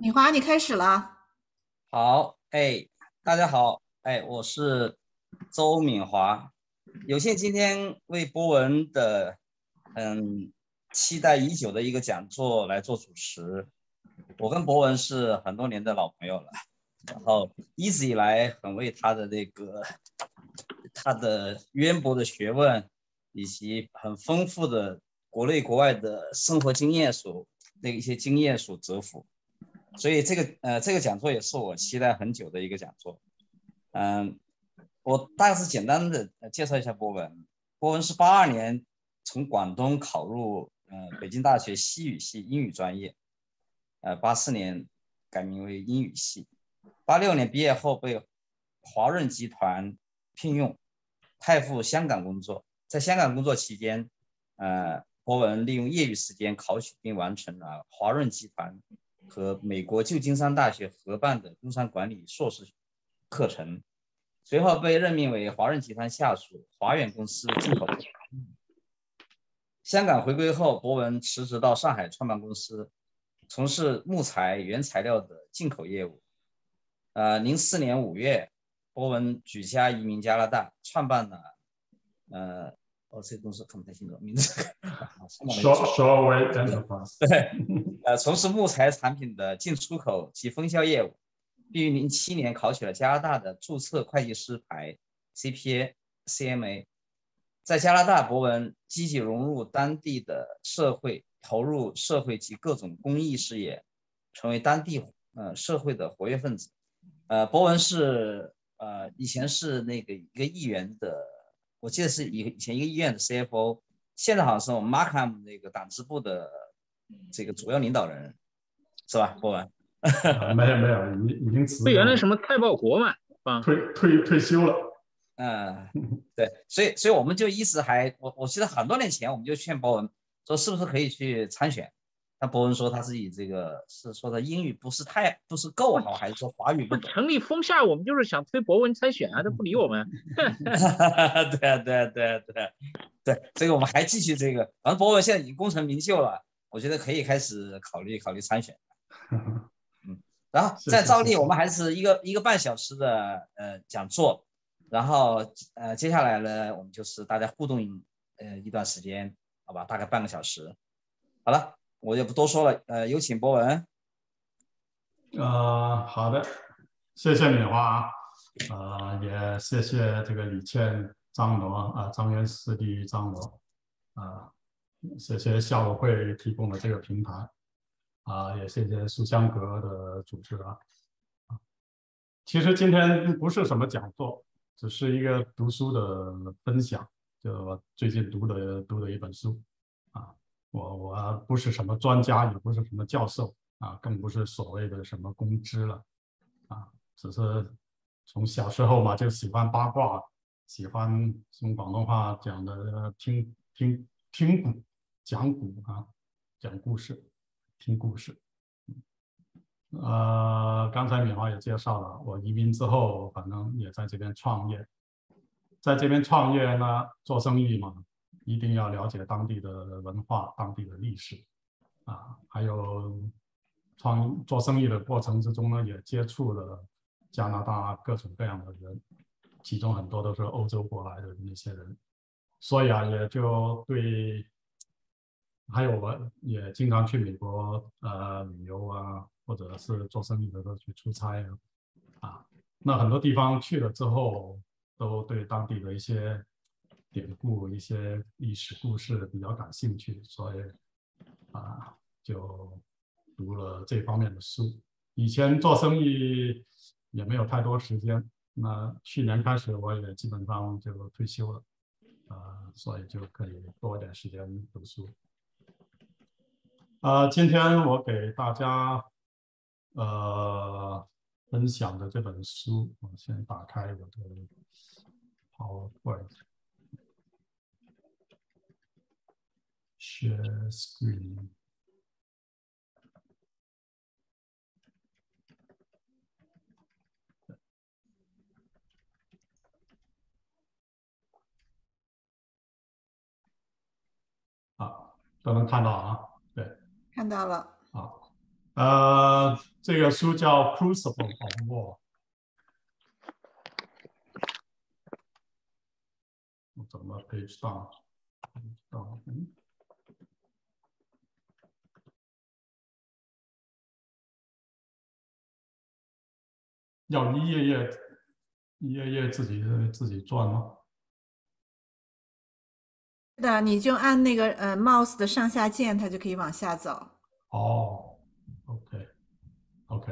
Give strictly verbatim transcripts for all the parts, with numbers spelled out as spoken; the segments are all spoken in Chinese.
米华，你开始了。 好，哎，大家好，哎，我是周敏华，有幸今天为博文的嗯期待已久的一个讲座来做主持。我跟博文是很多年的老朋友了，然后一直以来很为他的那个他的渊博的学问以及很丰富的国内国外的生活经验所那一些经验所折服。所以这个呃这个讲座也是我期待很久的一个讲座。嗯，我大致简单的介绍一下博文。博文是八二年从广东考入呃北京大学西语系英语专业，呃八四年改名为英语系，八六年毕业后被华润集团聘用，派赴香港工作。在香港工作期间，呃，博文利用业余时间考取并完成了华润集团和美国旧金山大学合办的工商管理硕士课程，随后被任命为华润集团下属华远公司进口。香港回归后，博文辞职到上海创办公司，从事木材原材料的进口业务。呃，零四年五月，博文举家移民加拿大，创办了呃，哦，这个公司看不太清楚名字，上面没有。 Short Shortwave Enterprise。 对，呃，从事木材产品的进出口及分销业务，并于零七年考取了加拿大的注册会计师牌 C P A C M A。在加拿大，博文积极融入当地的社会，投入社会及各种公益事业，成为当地呃社会的活跃分子。呃，博文是呃以前是那个一个议员的，我记得是以以前一个医院的 C F O，现在好像是我们 Markham 那个党支部的这个主要领导人，是吧，博文？ 啊，没有没有，已已经辞不原来掉了， 什么太报国嘛，啊， 退退退休了。 嗯，对，所以所以我们就一直还我我记得很多年前我们就劝博文说是不是可以去参选，但博文说他自己这个是说他英语不是太不是够好，还是说华语不懂？ 不成立风下，我们就是想推博文参选啊，他不理我们。 对啊对啊对啊对啊对，这个我们还继续这个，反正博文现在已经功成名就了，我觉得可以开始考虑考虑参选。嗯，然后在照例我们还是一个一个半小时的呃讲座，然后呃接下来呢我们就是大家互动呃一段时间，好吧，大概半个小时。好了，我就不多说了，呃，有请博文。 呃，好的，谢谢敏华，呃，也谢谢这个李倩、张罗啊、呃，张元师弟、张罗啊、呃，谢谢校委会提供的这个平台啊、呃，也谢谢书香阁的主持啊。其实今天不是什么讲座，只是一个读书的分享，就我最近读的读的一本书啊。我我不是什么专家，也不是什么教授啊，更不是所谓的什么公知了啊，只是从小时候嘛就喜欢八卦，喜欢用广东话讲的听听听古讲古啊，讲故事，听故事。呃，刚才敏华也介绍了，我移民之后，反正也在这边创业。在这边创业呢，做生意嘛，一定要了解当地的文化、当地的历史啊，还有创做生意的过程之中呢，也接触了加拿大各种各样的人，其中很多都是欧洲过来的那些人，所以啊，也就对。还有我也经常去美国呃旅游啊，或者是做生意的时候去出差啊，啊，那很多地方去了之后，都对当地的一些典故、一些历史故事比较感兴趣，所以啊，就读了这方面的书。以前做生意也没有太多时间，那去年开始我也基本上就退休了，啊，所以就可以多一点时间读书。呃，今天我给大家呃分享的这本书，我先打开我的 PowerPoint Share Screen。啊，都能看到啊，对， 看到了。 好， 呃，这个书叫《Crucible of War》，我怎么 page down？ down 嗯，要一页页一页页自己自己转吗？ 是的，你就按那个呃 mouse 的上下键，它就可以往下走。 哦 ，OK OK，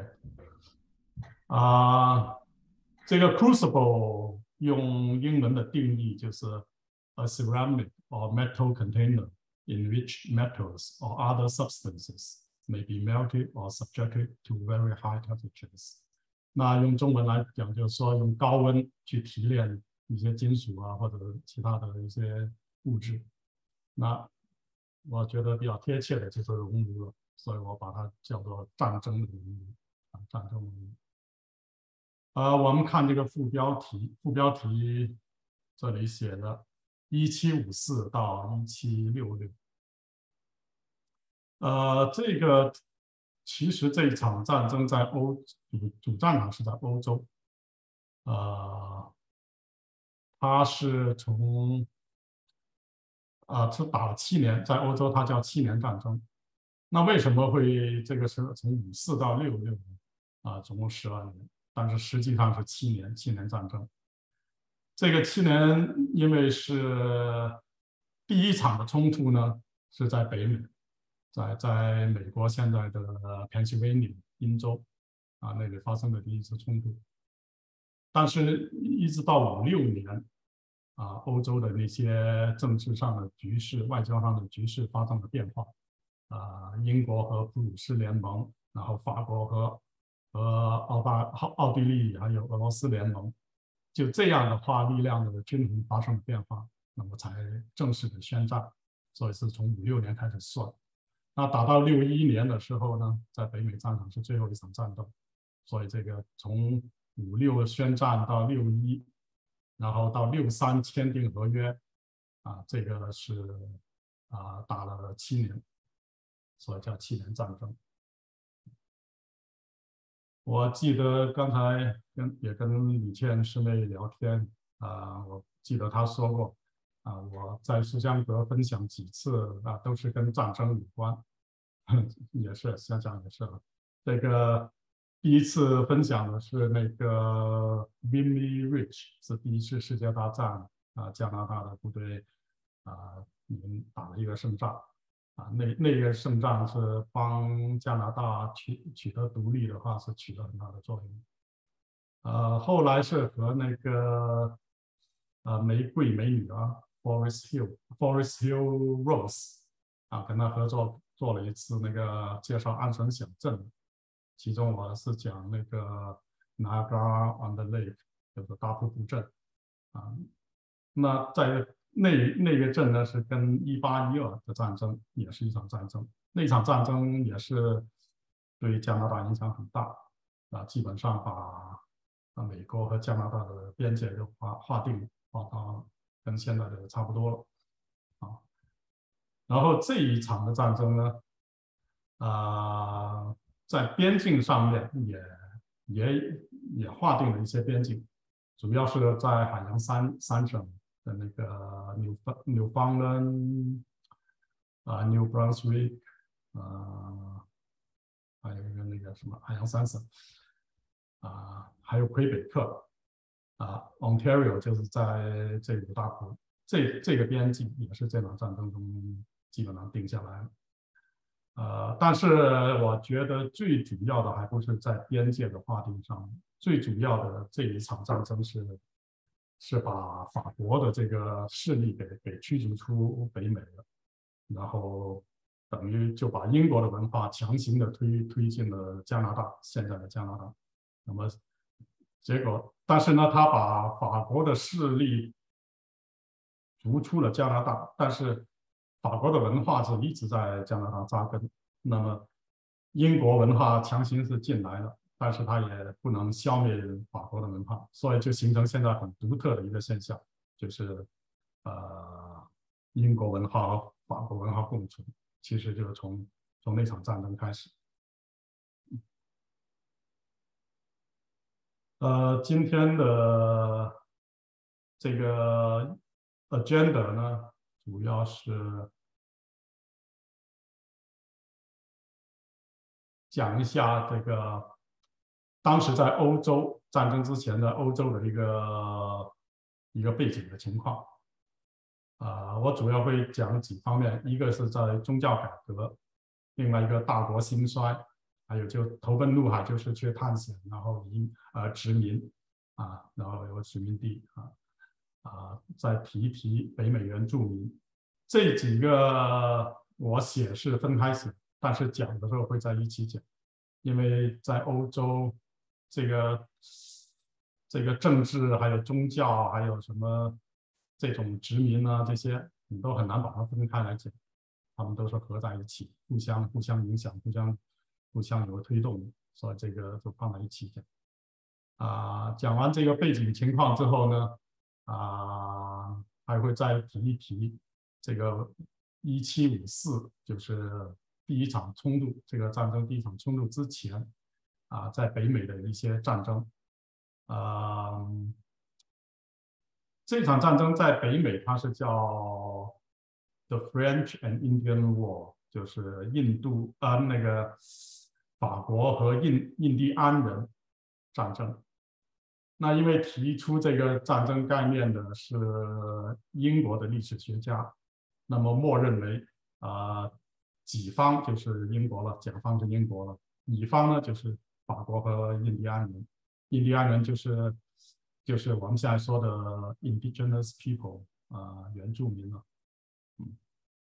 啊、这个 crucible 用英文的定义就是 a ceramic or metal container in which metals or other substances may be melted or subjected to very high temperatures。那用中文来讲，就是说用高温去提炼一些金属啊，或者其他的一些物质。那我觉得比较贴切的就是熔炉了，所以我把它叫做战争熔炉啊，战争熔炉。呃，我们看这个副标题，副标题这里写的一七五四到一七六六。呃，这个其实这一场战争在欧主主战场是在欧洲，呃，它是从啊，是打了七年，在欧洲它叫七年战争。那为什么会这个是从五四到六六呢？啊，总共十二年，但是实际上是七年，七年战争。这个七年因为是第一场的冲突呢，是在北美，在在美国现在的 Pennsylvania 宾州啊那里发生的第一次冲突。但是，一直到五六年啊，欧洲的那些政治上的局势、外交上的局势发生了变化。啊，英国和普鲁士联盟，然后法国和和澳大奥地利还有俄罗斯联盟，就这样的话，力量的均衡发生了变化，那么才正式的宣战。所以是从五六年开始算。那打到六一年的时候呢，在北美战场是最后一场战斗，所以这个从五六宣战到六一，然后到六三签订合约，啊，这个是啊打了七年。所以叫七年战争。我记得刚才跟也跟李倩师妹聊天啊、呃，我记得她说过啊、呃，我在书香阁分享几次啊、呃，都是跟战争有关，也是想想也是了。这个第一次分享的是那个 Vimy Ridge， 是第一次世界大战啊、呃，加拿大的部队啊，你、呃、们打了一个胜仗。啊，那那个胜仗是帮加拿大取取得独立的话，是起了很大的作用。呃，后来是和那个呃玫瑰美女啊 ，Forest Hill，Forest Hill Rose 啊，跟他合作做了一次那个介绍安省小镇，其中我是讲那个 Niagara on the Lake， 就是大瀑布镇啊。那在那那个镇呢，是跟一八一二的战争也是一场战争，那场战争也是对加拿大影响很大啊，基本上把啊美国和加拿大的边界就划划定，划到跟现在的差不多了啊。然后这一场的战争呢，啊，在边境上面也也也划定了一些边境，主要是在海洋三三省的那个 New Newfoundland 啊 New Brunswick 啊，还有一个那个什么海洋三省啊，还有魁北克啊 Ontario 就是在这五大湖，这这个边境也是这场战争中基本上定下来了。呃，但是我觉得最主要的还不是在边界的划定上，最主要的这一场战争是是把法国的这个势力给给驱逐出北美了，然后等于就把英国的文化强行的推推进了加拿大，现在的加拿大。那么结果，但是呢，他把法国的势力逐出了加拿大，但是法国的文化是一直在加拿大扎根。那么英国文化强行是进来了，但是它也不能消灭法国的文化，所以就形成现在很独特的一个现象，就是呃英国文化和法国文化共存，其实就是从从那场战争开始。 呃，今天的这个 agenda 呢，主要是讲一下这个当时在欧洲战争之前的欧洲的一个一个背景的情况。啊、呃，我主要会讲几方面，一个是在宗教改革，另外一个大国兴衰，还有就投奔怒海，就是去探险，然后移呃殖民啊，然后有殖民地啊啊，再提一提北美原住民。这几个我写是分开写，但是讲的时候会在一起讲，因为在欧洲这个这个政治还有宗教还有什么这种殖民啊这些，你都很难把它分开来讲，他们都是合在一起，互相互相影响，互相互相有推动，所以这个就放在一起讲。啊，讲完这个背景情况之后呢，啊，还会再提一提这个一七五四，就是第一场冲突，这个战争第一场冲突之前，啊，在北美的一些战争，啊，这场战争在北美它是叫 The French and Indian War， 就是印度啊、呃、那个法国和印印第安人战争。那因为提出这个战争概念的是英国的历史学家，那么默认为啊、呃，己方就是英国了，甲方是英国了，乙方呢就是法国和印第安人。印第安人就是就是我们现在说的 indigenous people 啊、呃，原住民了。嗯，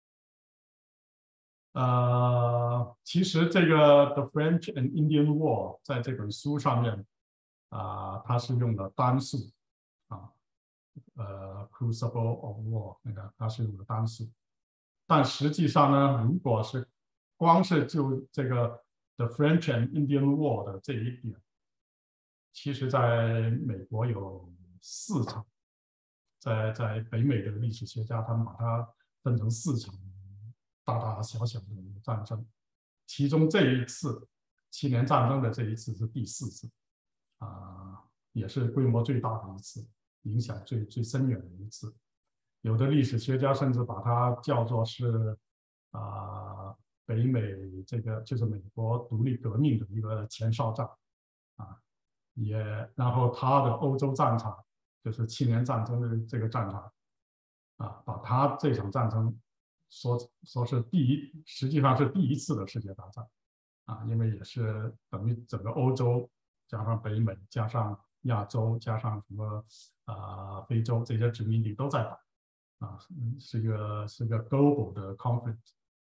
呃，其实这个 The French and Indian War 在这本书上面。啊、呃，它是用的单数啊，呃 ，Crucible of War 那个它是用的单数，但实际上呢，如果是光是就这个 The French and Indian War 的这一点，其实在美国有四场，在在北美的历史学家他们把它分成四场大大小小的战争，其中这一次七年战争的这一次是第四次。啊、呃，也是规模最大的一次，影响最最深远的一次。有的历史学家甚至把它叫做是啊、呃，北美这个就是美国独立革命的一个前哨战啊，也然后它的欧洲战场就是七年战争的这个战场啊，把它这场战争说说是第一，实际上是第一次的世界大战啊，因为也是等于整个欧洲。加上北美，加上亚洲，加上什么啊、呃、非洲这些殖民地都在打啊，是一个是个 global 的 conflict。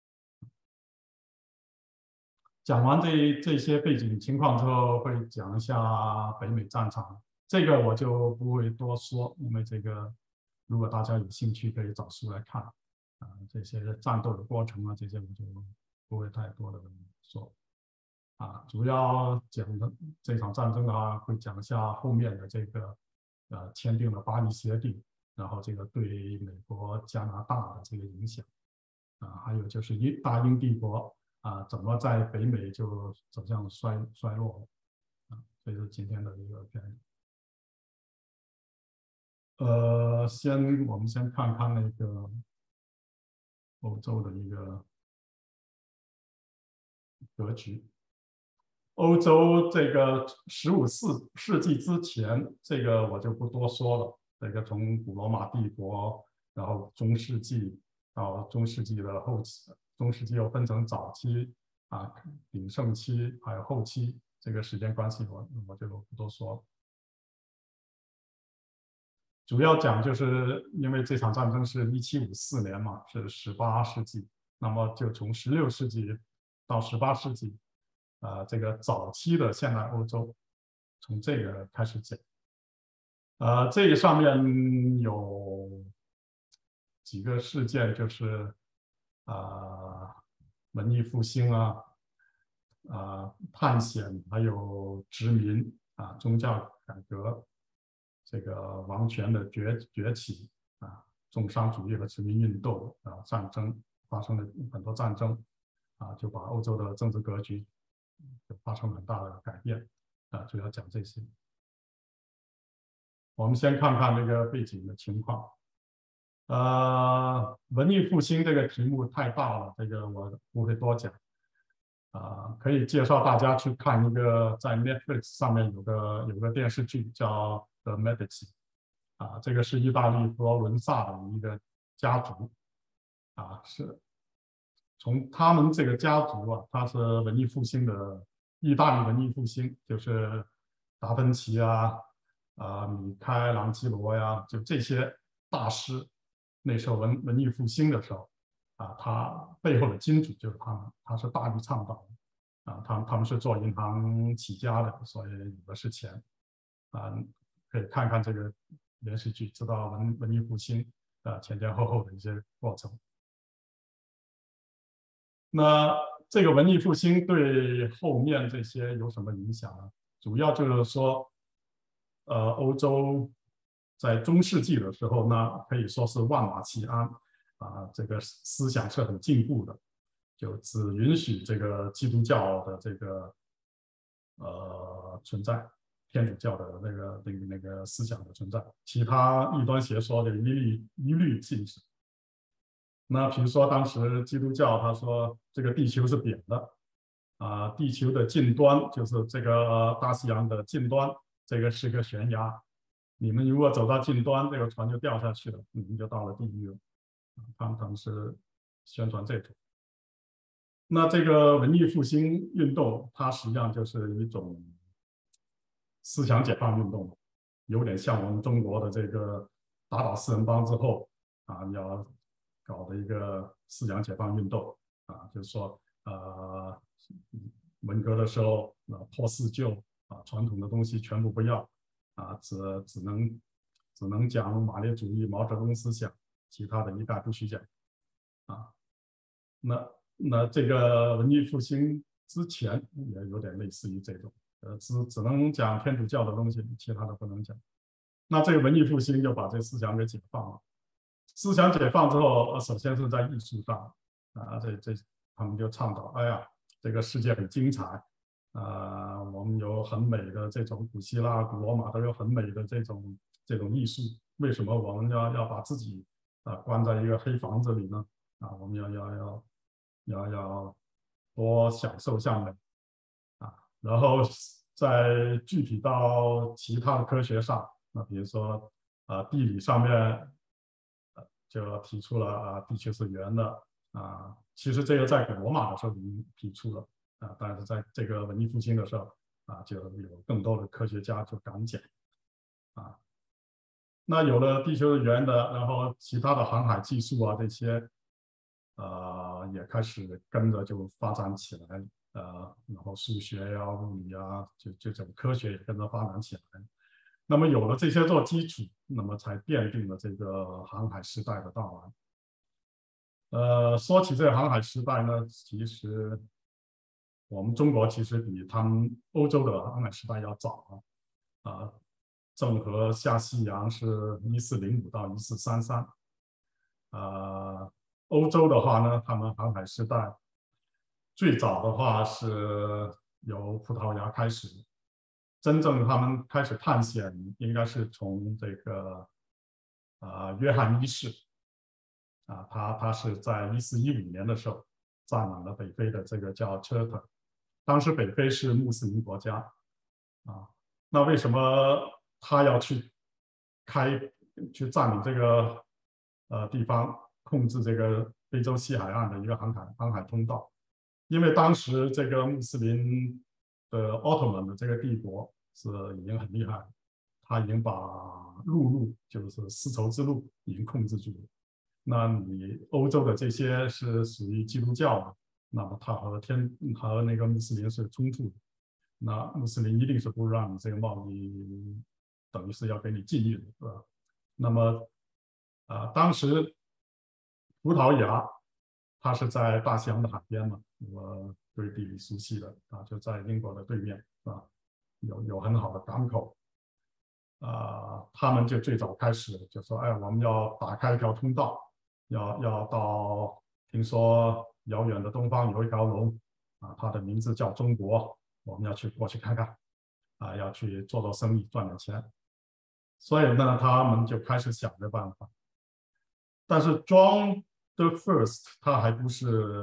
讲完这这些背景情况之后，会讲一下北美战场，这个我就不会多说，因为这个如果大家有兴趣，可以找书来看啊，这些战斗的过程啊，这些我就不会太多的说。啊，主要讲的这场战争的话，会讲一下后面的这个呃签订了巴黎协定，然后这个对美国、加拿大的这个影响啊，还有就是英大英帝国啊怎么在北美就走向衰衰落了啊，这是今天的一个概念。呃，先我们先看看那个欧洲的一个格局。欧洲这个十五世世纪之前，这个我就不多说了。这个从古罗马帝国，然后中世纪到中世纪的后期，中世纪又分成早期啊、鼎盛期还有后期，这个时间关系我我就不多说了。主要讲就是因为这场战争是一七五四年嘛，是十八世纪，那么就从十六世纪到十八世纪。啊、呃，这个早期的现代欧洲，从这个开始讲。呃，这个上面有几个事件，就是啊、呃，文艺复兴啊，啊、呃，探险，还有殖民啊，宗教改革，这个王权的崛崛起啊，重商主义和殖民运动啊，战争发生了很多战争啊，就把欧洲的政治格局。就发生很大的改变啊，主要讲这些。 我们先看看这个背景的情况。呃，文艺复兴这个题目太大了，这个我不会多讲。啊、呃，可以介绍大家去看一个在 Netflix 上面有个有个电视剧叫《The Medici》，啊，这个是意大利佛罗伦萨的一个家族，啊，是从他们这个家族啊，他是文艺复兴的意大利文艺复兴，就是达芬奇啊，啊，米开朗基罗呀，就这些大师，那时候文文艺复兴的时候。啊，他背后的金主就是他们，他是大力倡导的，啊，他们他们是做银行起家的，所以有的是钱，啊，可以看看这个连续剧，知道文文艺复兴啊前前后后的一些过程。那这个文艺复兴对后面这些有什么影响呢？主要就是说，呃，欧洲在中世纪的时候呢，可以说是万马齐喑。啊，这个思想是很进步的，就只允许这个基督教的这个呃存在，天主教的那个那个那个思想的存在，其他异端邪说的一律一律禁止。那比如说当时基督教他说这个地球是扁的，啊，地球的近端就是这个大西洋的近端，这个是个悬崖，你们如果走到近端，这个船就掉下去了，你们就到了地狱了。他们他们是宣传这种。那这个文艺复兴运动，它实际上就是一种思想解放运动，有点像我们中国的这个打倒四人帮之后啊，要搞的一个思想解放运动啊，就是说呃，文革的时候啊，破四旧啊，传统的东西全部不要啊，只只能只能讲马列主义、毛泽东思想。其他的一概不许讲，啊，那那这个文艺复兴之前也有点类似于这种，呃，只只能讲天主教的东西，其他的不能讲。那这个文艺复兴就把这思想给解放了。思想解放之后，首先是在艺术上，啊，这这他们就倡导，哎呀，这个世界很精彩，啊，我们有很美的这种古希腊、古罗马都有很美的这种这种艺术，为什么我们要要把自己啊，关在一个黑房子里呢？啊，我们要要要要要多享受下美啊，然后再具体到其他的科学上，那比如说啊，地理上面，呃，就提出了啊，地球是圆的啊。其实这个在古罗马的时候已经提出了啊，但是在这个文艺复兴的时候啊，就有更多的科学家就敢讲啊。那有了地球是圆的，然后其他的航海技术啊这些，呃，也开始跟着就发展起来，呃，然后数学呀、物理啊，就就这种科学也跟着发展起来。那么有了这些做基础，那么才奠定了这个航海时代的到来。呃，说起这个航海时代呢，其实我们中国其实比他们欧洲的航海时代要早啊，啊。郑和下西洋是一四零五到一四三三，呃，欧洲的话呢，他们航海时代最早的话是由葡萄牙开始，真正他们开始探险应该是从这个啊、呃、约翰一世啊，他他是在一四一五年的时候占领了北非的这个叫车特，当时北非是穆斯林国家啊，那为什么他要去开去占领这个呃地方，控制这个非洲西海岸的一个航海航海通道？因为当时这个穆斯林的奥特曼的这个帝国是已经很厉害，他已经把陆路就是丝绸之路已经控制住了。那你欧洲的这些是属于基督教的，那么他和天和那个穆斯林是冲突的。那穆斯林一定是不让你这个贸易，等于是要给你禁运的，是吧？那么，啊、呃，当时葡萄牙它是在大西洋的海边嘛，我对地理熟悉的啊，就在英国的对面啊，有有很好的港口，啊、呃，他们就最早开始就说，哎，我们要打开一条通道，要要到，听说遥远的东方有一条龙啊，它的名字叫中国。我们要去过去看看，啊，要去做做生意赚点钱， 所以呢，他们就开始想着办法。但是 John the First 他还不是，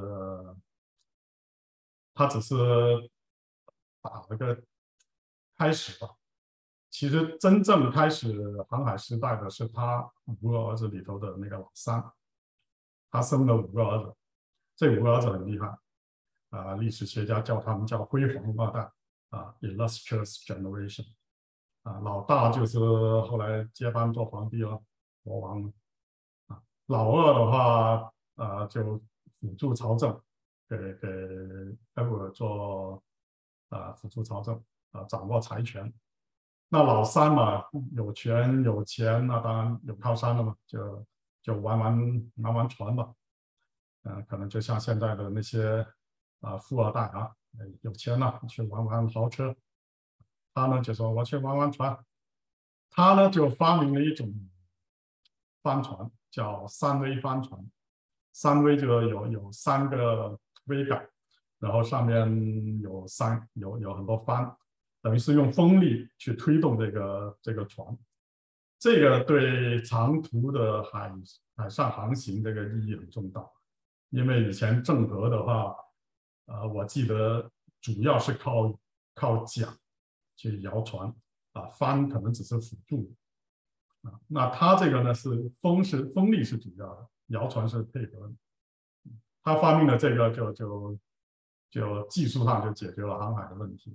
他只是打了个开始吧。其实真正开始航海时代的是他五个儿子里头的那个老三，他生了五个儿子，这五个儿子很厉害啊，历史学家叫他们叫辉煌二代啊 ，illustrious generation 啊，老大就是后来接班做皇帝了，国王啊，老二的话啊就辅助朝政，给给埃布尔做啊辅助朝政啊，掌握财权。那老三嘛，有权有钱，那当然有靠山了嘛，就就玩玩玩玩船吧，嗯、呃，可能就像现在的那些啊、呃、富二代啊，有钱了去玩玩豪车，他呢就说我去玩玩船，他呢就发明了一种帆船，叫三桅帆船，三桅就有有三个桅杆，然后上面有三有有很多帆。等于是用风力去推动这个这个船，这个对长途的海海上航行这个意义很重大，因为以前郑和的话，呃，我记得主要是靠靠桨去摇船啊，帆可能只是辅助啊。那他这个呢是风是风力是主要的，摇船是配合的。他发明了这个就就就技术上就解决了航海的问题。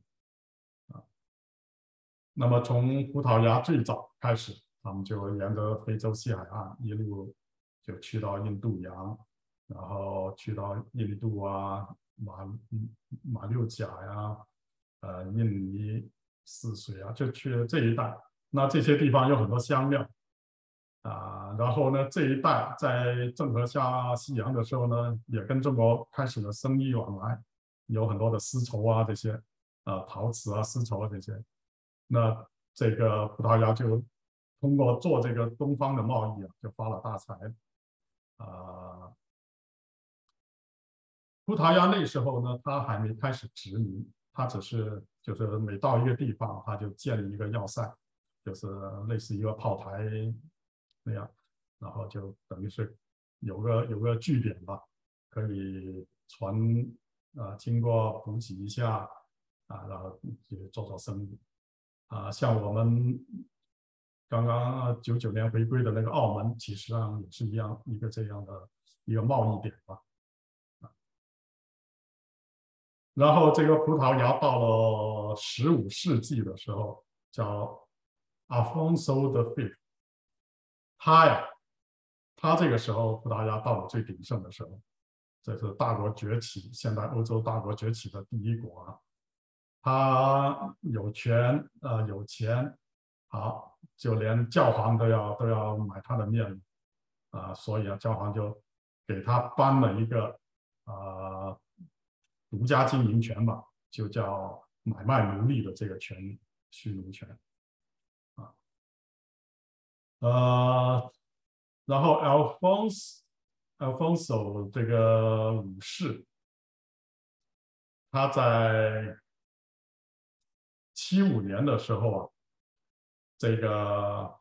那么从葡萄牙最早开始，他们就沿着非洲西海岸一路就去到印度洋，然后去到印度啊、马马六甲呀、呃印尼泗水啊，就去了这一带。那这些地方有很多香料啊，然后呢，这一带在郑和下西洋的时候呢，也跟中国开始了生意往来，有很多的丝绸啊这些啊、陶瓷啊、丝绸啊这些。那这个葡萄牙就通过做这个东方的贸易啊，就发了大财。啊、呃，葡萄牙那时候呢，他还没开始殖民，他只是就是每到一个地方，他就建立一个要塞，就是类似一个炮台那样，然后就等于是有个有个据点吧，可以船啊、呃、经过补给一下啊，然后就做做生意。啊，像我们刚刚九九年回归的那个澳门，其实上也是一样一个这样的一个贸易点吧。然后这个葡萄牙到了十五世纪的时候，叫 Afonso the Fifth， 他呀，他这个时候葡萄牙到了最鼎盛的时候，这是大国崛起，现代欧洲大国崛起的第一国啊。他有权，呃，有钱，好，就连教皇都要都要买他的面子啊、呃，所以啊，教皇就给他颁了一个啊、呃、独家经营权吧，就叫买卖奴隶的这个权利，蓄奴权啊，呃，然后 Alphonse Alfonso 这个五世，他在七五年的时候啊，这个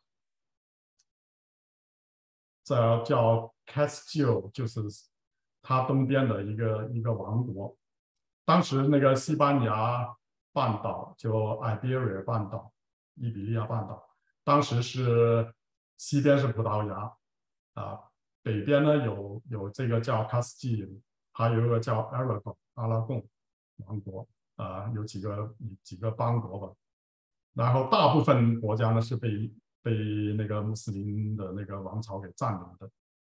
这叫 Castile， 就是它东边的一个一个王国。当时那个西班牙半岛就 Iberia 半岛、伊比利亚半岛，当时是西边是葡萄牙啊，北边呢有有这个叫 Castile， 还有一个叫 Aragon 阿拉贡王国啊，有几个几个邦国吧。然后大部分国家呢是被被那个穆斯林的那个王朝给占领的。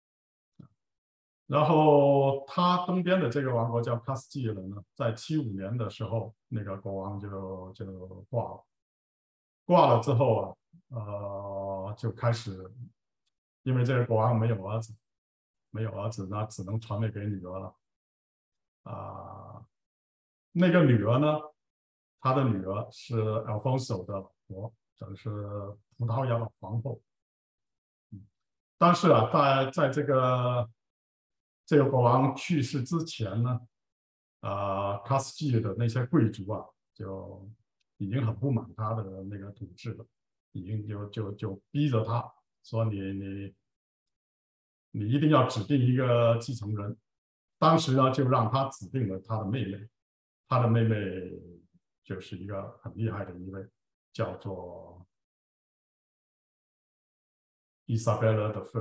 然后他东边的这个王国叫卡斯蒂尔呢，在七五年的时候，那个国王就就挂了。挂了之后啊，呃，就开始，因为这个国王没有儿子，没有儿子，那只能传位给女儿了。啊、呃，那个女儿呢，他的女儿是 Alfonso 的老婆，就是葡萄牙的皇后。但是啊，在在这个这个国王去世之前呢，啊、呃，卡斯蒂的那些贵族啊，就已经很不满他的那个统治了， 已经就就就逼着他说你你你一定要指定一个继承人。当时呢，就让他指定了他的妹妹，他的妹妹就是一个很厉害的一位，叫做 Isabella the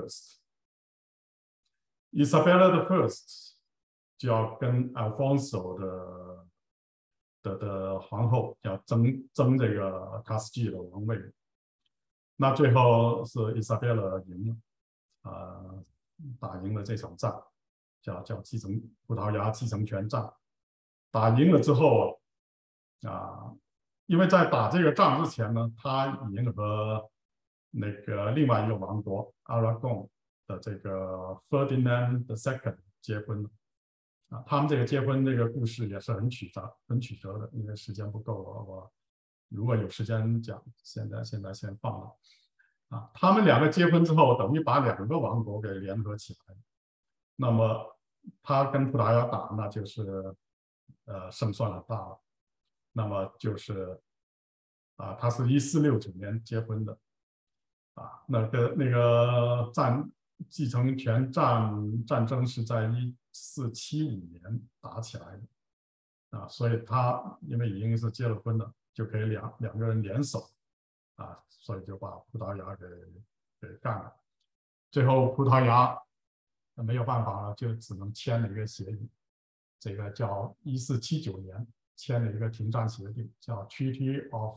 First。Isabella the First 就要跟 Alfonso 的的的皇后要争争这个卡斯基的王位。那最后是 Isabella 赢了，呃，打赢了这场仗，叫叫继承葡萄牙继承权战。打赢了之后啊，因为在打这个仗之前呢，他已经和那个另外一个王国 Aragon 的这个 Ferdinand the Second 结婚了。啊，他们这个结婚这个故事也是很曲折、很曲折的，因为时间不够，我我如果有时间讲，现在现在先放了。啊，他们两个结婚之后，等于把两个王国给联合起来。那么他跟葡萄牙打，那就是呃胜算很大了。那么就是啊，他是一四六九年结婚的，啊，那个那个战继承权战战争是在一四七五年打起来的，啊，所以他因为已经是结了婚了，就可以两两个人联手，啊，所以就把葡萄牙给给干了。最后葡萄牙没有办法了，就只能签了一个协议，这个叫一四七九年签了一个停战协定，叫 Treaty of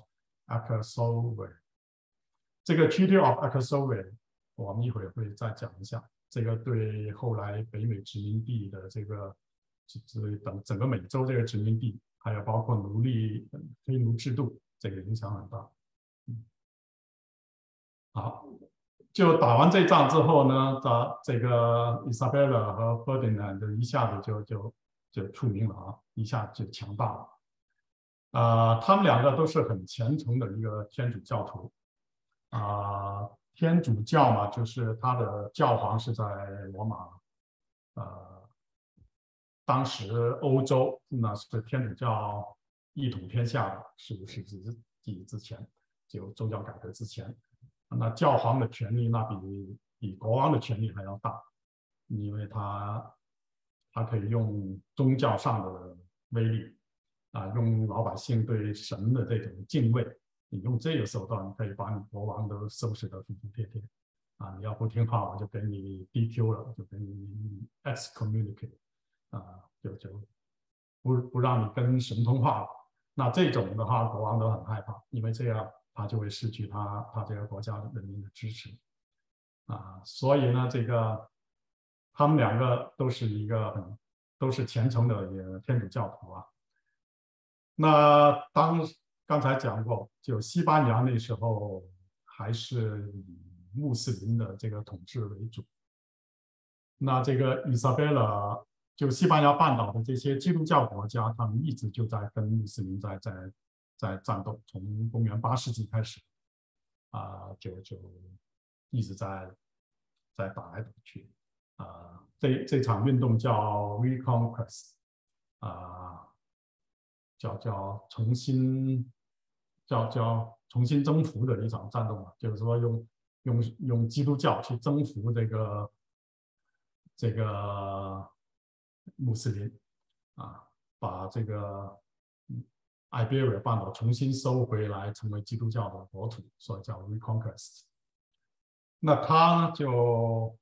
Akasove。这个 Treaty of Akasove 我们一会儿会再讲一下，这个对后来北美殖民地的这个这等整个美洲这个殖民地，还有包括奴隶黑奴制度，这个影响很大。嗯，好，就打完这仗之后呢，这这个 Isabella 和 Ferdinand 一下子就就就出名了啊，一下就强大了。啊、呃，他们两个都是很虔诚的一个天主教徒。啊、呃，天主教嘛，就是他的教皇是在罗马。呃，当时欧洲那是天主教一统天下的，十五世纪之前，就宗教改革之前，那教皇的权力那比比国王的权力还要大，因为他他可以用宗教上的威力啊，用老百姓对神的这种敬畏。你用这个手段可以把你国王都收拾得服服帖帖啊！你要不听话，我就给你 D Q 了，就给你 excommunicate 啊，就就不不让你跟神通话了。那这种的话，国王都很害怕，因为这样他就会失去他他这个国家人民的支持啊。所以呢，这个他们两个都是一个很都是虔诚的天主教徒啊。那当刚才讲过，就西班牙那时候还是以穆斯林的这个统治为主。那这个伊莎贝拉，就西班牙半岛的这些基督教国家，他们一直就在跟穆斯林在在在战斗，从公元八世纪开始，啊、呃，就就一直在在打来打去，啊、呃，这这场运动叫 Reconquest， 啊、呃。叫叫重新叫叫重新征服的一场战斗嘛，就是说用用用基督教去征服这个这个穆斯林啊，把这个艾贝瑞半岛重新收回来，成为基督教的国土，所以叫 Reconquest。那他就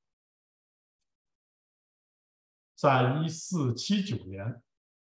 在一四七九年。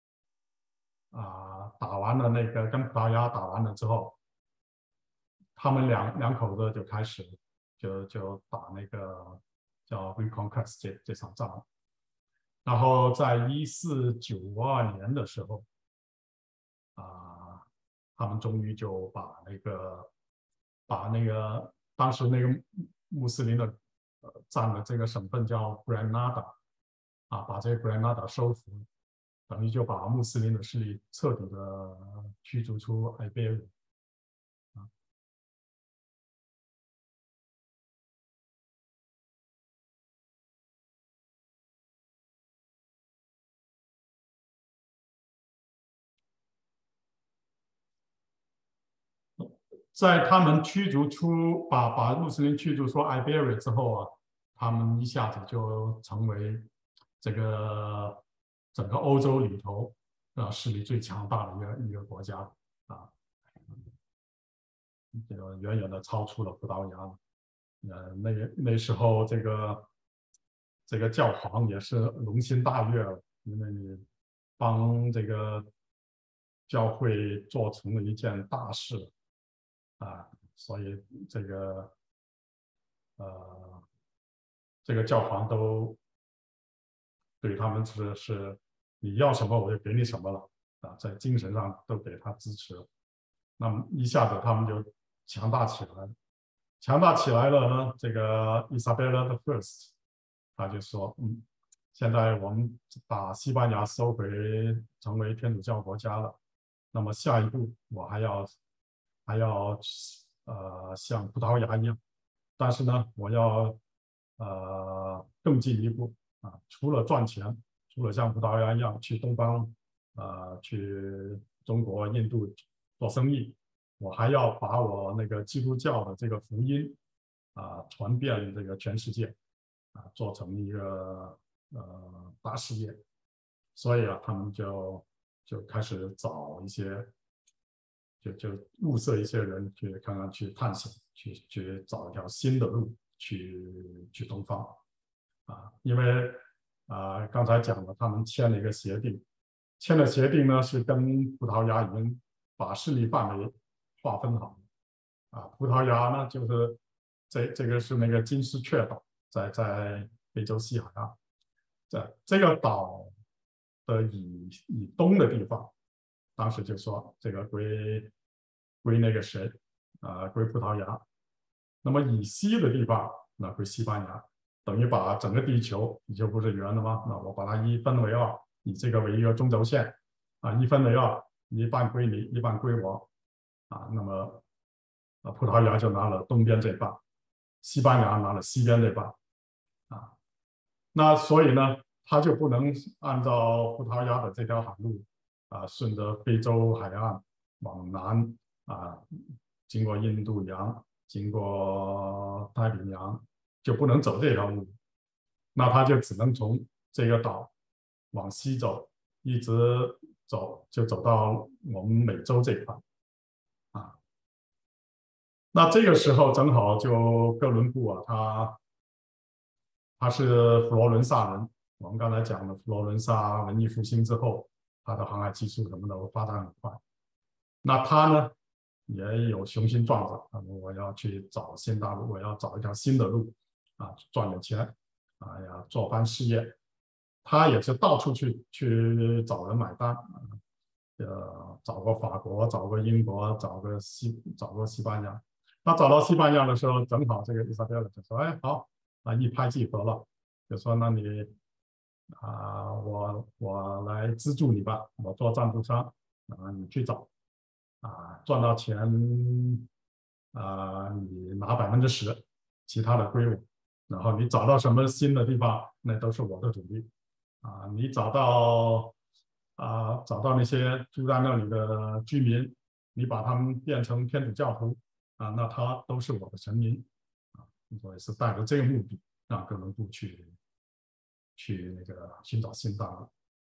啊，打完了那个跟葡萄牙打完了之后，他们两两口子就开始就就打那个叫 Reconquest 这这场仗。然后在一四九二年的时候，啊，他们终于就把那个把那个当时那个穆斯林的呃占的这个省份叫 Granada， 啊，把这个 Granada 收服。等于就把穆斯林的势力彻底的驱逐出埃贝尔。 在他们驱逐出把把穆斯林驱逐出 Iberia 之后啊，他们一下子就成为这个整个欧洲里头啊势力最强大的一个一个国家啊，这个远远的超出了葡萄牙。呃，那那时候这个这个教皇也是龙心大悦了，因为你帮这个教会做成了一件大事啊，所以这个呃这个教皇都对他们是是你要什么我就给你什么了啊，在精神上都给他支持了，那么一下子他们就强大起来了。强大起来了呢，这个 Isabella the First， 他就说，嗯，现在我们把西班牙收回，成为天主教国家了。那么下一步我还要还要呃像葡萄牙一样，但是呢，我要呃更进一步啊，除了赚钱，除了像葡萄牙一样去东方呃去中国、印度做生意。我还要把我那个基督教的这个福音啊传遍这个全世界啊，做成一个呃大事业，所以啊，他们就就开始找一些，就就物色一些人去看看去探险，去去找一条新的路去去东方啊，因为啊、呃、刚才讲了，他们签了一个协定，签了协定呢是跟葡萄牙已经把势力范围划分好啊，葡萄牙呢就是这这个是那个金丝雀岛，在在非洲西海岸，在这个岛的以以东的地方，当时就说这个归归那个谁啊、呃，归葡萄牙。那么以西的地方那归西班牙，等于把整个地球，地球不是圆的吗？那我把它一分为二，以这个为一个中轴线啊，一分为二，一半归你，一半归我。啊，那么啊，葡萄牙就拿了东边这半，西班牙拿了西边这半，啊，那所以呢，他就不能按照葡萄牙的这条海路啊，顺着非洲海岸往南啊，经过印度洋，经过太平洋，就不能走这条路，那他就只能从这个岛往西走，一直走，就走到我们美洲这块。啊，那这个时候正好就哥伦布啊，他他是佛罗伦萨人。我们刚才讲的佛罗伦萨文艺复兴之后，他的航海技术什么的发展很快。那他呢也有雄心壮志，那么我要去找新大陆，我要找一条新的路啊，赚点钱啊，要做番事业。他也是到处去去找人买单。呃，找过法国，找过英国，找个西，找过西班牙。他找到西班牙的时候，正好这个伊莎贝拉就说：“哎，好，啊，一拍即合了，就说那你啊，我我来资助你吧，我做赞助商啊，你去找啊，赚到钱啊，你拿百分之十，其他的归我。然后你找到什么新的地方，那都是我的主力啊，你找到。”啊，找到那些住在那里的居民，你把他们变成天主教徒啊，那他都是我的臣民啊。我也是带着这个目的，让哥伦布去去那个寻找新大陆。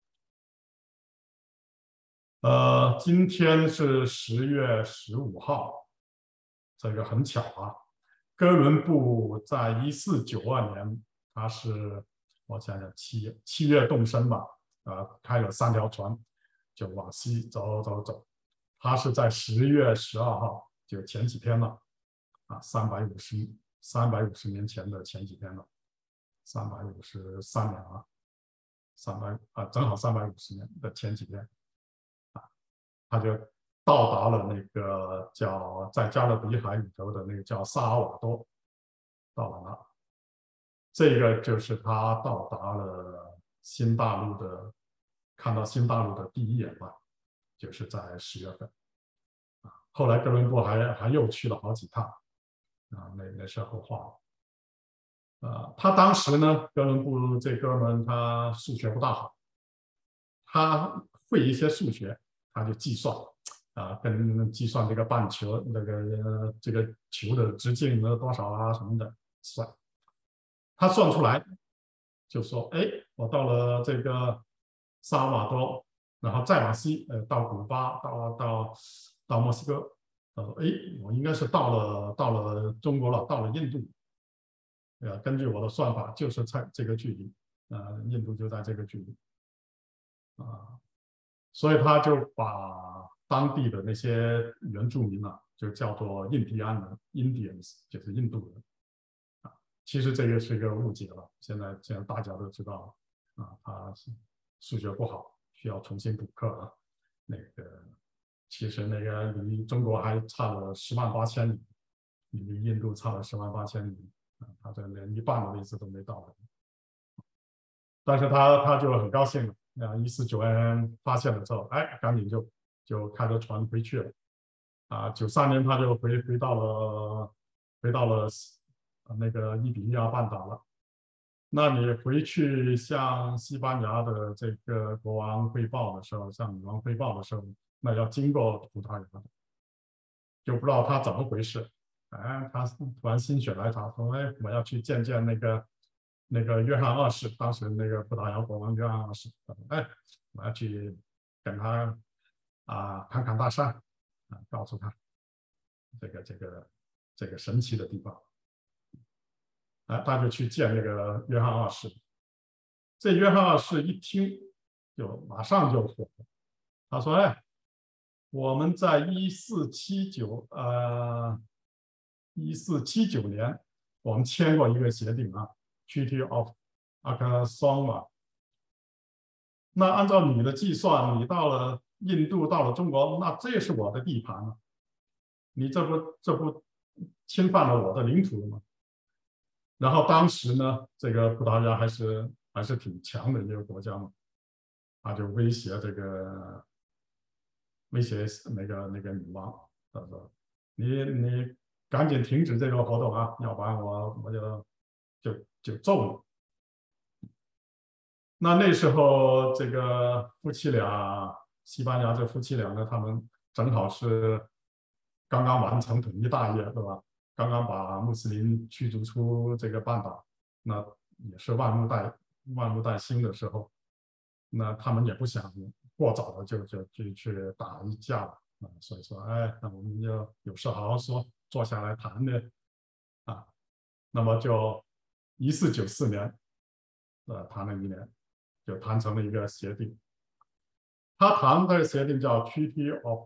呃，今天是十月十五号，这个很巧啊。哥伦布在一四九二年，他是我想想七七月动身吧。啊，开了三条船，就往西走走走。他是在十月十二号，就前几天了，啊，三百五十三百五十年前的前几天了，三百五十三年啊，三百啊，正好三百五十年的前几天，啊，他就到达了那个叫在加勒比海里头的那个叫萨尔瓦多，到了那，这个就是他到达了。新大陆的看到新大陆的第一眼吧，就是在十月份啊。后来哥伦布还还又去了好几趟啊，那那是后话了。啊，他当时呢，哥伦布这哥们他数学不大好，他会一些数学，他就计算啊，跟计算这个半球那个、呃、这个球的直径有多少啊什么的算，他算出来就说，哎，我到了这个萨尔瓦多，然后再往西，呃，到古巴，到到到墨西哥，他说，哎，我应该是到了到了中国了，到了印度，呃，根据我的算法，就是在这个距离，呃，印度就在这个距离，啊，所以他就把当地的那些原住民啊，就叫做印第安人 （Indians），就是印度人。啊，其实这个是一个误解了。现在现在大家都知道，啊，他数学不好，需要重新补课啊。那个其实那个离中国还差了十万八千里，离印度差了十万八千里，啊，他这连一半的位置都没到。但是他他就很高兴了。啊，一四九年发现了之后，哎，赶紧就就开着船回去了。啊，九三年他就回回到了回到了那个伊比利亚半岛了。那你回去向西班牙的这个国王汇报的时候，向女王汇报的时候，那要经过葡萄牙的，就不知道他怎么回事。哎，他突然心血来潮说，哎，我要去见见那个那个约翰二世，当时那个葡萄牙国王约翰二世，哎，我要去跟他啊侃侃大山，啊，告诉他这个这个这个神奇的地方。啊，他就去见那个约翰二世。这约翰二世一听，就马上就火了。他说：“哎，我们在一四七九呃一四七九年，我们签过一个协定啊 ，Treaty of Acasoma。那按照你的计算，你到了印度，到了中国，那这是我的地盘了。你这不这不侵犯了我的领土了吗？”然后当时呢，这个葡萄牙还是还是挺强的一个国家嘛，他就威胁这个威胁那个那个女王，他说：“你你赶紧停止这个活动啊，要不然我我就就就揍你。”那那时候这个夫妻俩，西班牙这夫妻俩呢，他们正好是刚刚完成统一大业，对吧？刚刚把穆斯林驱逐出这个半岛，那也是万物待万物待兴的时候，那他们也不想过早的就就就去打一架了啊，所以说，哎，那我们就有事好好说，坐下来谈的啊，那么就一四九四年，呃，谈了一年，就谈成了一个协定。他谈的协定叫 Treaty of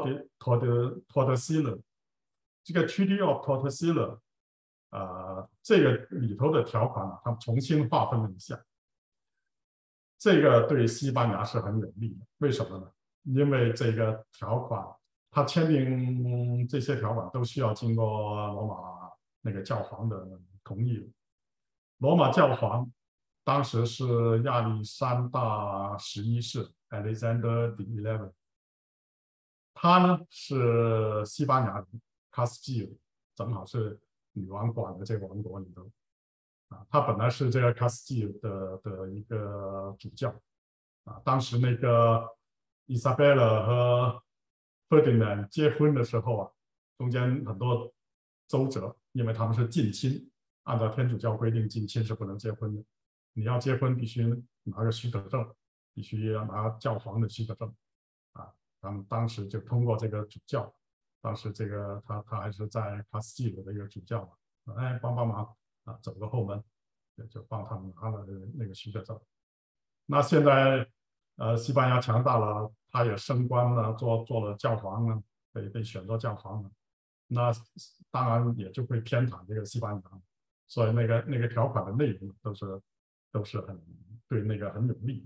Tordesillas。这个 Treaty of Tordesillas， 呃，这个里头的条款呢，他们重新划分了一下。这个对西班牙是很有利的，为什么呢？因为这个条款，他签订这些条款都需要经过罗马那个教皇的同意。罗马教皇当时是亚历山大十一世 （Alexander the Eleventh），他呢是西班牙人。卡斯蒂尔正好是女王管的这个王国里头，啊，他本来是这个卡斯蒂尔的的一个主教，啊，当时那个伊莎贝拉和费迪南结婚的时候啊，中间很多周折，因为他们是近亲，按照天主教规定，近亲是不能结婚的，你要结婚必须拿个许可证，必须要拿教皇的许可证，啊，他们当时就通过这个主教。当时这个他他还是在卡斯蒂尔的一个主教嘛，哎，帮帮忙啊，走个后门，就就帮他们拿了那个许可证。那现在呃，西班牙强大了，他也升官了，做做了教皇了，被被选做教皇了，那当然也就会偏袒这个西班牙，所以那个那个条款的内容都是都是很对那个很有利。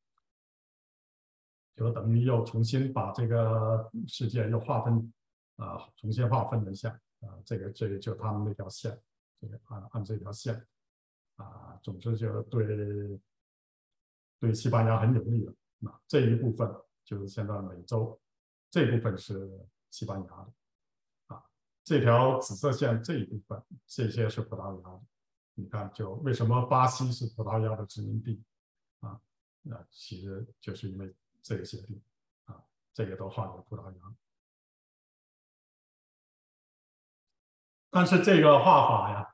就等于又重新把这个世界又划分。啊，重新划分了一下啊，这个这个就他们那条线，这个按按这条线啊，总之就对对西班牙很有利了。那这一部分就是现在美洲这部分是西班牙的啊，这条紫色线这一部分这些是葡萄牙的。你看，就为什么巴西是葡萄牙的殖民地啊？那其实就是因为这个协定啊， 这个都画有葡萄牙。但是这个画法呀，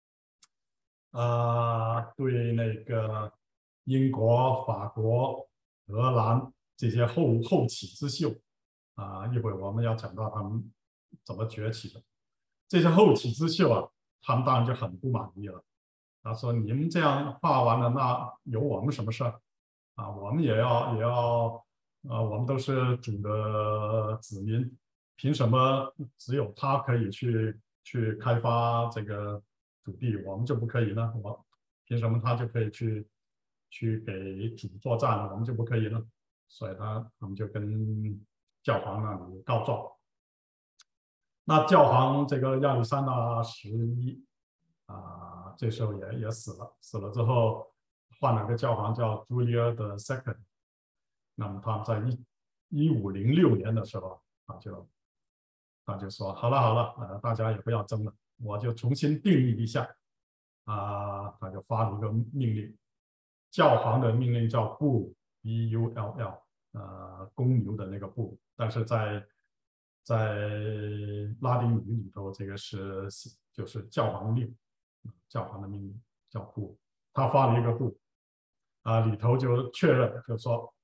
呃，对那个英国、法国、荷兰这些后后起之秀啊，一会儿我们要讲到他们怎么崛起的。这些后起之秀啊，他们当然就很不满意了。他说：“你们这样画完了，那有我们什么事儿啊？我们也要也要，呃，我们都是主的子民，凭什么只有他可以去去开发这个土地，我们就不可以呢？我凭什么他就可以去去给主作战，我们就不可以呢？所以他他们就跟教皇那里告状。那教皇这个亚历山大十一。”啊，这时候也也死了，死了之后换了个教皇叫 Julius the Second。那么他在一一五零六年的时候，他就他就说好了好了，呃，大家也不要争了，我就重新定义一下啊，他就发了一个命令，教皇的命令叫 Bull B U L L， 呃，公牛的那个 Bull， 但是在在拉丁语里头，这个是就是教皇令。教皇的命令叫布，他发了一个布，啊，里头就确认，就说，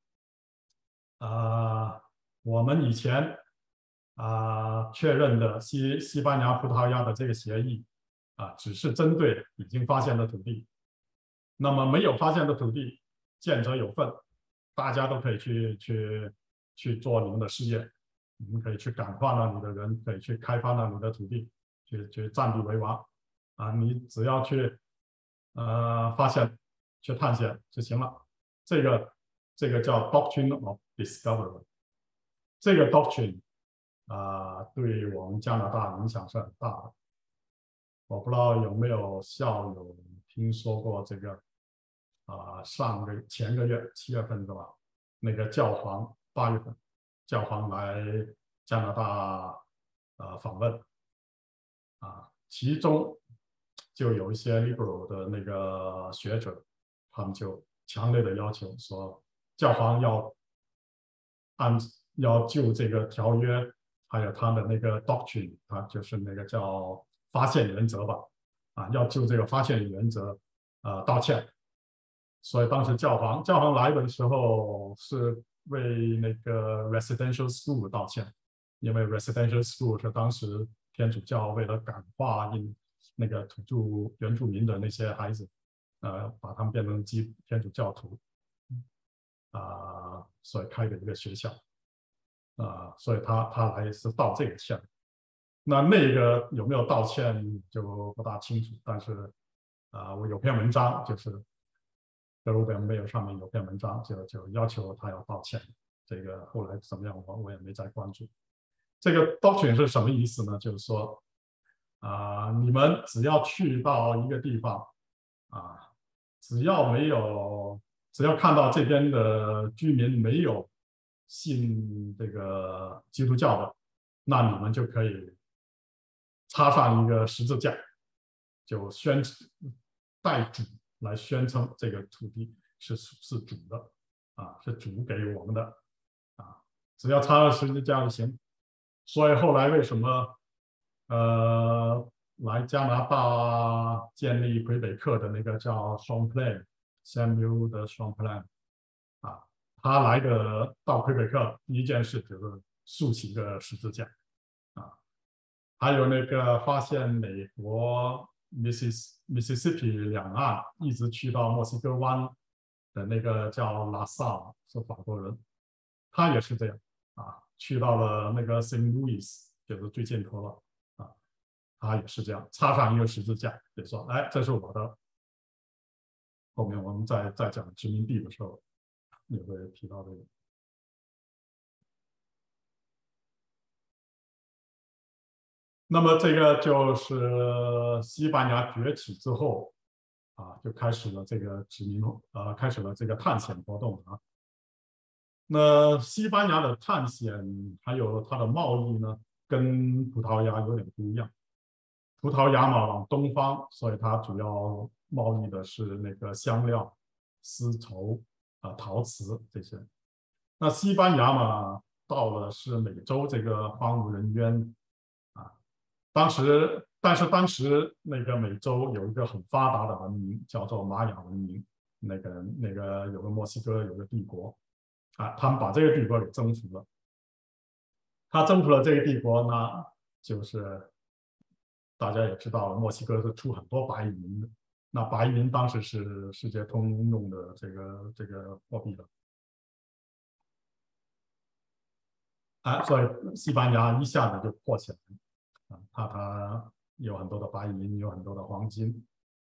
啊，我们以前啊确认的西西班牙葡萄牙的这个协议啊，只是针对已经发现的土地，那么没有发现的土地，见者有份，大家都可以去去去做你们的事业，你们可以去感化那里的人，可以去开发那里的土地，去去占地为王。啊，你只要去呃发现、去探险就行了。这个这个叫 Doctrine of Discovery。这个 doctrine 啊、呃，对我们加拿大影响是很大的。我不知道有没有校友听说过这个啊、呃？上个前个月七月份是吧？那个教皇八月份，教皇来加拿大呃访问啊，其中。就有一些 liberal 的那个学者，他们就强烈的要求说，教皇要按要就这个条约，还有他的那个 doctrine， 啊，就是那个叫发现原则吧，啊，要就这个发现原则呃道歉。所以当时教皇教皇来的时候是为那个 residential school 道歉，因为 residential school 是当时天主教为了感化印。那个土著原住民的那些孩子，呃，把他们变成基天主教徒，啊、呃，所以开的一个学校，啊、呃，所以他他来是道这个歉。那那个有没有道歉就不大清楚，但是啊、呃，我有篇文章就是德鲁本没有上面有篇文章就就要求他要道歉，这个后来怎么样我我也没再关注。这个 doctrine 是什么意思呢？就是说。啊、呃，你们只要去到一个地方，啊，只要没有，只要看到这边的居民没有信这个基督教的，那你们就可以插上一个十字架，就宣代主来宣称这个土地是是主的，啊，是主给我们的，啊，只要插了十字架就行。所以后来为什么？呃，来加拿大建立魁北克的那个叫 Champlain Samuel 的 Champlain 啊，他来的到魁北克第一件事就是竖起一个十字架啊，还有那个发现美国 Mississippi 两岸一直去到墨西哥湾的那个叫拉萨是法国人，他也是这样啊，去到了那个 Saint Louis 就是最尽头了。他也是这样，插上一个十字架，就说：“哎，这是我的。”后面我们再再讲殖民地的时候，也会提到这个。那么这个就是西班牙崛起之后啊，就开始了这个殖民啊，开始了这个探险活动啊。那西班牙的探险还有它的贸易呢，跟葡萄牙有点不一样。葡萄牙嘛往东方，所以它主要贸易的是那个香料、丝绸啊、陶瓷这些。那西班牙嘛到了是美洲这个荒无人烟啊。当时，但是当时那个美洲有一个很发达的文明，叫做玛雅文明。那个那个有个墨西哥有个帝国啊，他们把这个帝国给征服了。他征服了这个帝国呢，就是大家也知道，墨西哥是出很多白银的。那白银当时是世界通用的这个这个货币的。啊，所以西班牙一下子就破起来了啊，它它有很多的白银，有很多的黄金。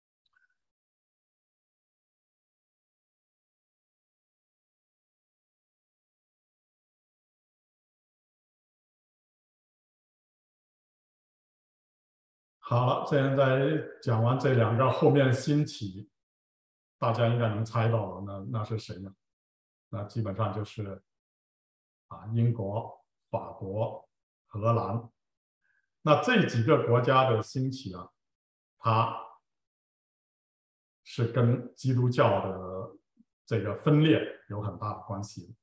好了，现在讲完这两个后面兴起，大家应该能猜到了，那那是谁呢？那基本上就是啊，英国、法国、荷兰。那这几个国家的兴起啊，它是跟基督教的这个分裂有很大的关系。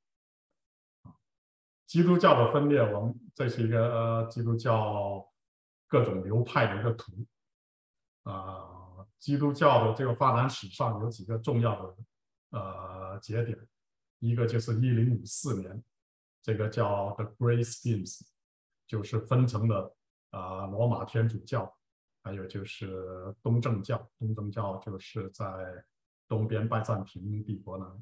基督教的分裂，我们这是一个呃基督教各种流派的一个图啊、呃。基督教的这个发展史上有几个重要的呃节点，一个就是一零五四年，这个叫 The Great Schism， 就是分成了啊、呃、罗马天主教，还有就是东正教。东正教就是在东边拜占庭帝国呢。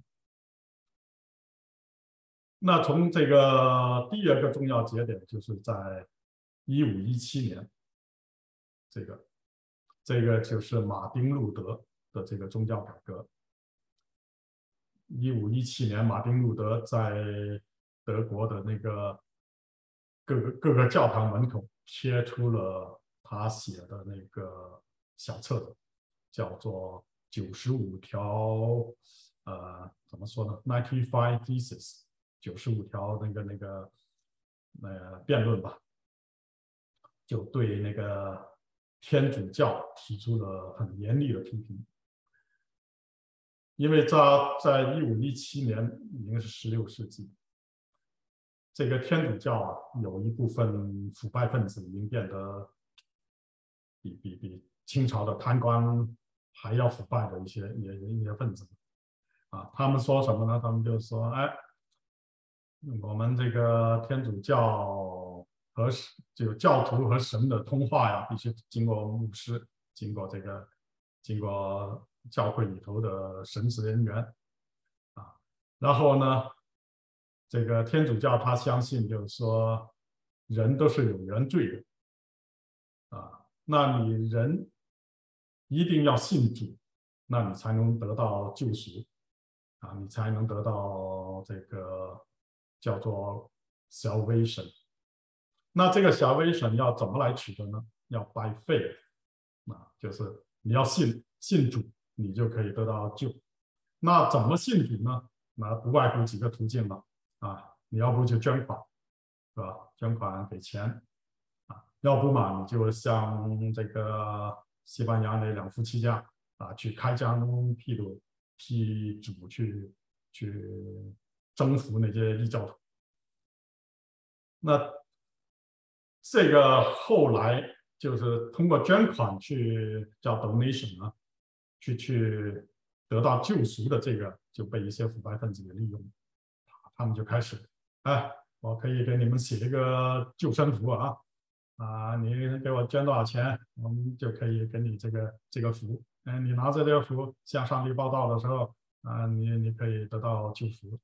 那从这个第二个重要节点，就是在一五一七年，这个这个就是马丁路德的这个宗教改革。一五一七年，马丁路德在德国的那个各个各个教堂门口贴出了他写的那个小册子，叫做九十五条，呃，怎么说呢 ？Ninety-five theses， 九十五条那个那个呃辩论吧，就对那个天主教提出了很严厉的批评。因为在在一五一七年已经是十六世纪，这个天主教啊，有一部分腐败分子已经变得比比比清朝的贪官还要腐败的一些一些一些分子啊。他们说什么呢？他们就说，哎，我们这个天主教和就教徒和神的通话呀，必须经过牧师，经过这个经过教会里头的神职人员啊。然后呢，这个天主教他相信就是说人都是有原罪的啊，那你人一定要信主，那你才能得到救赎啊，你才能得到这个叫做 salvation。那这个 salvation 要怎么来取得呢？要 by faith， 啊，就是你要信信主，你就可以得到救。那怎么信主呢？那不外乎几个途径了啊，你要不就捐款，是吧？捐款给钱啊，要不嘛你就像这个西班牙那两夫妻家啊，去开疆辟土，替主去去征服那些异教徒。那这个后来就是通过捐款去叫 donation 啊，去去得到救赎的这个就被一些腐败分子给利用，他们就开始，哎，我可以给你们写一个救生符啊，啊，你给我捐多少钱，我们就可以给你这个这个符，嗯，你拿着这个符向上帝报道的时候，啊，你你可以得到救赎。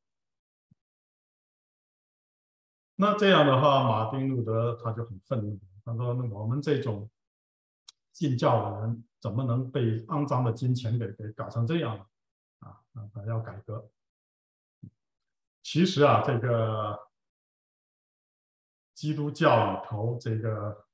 那这样的话，马丁路德他就很愤怒，他说：“那我们这种信教的人，怎么能被肮脏的金钱给给搞成这样呢？啊，他要改革。”其实啊，这个基督教里头，这个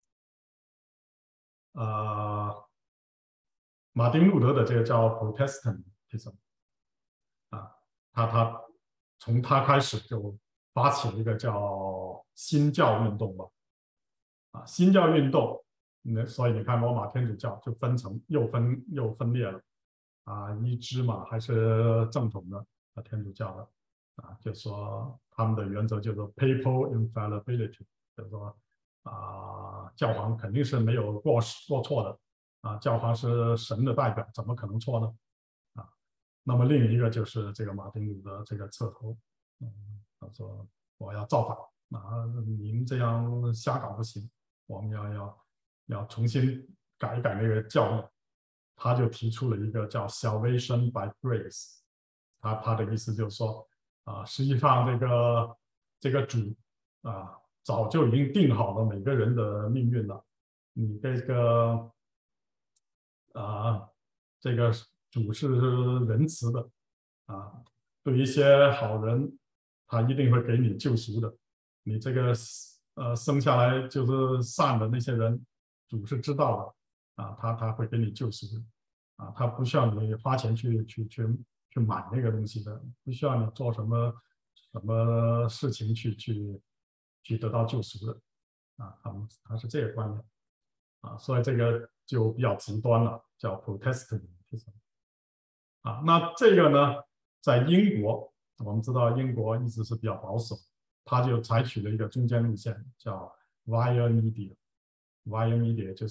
呃，马丁路德的这个叫 Protestantism 啊，他他从他开始就发起了一个叫新教运动吧，啊，新教运动，那所以你看罗马天主教就分成又分又分裂了，啊，一支嘛还是正统的天主教的， 啊，就说他们的原则叫做 papal infallibility， 就是说啊，教皇肯定是没有过过错的啊，教皇是神的代表，怎么可能错呢？啊，那么另一个就是这个马丁路德这个侧头，嗯，他说我要造反啊，您这样瞎搞不行，我们要要要重新改一改那个教义。他就提出了一个叫 salvation by grace， 他他的意思就是说啊，实际上这个这个主啊早就已经定好了每个人的命运了，你这个啊这个主是仁慈的啊，对一些好人他一定会给你救赎的，你这个呃生下来就是善的那些人，主是知道的。啊，他他会给你救赎，啊，他不需要你花钱去去去去买那个东西的，不需要你做什么什么事情去去去得到救赎的，啊，他们他是这个观念，啊，所以这个就比较极端了，叫 Protestantism， 啊，那这个呢，在英国，我们知道英国一直是比较保守，他就采取了一个中间路线，叫 Via Media。Via Media 就是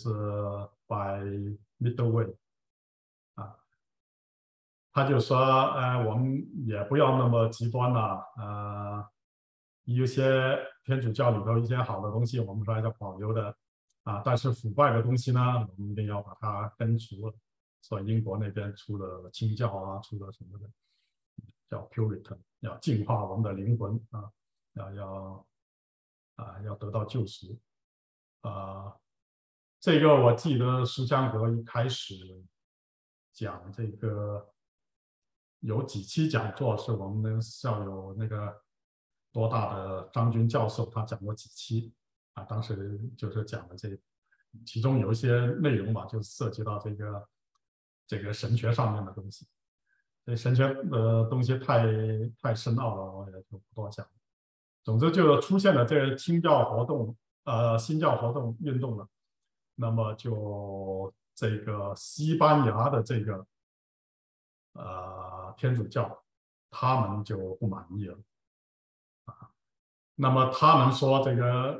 by middle way， 啊，他就说，呃，我们也不要那么极端了，呃，有些天主教里头一些好的东西，我们说还是保留的，啊，但是腐败的东西呢，我们一定要把它根除了。所以英国那边出了清教啊，出了什么的，叫 Puritan， 要净化我们的灵魂啊，要要啊要得到救赎，啊。这个我记得书香阁一开始讲这个有几期讲座是我们的校友那个多大的张军教授，他讲过几期啊，当时就是讲的这，其中有一些内容吧，就涉及到这个这个神学上面的东西。这神学的东西太太深奥了，我也就不多讲。总之就出现了这个清教活动，呃，新教活动运动了。那么就这个西班牙的这个呃天主教，他们就不满意了啊。那么他们说这个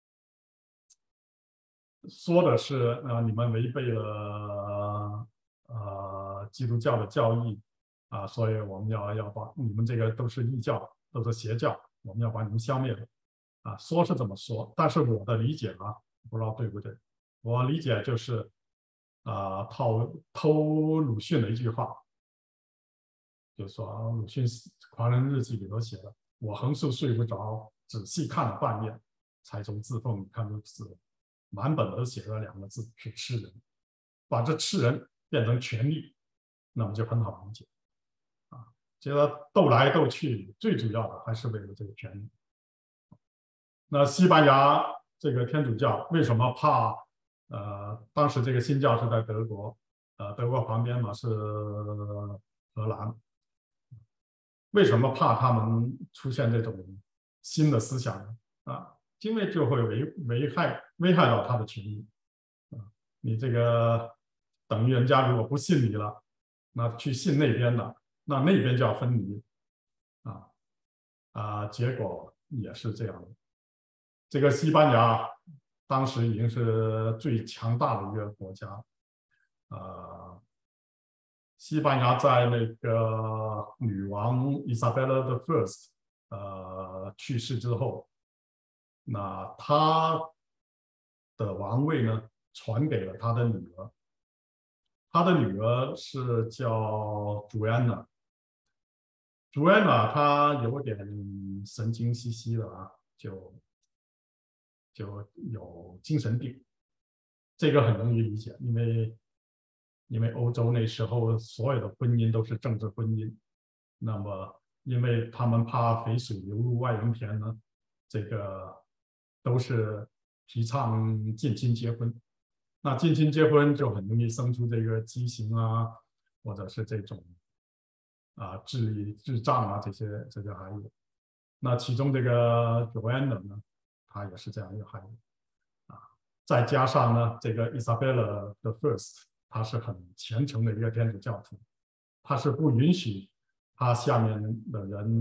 说的是呃你们违背了呃基督教的教义啊，所以我们要要把你们这个都是异教，都是邪教，我们要把你们消灭了啊。说是这么说，但是我的理解啊，不知道对不对。我理解就是，啊、呃，套偷鲁迅的一句话，就说啊，鲁迅《狂人日记》里头写的：“我横竖睡不着，仔细看了半夜，才从字缝里看出字，满本都写了两个字是吃人，把这吃人变成权力，那么就很好理解啊。觉得斗来斗去，最主要的还是为了这个权力。那西班牙这个天主教为什么怕？”呃，当时这个新教是在德国，呃，德国旁边嘛是荷兰。为什么怕他们出现这种新的思想呢？啊，因为就会危危害危害到他的权益。啊，你这个等于人家如果不信你了，那去信那边的，那那边就要分离。啊啊，结果也是这样的。这个西班牙。当时已经是最强大的一个国家，呃，西班牙在那个女王伊莎贝拉的 First 呃去世之后，那她的王位呢传给了她的女儿，她的女儿是叫朱安娜，朱安娜她有点神经兮兮的啊，就。就有精神病，这个很容易理解，因为因为欧洲那时候所有的婚姻都是政治婚姻，那么因为他们怕肥水流入外人田呢，这个都是提倡近亲结婚，那近亲结婚就很容易生出这个畸形啊，或者是这种啊智力智障啊这些这些孩子，那其中这个 Joanna 呢？他也是这样一个孩子，啊，再加上呢，这个伊莎贝拉的 First， 他是很虔诚的一个天主教徒，他是不允许他下面的人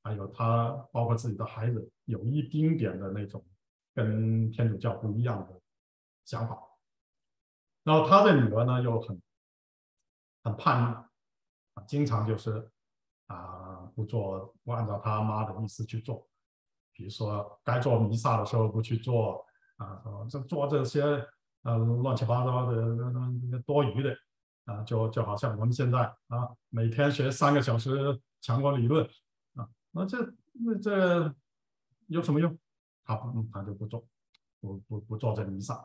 还有他包括自己的孩子，有一丁点的那种跟天主教不一样的想法。然后他的女儿呢又很很叛逆啊，经常就是啊不做不按照他妈的意思去做，比如说该做弥撒的时候不去做啊，这做这些呃乱七八糟的那个多余的啊，就就好像我们现在啊每天学三个小时强国理论啊，那这那这有什么用？他不他就不做，不不不做这弥撒。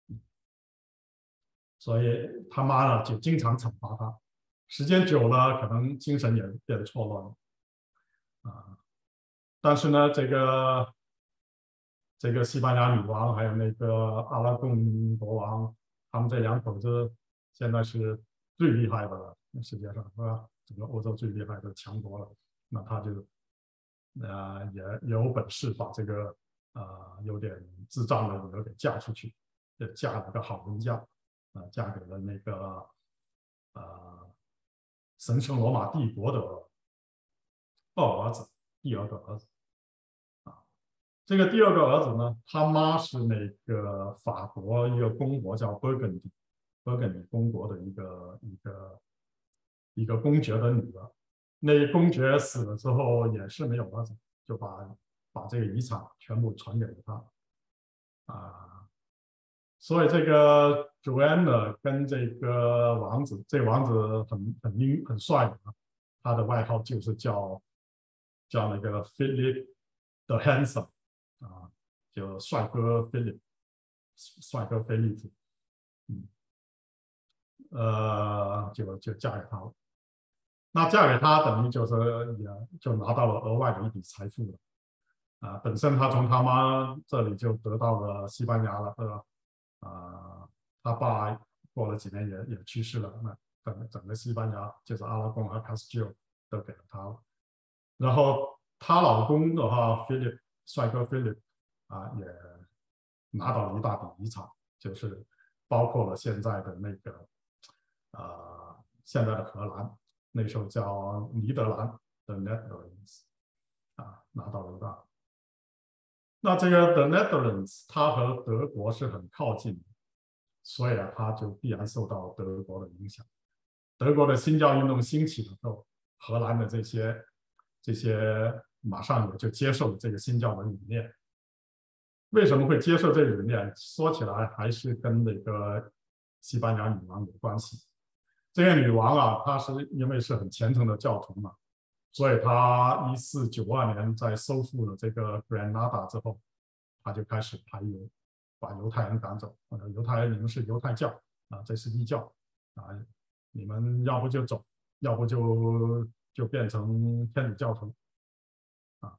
所以他妈呢就经常惩罚他，时间久了可能精神也变得错乱了啊。但是呢，这个这个西班牙女王还有那个阿拉贡国王，他们这两口子现在是最厉害的了，世界上是吧？整个欧洲最厉害的强国了。那他就呃也有本事把这个呃有点智障的女儿给嫁出去，也嫁了个好人家。啊，嫁给了那个呃神圣罗马帝国的二儿子，第二个儿子啊。这个第二个儿子呢，他妈是那个法国一个公国叫勃艮第，勃艮第公国的一个一个一个公爵的女儿。那公爵死了之后也是没有儿子，就把把这个遗产全部传给了他啊。所以这个 Joanna 跟这个王子，这个王子很很英很帅的，他的外号就是叫叫那个 Philip the Handsome 啊，就帅哥 Philip， 帅哥菲利普，嗯，呃，就就嫁给他了。那嫁给他等于就是也就拿到了额外的一笔财富了啊。本身他从他妈这里就得到了西班牙了，对吧？啊，他爸过了几年也也去世了，那整整个西班牙就是阿拉贡和卡斯蒂尔都给了他了。然后她老公的话 ，Philip 帅哥 Philip 啊，也拿到了一大笔遗产，就是包括了现在的那个呃现在的荷兰，那时候叫尼德兰的 Netherlands 啊，拿到了一大。那这个 The Netherlands 它和德国是很靠近的，所以啊，它就必然受到德国的影响。德国的新教运动兴起的时候，荷兰的这些这些马上也就接受了这个新教的理念。为什么会接受这个理念？说起来还是跟那个西班牙女王有关系。这个女王啊，她是因为是很虔诚的教徒嘛，所以他一四九二年在收复了这个 Granada 之后，他就开始排犹，把犹太人赶走。犹太人你们是犹太教啊，这是异教啊，你们要不就走，要不就就变成天主教徒啊。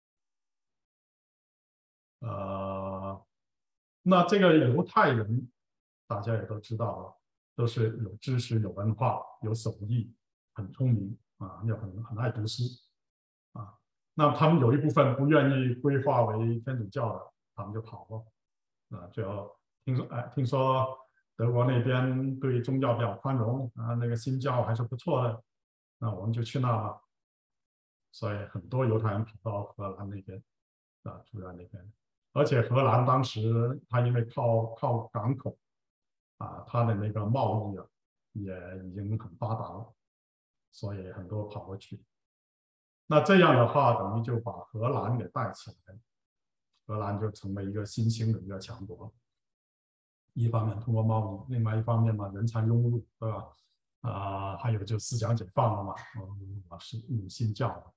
呃，那这个犹太人大家也都知道了，都是有知识、有文化、有手艺，很聪明啊，又很很爱读书啊。那他们有一部分不愿意归化为天主教的，他们就跑了啊。最后听说，哎，听说德国那边对宗教比较宽容啊，那个新教还是不错的，那我们就去那吧。所以很多犹太人跑到荷兰那边啊，住在那边。而且荷兰当时它因为靠靠港口啊，它的那个贸易啊也已经很发达了，所以很多跑过去。那这样的话，等于就把荷兰给带起来，荷兰就成为一个新兴的一个强国。一方面通过贸易，另外一方面嘛，人才涌入，对吧？啊、呃，还有就思想解放了嘛，嗯，是入新教了。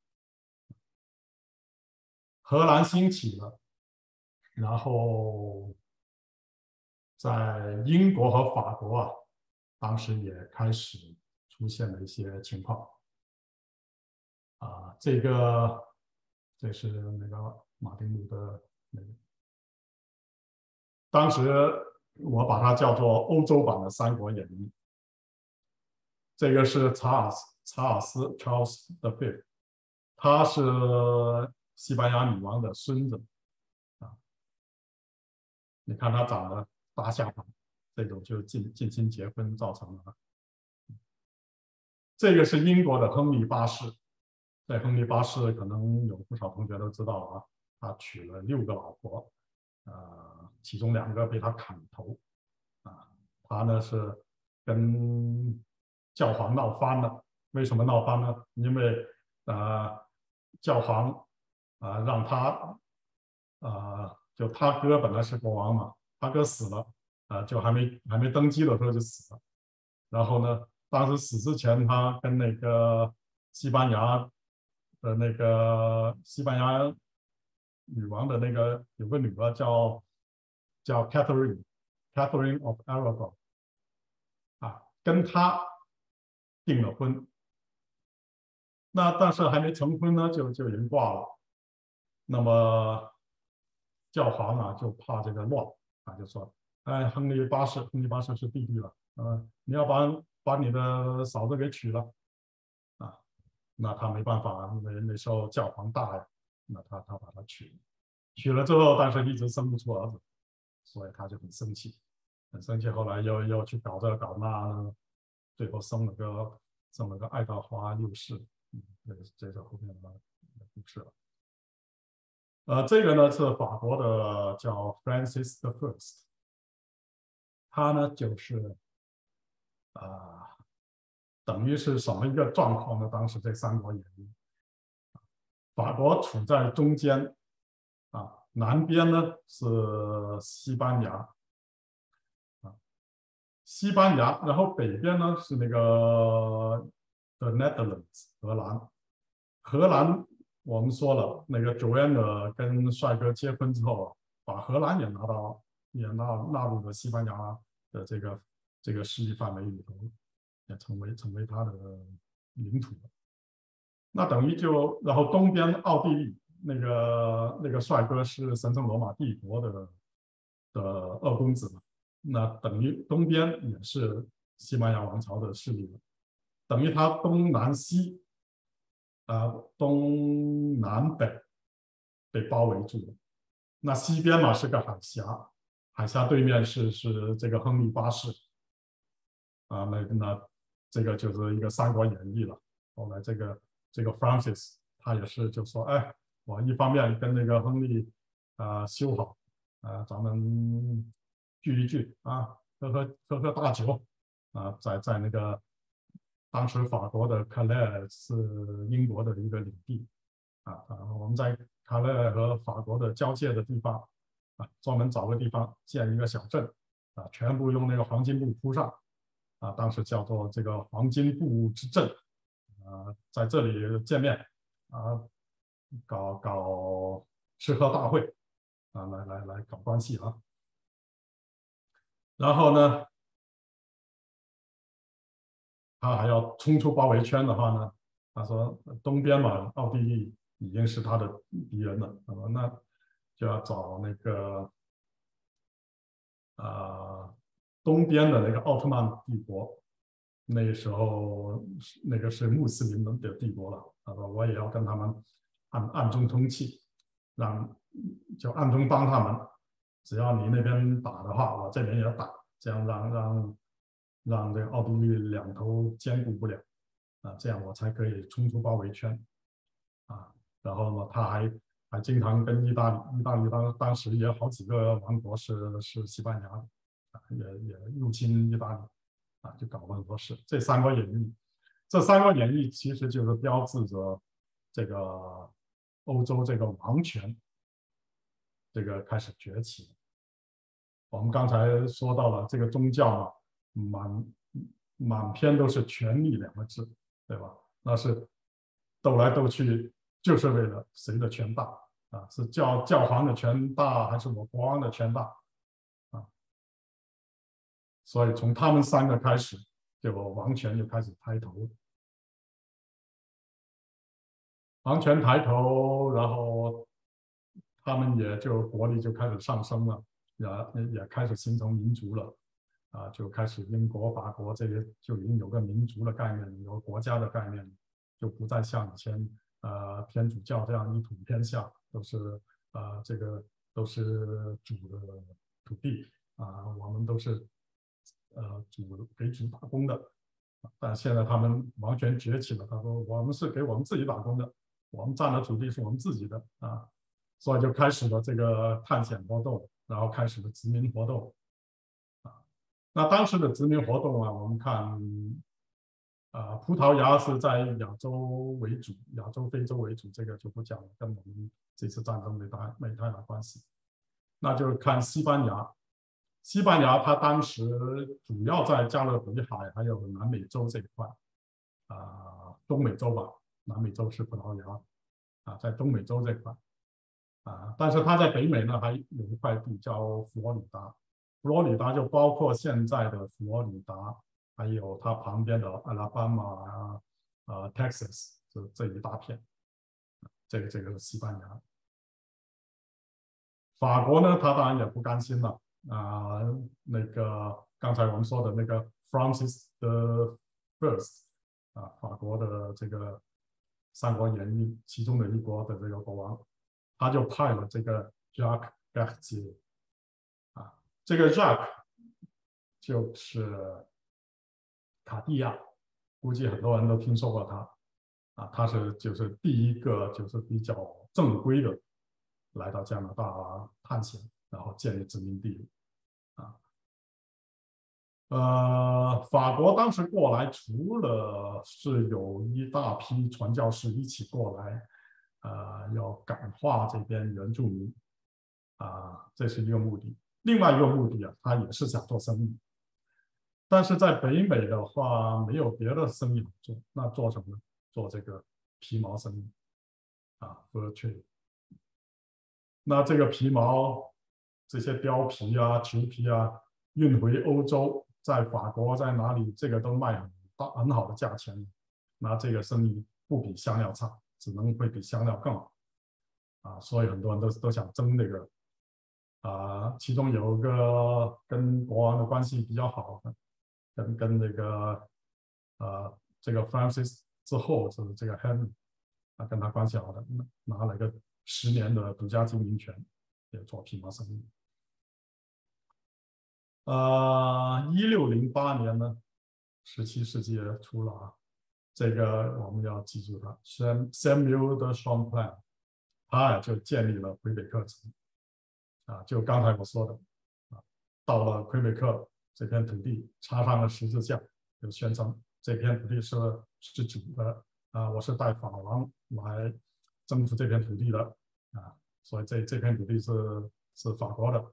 荷兰兴起了。然后在英国和法国啊，当时也开始出现了一些情况啊，这个这是那个马丁路德那个，当时我把它叫做欧洲版的《三国演义》。这个是查尔斯查尔斯 Charles the Fifth， 他是西班牙女王的孙子。你看他长得大下巴，这种就近近亲结婚造成的。这个是英国的亨利八世， 在亨利八世可能有不少同学都知道啊，他娶了六个老婆，呃，其中两个被他砍头，啊，他呢是跟教皇闹翻了。为什么闹翻呢？因为呃，教皇啊、呃、让他啊、呃，就他哥本来是国王嘛，他哥死了啊、呃，就还没还没登基的时候就死了。然后呢，当时死之前，他跟那个西班牙的那个西班牙女王的那个有个女儿叫叫 Catherine Catherine of Aragon 啊，跟他订了婚。那但是还没成婚呢，就就已经挂了。那么教皇啊就怕这个乱啊，就说，哎，亨利八世，亨利八世是弟弟了，呃，你要把把你的嫂子给娶了啊。那他没办法，因为那时候教皇大呀，那他他把他娶了，娶了之后，但是一直生不出儿子，所以他就很生气，很生气。后来又又去搞这搞那，最后生了个生了个爱德华六世，嗯，这个这是后面的故事了。呃，这个呢是法国的叫 Francis the First， 他呢就是啊、呃，等于是什么一个状况呢？当时这《三国演义》，法国处在中间啊，南边呢是西班牙啊，西班牙，然后北边呢是那个 The Netherlands 荷兰，荷兰。我们说了，那个 Joanna 跟帅哥结婚之后，把荷兰也拿到，也纳纳入了西班牙的这个这个势力范围里头，也成为成为他的领土。那等于就，然后东边奥地利那个那个帅哥是神圣罗马帝国的的二公子嘛，那等于东边也是西班牙王朝的势力了，等于他东南西。呃，东南北被包围住了。那西边嘛是个海峡，海峡对面是是这个亨利八世啊，那那这个就是一个《三国演义》了。后来这个这个 Francis 他也是就说，哎，我一方面跟那个亨利啊、呃、修好啊、呃，咱们聚一聚啊，喝喝喝喝大酒啊，在在那个。当时法国的卡莱尔是英国的一个领地啊，啊，我们在卡莱尔和法国的交界的地方啊，专门找个地方建一个小镇啊，全部用那个黄金布铺上啊，当时叫做这个黄金布之镇啊，在这里见面啊，搞搞吃喝大会啊，来来来搞关系啊，然后呢？他还要冲出包围圈的话呢，他说东边嘛，奥地利已经是他的敌人了，那么那就要找那个啊、呃、东边的那个奥特曼帝国，那时候那个是穆斯林的帝国了。他说我也要跟他们暗暗中通气，让就暗中帮他们，只要你那边打的话，我这边也打，这样让让。让这个奥地利两头兼顾不了啊，这样我才可以冲出包围圈啊。然后呢，他还还经常跟意大利，意大利当当时也有好几个王国是是西班牙啊，也也入侵意大利啊，就搞了很多事。这《三国演义》，这《三国演义》其实就是标志着这个欧洲这个王权这个开始崛起。我们刚才说到了这个宗教嘛。满满篇都是权力两个字，对吧？那是斗来斗去，就是为了谁的权大啊？是教教皇的权大，还是我国王的权大啊？所以从他们三个开始，就王权就开始抬头，王权抬头，然后他们也就国力就开始上升了，也也开始形成民族了。啊，就开始英国、法国这些就已经有个民族的概念，有个国家的概念，就不再像以前呃天主教这样一统天下，都是呃这个都是主的土地啊，我们都是呃主给主打工的。但现在他们完全崛起了，他说我们是给我们自己打工的我们占的土地是我们自己的啊，所以就开始了这个探险活动，然后开始了殖民活动啊。那当时的殖民活动啊，我们看啊，葡萄牙是在亚洲为主，亚洲、非洲为主，这个就不讲了，跟我们这次战争没太没太大关系。那就看西班牙，西班牙它当时主要在加勒比海还有南美洲这一块，啊、呃，东美洲吧，南美洲是葡萄牙，啊，在东美洲这块，啊，但是它在北美呢还有一块地叫佛罗里达，佛罗里达就包括现在的佛罗里达，还有它旁边的阿拉巴马啊、呃 Texas 这这一大片，这个这个是西班牙。法国呢，他当然也不甘心了啊、呃，那个刚才我们说的那个 Francis the First 啊，法国的这个《三国演义》其中的一国的这个国王，他就派了这个 Jacques Cartier 啊，这个 Jacques 就是卡地亚，估计很多人都听说过他啊，他是就是第一个就是比较正规的。来到加拿大探险，然后建立殖民地啊。呃，法国当时过来，除了是有一大批传教士一起过来，呃，要感化这边原住民啊，这是一个目的。另外一个目的啊，他也是想做生意，但是在北美的话，没有别的生意好做，那做什么呢？做这个皮毛生意啊 ，fur trade。那这个皮毛，这些貂皮啊、裘皮啊，运回欧洲，在法国在哪里，这个都卖很大很好的价钱。那这个生意不比香料差，只能会比香料更好啊。所以很多人都都想争这个啊。其中有一个跟国王的关系比较好的，跟跟这个呃这个 Francis 之后是这个 Henry 啊，跟他关系好的，拿了个十年的独家经营权，也做皮毛生意。呃，一六零八年呢，十七世纪初了啊，这个我们要记住它 ，Samuel de Champlain， 他就建立了魁北克城啊，就刚才我说的啊，到了魁北克这片土地，插上了十字架，就宣称这片土地是是主的啊，我是代法王来征服这片土地的啊，所以这这片土地是是法国的。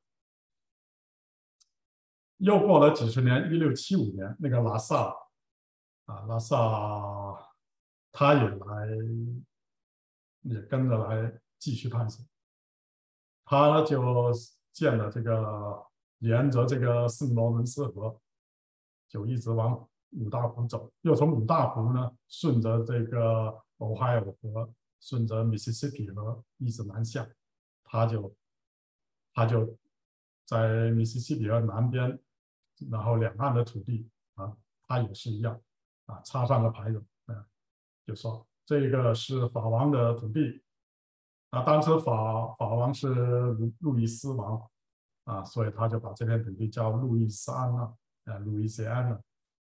又过了几十年，一六七五年，那个拉萨啊，拉萨他也来，也跟着来继续探险。他就建了这个，沿着这个圣罗伦斯河，就一直往五大湖走，又从五大湖呢，顺着这个俄亥俄河，顺着密西西比河一直南下，他就他就在密西西比河南边。然后两岸的土地啊，它也是一样啊，插上了牌子，啊，就说这个是法王的土地啊。当时法法王是路易斯王啊，所以他就把这片土地叫路易斯安那，呃，路易斯安那。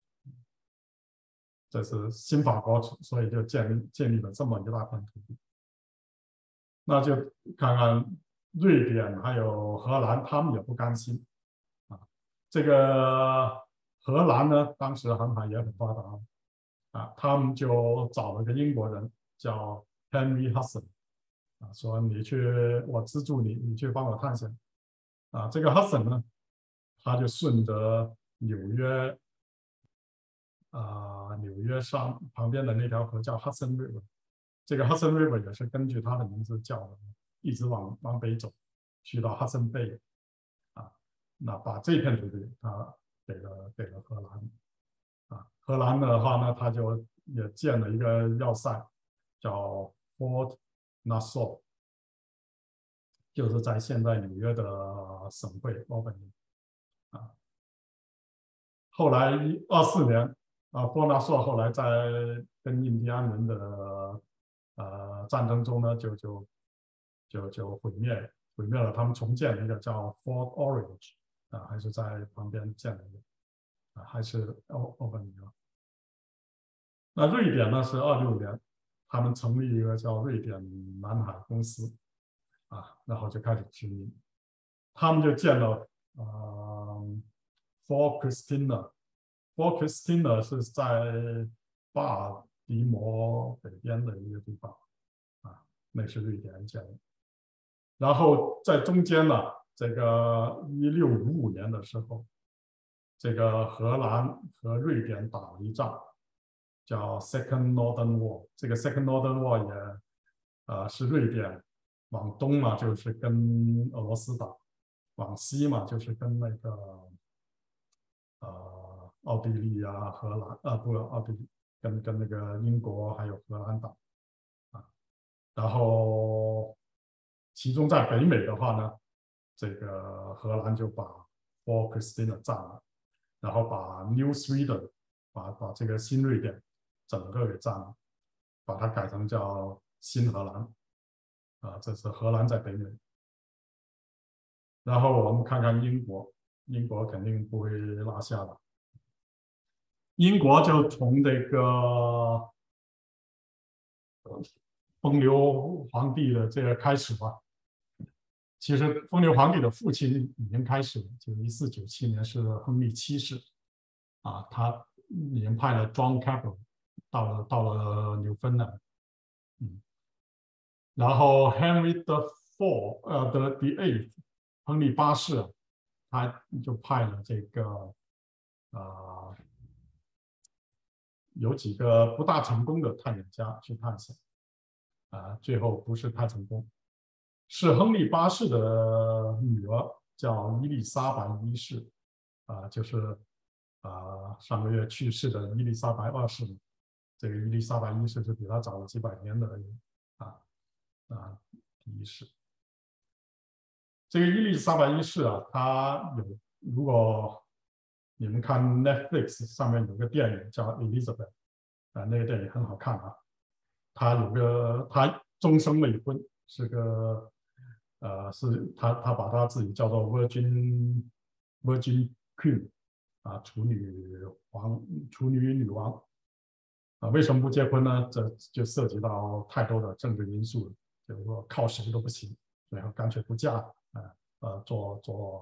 这是新法国，所以就建立建立了这么一大片土地。那就看看瑞典还有荷兰，他们也不甘心。这个荷兰呢，当时航海也很发达啊，他们就找了个英国人叫 Henry Hudson 啊，说你去，我资助你，你去帮我探险啊。这个 Hudson 呢，他就顺着纽约啊，纽约上旁边的那条河叫 Hudson River， 这个 Hudson River 也是根据他的名字叫的，一直往往北走，去到 Hudson Bay。那把这片土地他给了给了荷兰啊，荷兰的话呢，他就也建了一个要塞，叫 Fort Nassau， 就是在现在纽约的省会 Albany 啊。后来二四年啊，Fort Nassau 后来在跟印第安人的呃战争中呢，就就就就毁灭毁灭了，他们重建了一个叫 Fort Orange。啊，还是在旁边建了一个，啊，还是奥奥本尼啊。那瑞典呢是二六年， 他们成立一个叫瑞典南海公司啊，然后就开始殖民。他们就建了呃 Fort Christina。Fort Christina 是在巴迪摩北边的一个地方啊，那是瑞典建的。然后在中间呢，这个一六五五年的时候，这个荷兰和瑞典打了一仗，叫 Second Northern War。这个 Second Northern War 也呃是瑞典往东嘛，就是跟俄罗斯打；往西嘛，就是跟那个呃奥地利啊、荷兰啊、呃、不奥地利跟跟那个英国还有荷兰打啊。然后其中在北美的话呢，这个荷兰就把 Fort Christina 占了，然后把 New Sweden 把把这个新瑞典整个给占了，把它改成叫新荷兰啊，这是荷兰在北美。然后我们看看英国，英国肯定不会落下的。英国就从这个风流皇帝的这个开始吧。其实风流皇帝的父亲已经开始了，就一四九七年是亨利七世啊，他已经派了 John Cabot 到了到了纽芬兰，嗯，然后 Henry the Four 呃的 the Eighth 亨利八世，他就派了这个啊、呃、有几个不大成功的探险家去探险啊、呃，最后不是太成功。是亨利八世的女儿叫伊丽莎白一世啊、呃，就是啊、呃、上个月去世的伊丽莎白二世。这个伊丽莎白一世是比他早了几百年的人啊啊第一世。这个伊丽莎白一世啊，她有，如果你们看 Netflix 上面有个电影叫 Elizabeth 啊，那个电影很好看啊。她有个她终生未婚，是个呃是她她把她自己叫做 Virgin Virgin Queen 啊，处女皇处女女王啊。为什么不结婚呢？这就涉及到太多的政治因素了，就是说靠谁都不行，然后干脆不嫁啊。呃，做做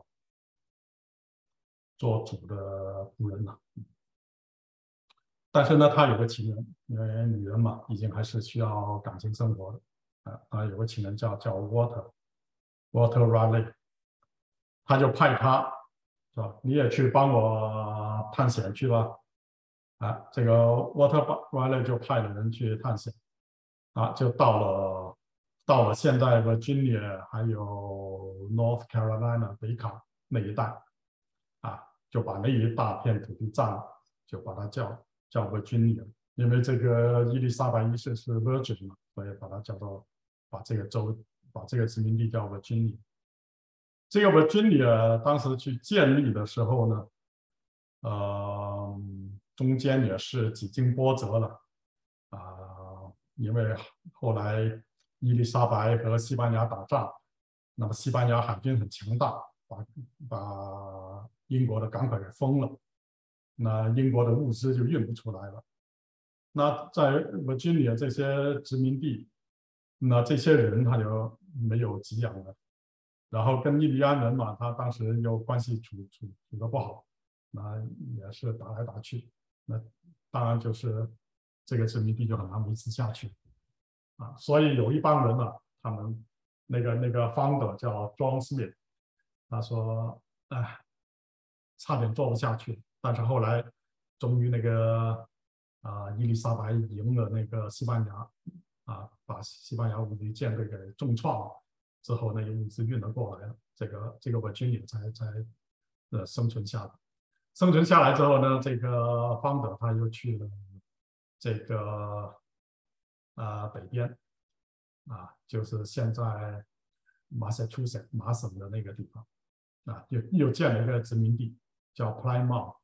做主的夫人了。但是呢，他有个情人，因为女人嘛，毕竟还是需要感情生活的啊。他有个情人叫叫 Water Water Raleigh， 他就派他是吧？你也去帮我探险去吧。啊，这个 Water Raleigh 就派了人去探险啊，就到了到了现在的 Virginia 还有 North Carolina 北卡那一带啊，就把那一大片土地占了，就把它叫叫 Virginia。因为这个伊丽莎白一世是 Virgin 嘛，所以把它叫做把这个州把这个殖民地叫 Virginia。这个 Virginia 当时去建立的时候呢，呃，中间也是几经波折了啊、呃，因为后来伊丽莎白和西班牙打仗，那么西班牙海军很强大，把把英国的港口给封了，那英国的物资就运不出来了。那在 Virginia 这些殖民地，那这些人他就没有给养了，然后跟印第安人嘛，他当时又关系处处处的不好，那也是打来打去，那当然就是这个殖民地就很难维持下去啊。所以有一帮人呢、啊，他们那个那个 founder 叫 John Smith， 他说，哎，差点做不下去，但是后来终于那个啊、呃、伊丽莎白赢了那个西班牙啊，把西班牙无敌舰队给重创了。之后那个物资运了过来了，这个这个 Virginia 才才呃生存下来。生存下来之后呢，这个方德他又去了这个呃北边啊，就是现在 Massachusetts 麻省的那个地方啊，又又建了一个殖民地叫 Plymouth。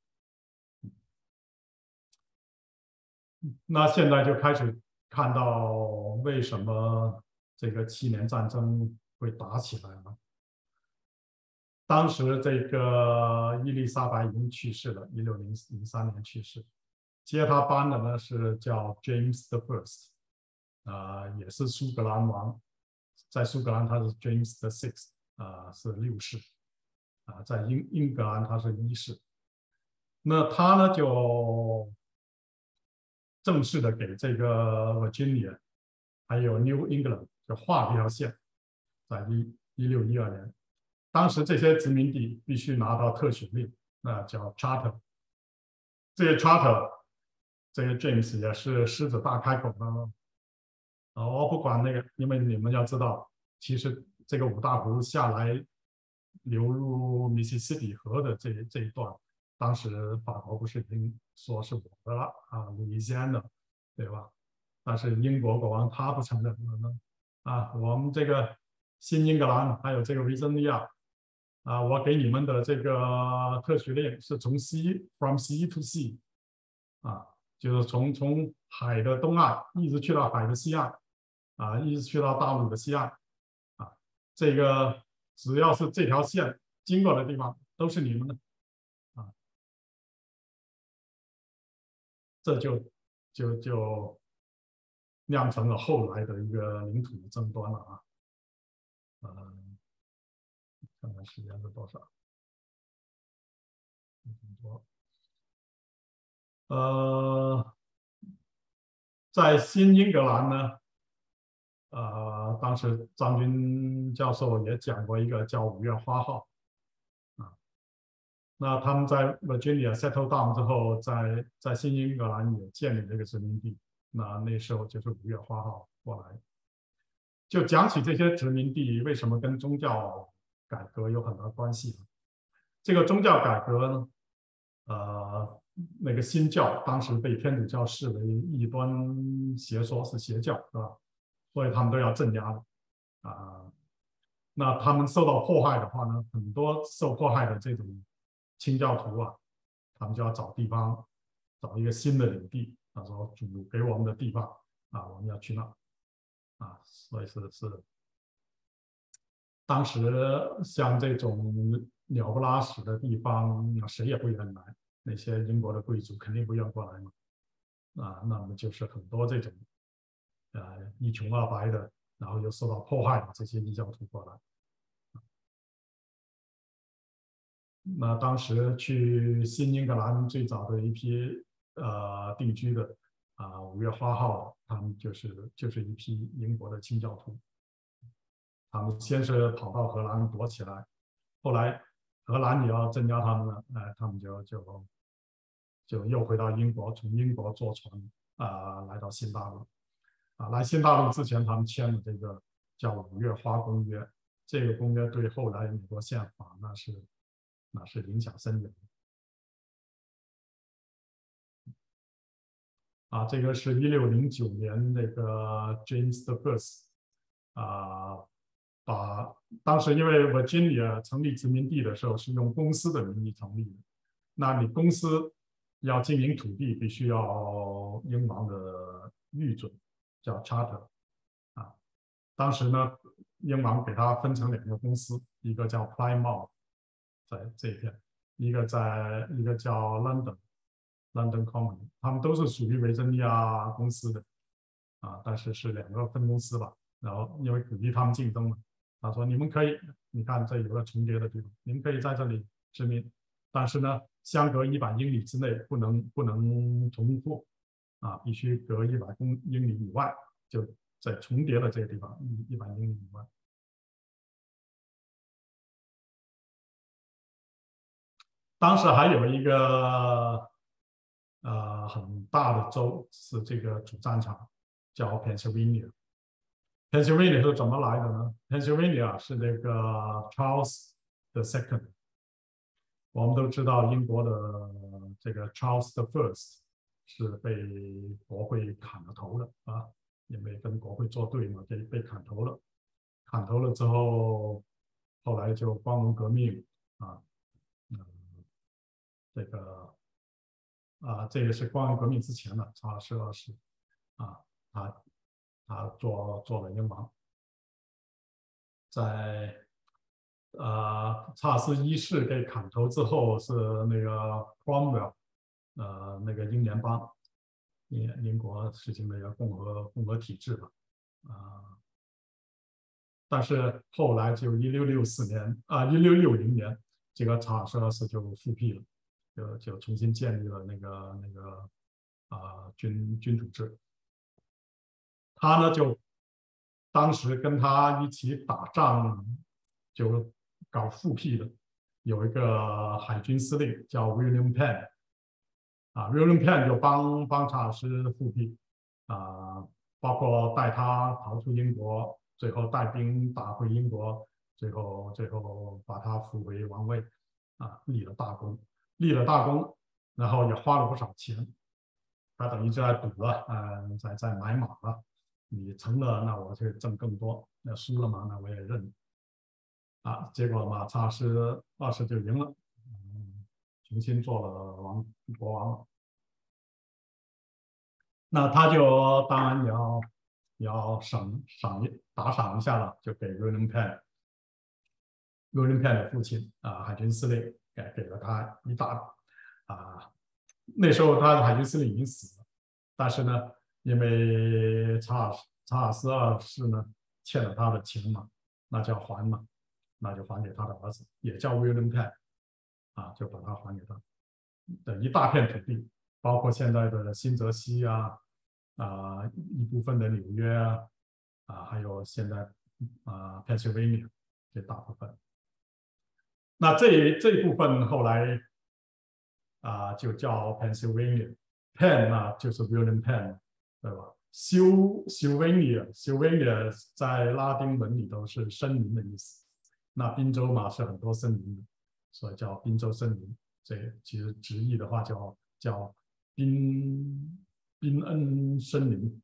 那现在就开始看到为什么这个七年战争会打起来了。当时这个伊丽莎白已经去世了，一六零三年去世，接他班的呢是叫 James the First 呃，也是苏格兰王，在苏格兰他是 James the Sixth， 啊、呃，是六世，啊、呃，在英英格兰他是一世。那他呢就正式的给这个 Virginia 还有 New England 就画这条线，在一一六一二年，当时这些殖民地必须拿到特许令，那叫 Charter。这些 Charter， 这些 James 也是狮子大开口的。啊，我不管那个，因为你们要知道，其实这个五大湖下来流入密西西比河的这这一段，当时法国不是已经说是我的了啊，路易斯安的，对吧？但是英国国王他不承认啊，我们这个新英格兰还有这个维珍尼亚啊，我给你们的这个特许令是从 sea from sea to sea 啊，就是从从海的东岸一直去到海的西岸。啊，一直去到大陆的西岸，啊，这个只要是这条线经过的地方都是你们的，啊，这就就就酿成了后来的一个领土的争端了啊。呃，看看时间是多少？呃，在新英格兰呢。呃，当时张军教授也讲过一个叫五月花号，啊，那他们在 Virginia settle down 之后，在在新英格兰也建立了一个殖民地，那那时候就是五月花号过来。就讲起这些殖民地，为什么跟宗教改革有很大关系呢？这个宗教改革呢，呃，那个新教当时被天主教视为异端邪说，是邪教，是吧？所以他们都要镇压的，啊、呃，那他们受到迫害的话呢，很多受迫害的这种清教徒啊，他们就要找地方，找一个新的领地，他说主给我们的地方啊，我们要去那，啊，所以是是，当时像这种鸟不拉屎的地方，谁也不愿意来，那些英国的贵族肯定不愿过来嘛，啊，那么就是很多这种。呃，一穷二白的，然后又受到迫害的这些异教徒过来。那当时去新英格兰最早的一批呃定居的啊，五月花号，他们就是就是一批英国的清教徒。他们先是跑到荷兰躲起来，后来荷兰也要镇压他们了，哎、呃，他们就就就又回到英国，从英国坐船啊、呃、来到新大陆。啊，来新大陆之前，他们签了这个叫《五月花公约》，这个公约对后来美国宪法那是那是影响深远。啊，这个是一六零九年那个 James the First 啊，把当时因为 Virginia 成立殖民地的时候是用公司的名义成立的，那你公司要经营土地，必须要英王的御准。叫 Charter 啊，当时呢，英王给它分成两个公司，一个叫 Plymouth， 在这一片，一个在一个叫 London London Company， 他们都是属于维珍尼亚公司的啊，但是是两个分公司吧。然后因为鼓励他们竞争嘛，他说你们可以，你看这有个重叠的地方，你们可以在这里殖民，但是呢，相隔一百英里之内不能不能重复。啊，必须隔一百公英里以外，就在重叠的这个地方，一一百英里以外。当时还有一个呃很大的州是这个主战场，叫 Pennsylvania。Pennsylvania 是怎么来的呢 ？Pennsylvania 是那个 Charles the Second。我们都知道英国的这个 Charles the First。是被国会砍了头的啊，因为跟国会作对嘛，被被砍头了。砍头了之后，后来就光荣革命啊，嗯，这个啊，这个是光荣革命之前的查尔斯二世啊，他他做做了英王，在呃查尔斯一世被砍头之后，是那个 Cromwell， 呃，那个英联邦。 英英国实行的一个共和共和体制吧，啊，但是后来就一六六四年啊，一六六零年，这个查尔斯二世就复辟了，就就重新建立了那个那个啊君君主制。他呢就当时跟他一起打仗，就搞复辟的，有一个海军司令叫 William Penn。啊 ，William Penn 就帮帮查尔斯复辟，啊，包括带他逃出英国，最后带兵打回英国，最后最后把他扶回王位，啊，立了大功，立了大功，然后也花了不少钱，他等于就在赌了，嗯、呃，在在买马了，你成了，那我就挣更多；那输了嘛，那我也认。啊，结果嘛，查尔斯二世就赢了。重新做了王国王，那他就当然也要也要赏赏打赏一下了，就给 William Penn，William Penn 的父亲啊，海军司令给给了他一大啊，那时候他的海军司令已经死了，但是呢，因为查尔查尔斯二世呢欠了他的钱嘛，那就要还嘛，那就还给他的儿子，也叫 William Penn。啊，就把它还给他的一大片土地，包括现在的新泽西啊，啊一部分的纽约啊，啊还有现在啊 Pennsylvania 这大部分。那这这一部分后来啊就叫 Pennsylvania，Penn 啊就是 William Penn， 对吧？修 Sylvania，Sylvania 在拉丁文里头是森林的意思。那宾州嘛是很多森林的。所以叫宾州森林，这其实直译的话叫叫宾宾恩森林。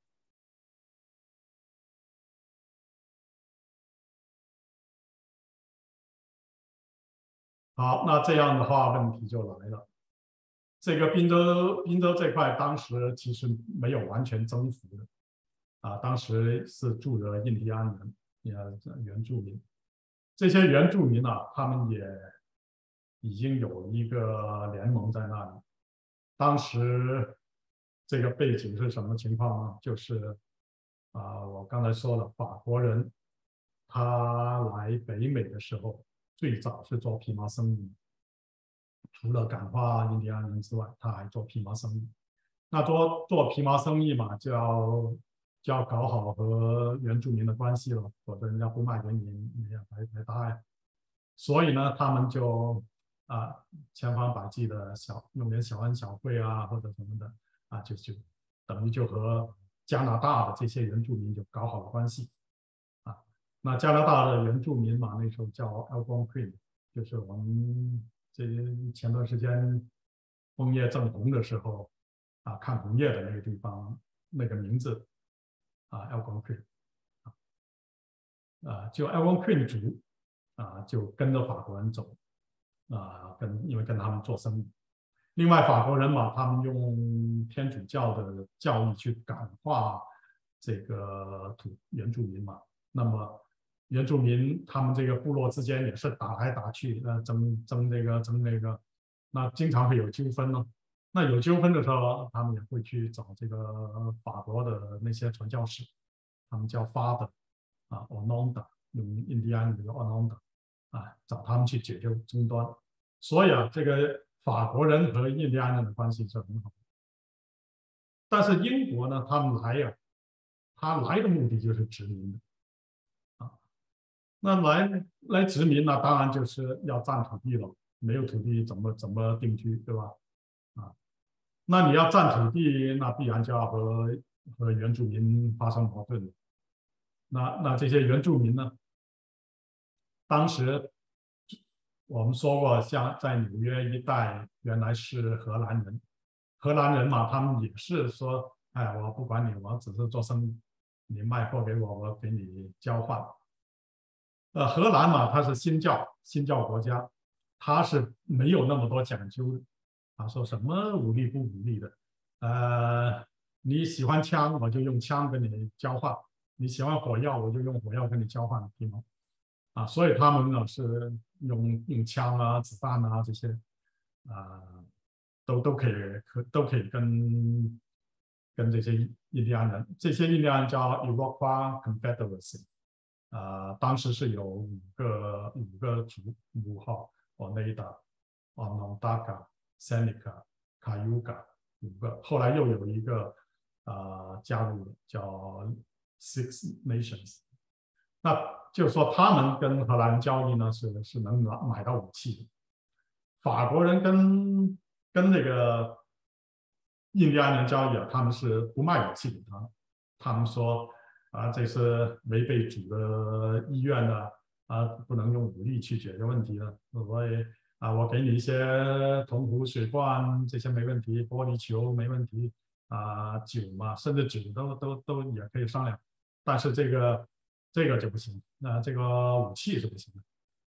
好，那这样的话问题就来了，这个宾州宾州这块当时其实没有完全征服的，啊，当时是住着印第安人，也原住民，这些原住民啊，他们也已经有一个联盟在那里。当时这个背景是什么情况呢？就是啊、呃，我刚才说了，法国人他来北美的时候，最早是做皮毛生意，除了感化印第安人之外，他还做皮毛生意。那做做皮毛生意嘛，就要就要搞好和原住民的关系了，否则人家不卖给你，你也白白搭呀。所以呢，他们就啊千方百计的小用点小恩小惠啊，或者什么的啊，就就等于就和加拿大的这些原住民就搞好了关系啊。那加拿大的原住民嘛，那时候叫 Algonquin， 就是我们这前段时间枫叶正红的时候啊，看红叶的那个地方那个名字啊 Algonquin 啊，啊就 Algonquin 族。啊，就跟着法国人走，啊，跟因为跟他们做生意。另外，法国人嘛，他们用天主教的教义去感化这个土原住民嘛。那么原住民他们这个部落之间也是打来打去，呃，争争这个争那个，那经常会有纠纷呢。那有纠纷的时候，他们也会去找这个法国的那些传教士，他们叫 Father 啊 Ononda， 用印第安语叫 Ononda。啊，找他们去解决争端，所以啊，这个法国人和印第安人的关系是很好。但是英国呢，他们来呀、啊，他来的目的就是殖民的，啊，那来来殖民呢，当然就是要占土地了，没有土地怎么怎么定居，对吧？啊，那你要占土地，那必然就要和和原住民发生矛盾。那那这些原住民呢？当时我们说过，像在纽约一带原来是荷兰人，荷兰人嘛，他们也是说，哎，我不管你，我只是做生意，你卖货给我，我给你交换。呃，荷兰嘛，它是新教新教国家，它是没有那么多讲究的，啊，说什么武力不武力的，呃，你喜欢枪，我就用枪跟你交换；你喜欢火药，我就用火药跟你交换，听吗？啊，所以他们呢是用用枪啊、子弹啊这些，啊、呃，都都可以可都可以跟跟这些印第安人，这些印第安人叫 Iroquois Confederacy， 呃，当时是有五个五个族，五号 Oneida、Onondaga、Seneca、Cayuga 五个，后来又有一个呃加入的叫 Six Nations。那就是说，他们跟荷兰交易呢，是是能买到武器的。法国人跟跟那个印第安人交易啊，他们是不卖武器给他们，他们说啊，这是违背主的意愿的啊，不能用武力去解决问题的。所以啊，我给你一些铜壶、水罐，这些没问题，玻璃球没问题啊，酒嘛，甚至酒都都都也可以商量，但是这个。这个就不行，那、呃、这个武器是不行的。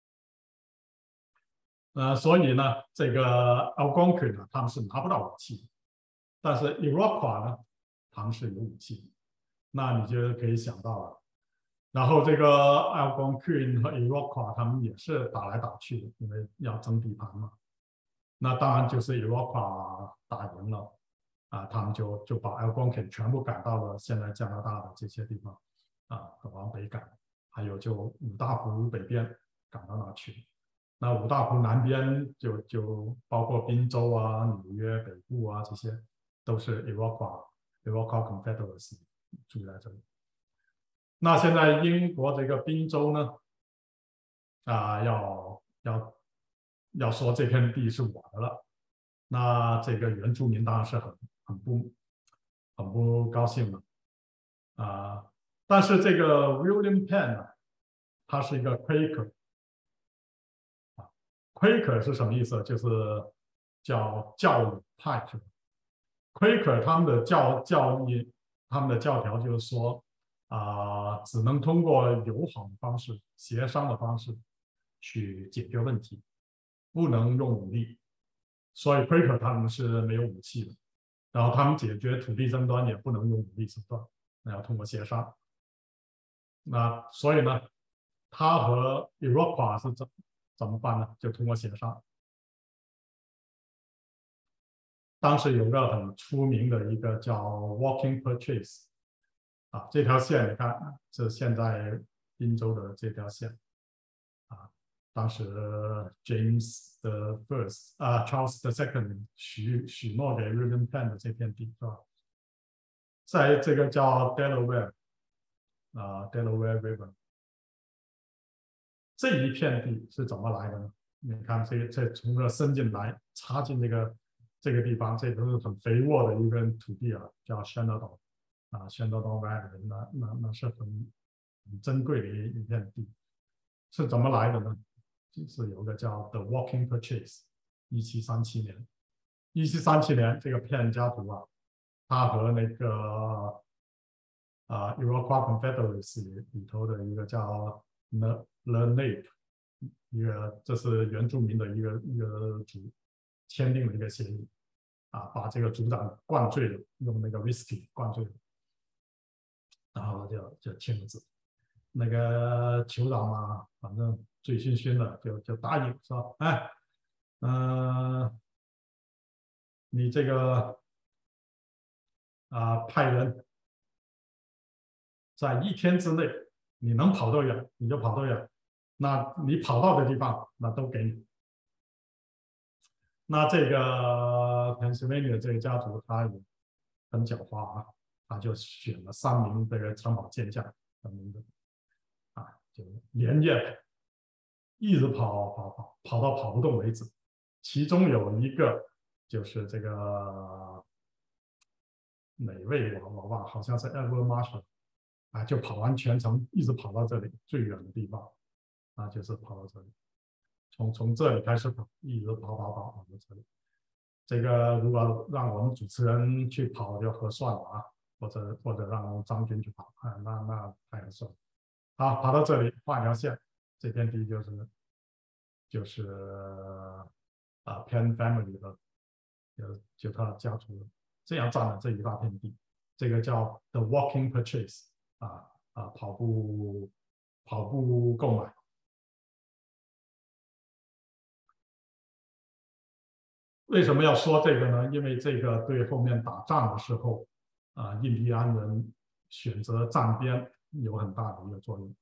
呃，所以呢，这个 Algonquin 呢，他们是拿不到武器的，但是 Iroquois 呢，他们是有武器的，那你就可以想到了。然后这个 Algonquin 和 Iroquois 他们也是打来打去的，因为要争地盘嘛。那当然就是 Iroquois 打赢了，啊，他们就就把 Algonquin 全部赶到了现在加拿大的这些地方。啊，往北赶，还有就五大湖北边赶到哪去？那五大湖南边就就包括宾州啊、纽约北部啊，这些都是 Iroquois Iroquois Confederacy 住在这里。那现在英国这个宾州呢，啊，要要要说这片地是我的了，那这个原住民当然是很很不很不高兴了，啊。但是这个 William Penn 呢，他是一个 Quaker， 啊 ，Quaker 是什么意思？就是叫教理派。Quaker 他们的教教义，他们的教条就是说，啊、呃，只能通过友好的方式、协商的方式去解决问题，不能用武力。所以 Quaker 他们是没有武器的，然后他们解决土地争端也不能用武力手段，那要通过协商。那所以呢，他和 Iroquois 是怎怎么办呢？就通过协商。当时有个很出名的一个叫 Walking Purchase， 啊，这条线你看是现在宾州的这条线，啊，当时 James the First 啊 Charles the Second 许许诺给 William Penn 的这片地是吧？在这个叫 Delaware 啊 Delaware River。这一片地是怎么来的呢？你看，这这从这伸进来，插进这个这个地方，这都是很肥沃的一个土地啊，叫宣德岛啊，宣德岛 Valley， 那那那是很很珍贵的一一片地，是怎么来的呢？就是有个叫 The Walking Purchase， 一七三七年，一七三七年这个片家族啊，他和那个啊 Iroquois Confederacy 里头的一个叫 The The Nape， 一个这是原住民的一个一个族签订了一个协议，啊，把这个族长灌醉了，用那个 whisky 灌醉了，然后就就签了字。那个酋长嘛，反正醉醺醺的，就就答应说，哎，嗯、呃，你这个啊、呃、派人在一天之内，你能跑多远你就跑多远。那你跑到的地方，那都给你。那这个 Pennsylvania 这个家族，他也很狡猾啊，他就选了三名这个长跑健将的名字，啊，就连夜一直跑跑跑跑到跑不动为止。其中有一个就是这个哪位我我忘了，好像是 Edward Marshall， 啊，就跑完全程，一直跑到这里最远的地方。啊，就是跑到这里，从从这里开始跑，一直跑跑跑跑到这里。这个如果让我们主持人去跑就合算了啊，或者或者让张军去跑啊，那那太合算了。好，跑到这里画一条线，这片地就是就是啊 Penn Family 的，就就他家族这样占了这一大片地，这个叫 The Walking Purchase 啊啊跑步跑步购买。为什么要说这个呢？因为这个对后面打仗的时候啊印第安人选择站边有很大的一个作用。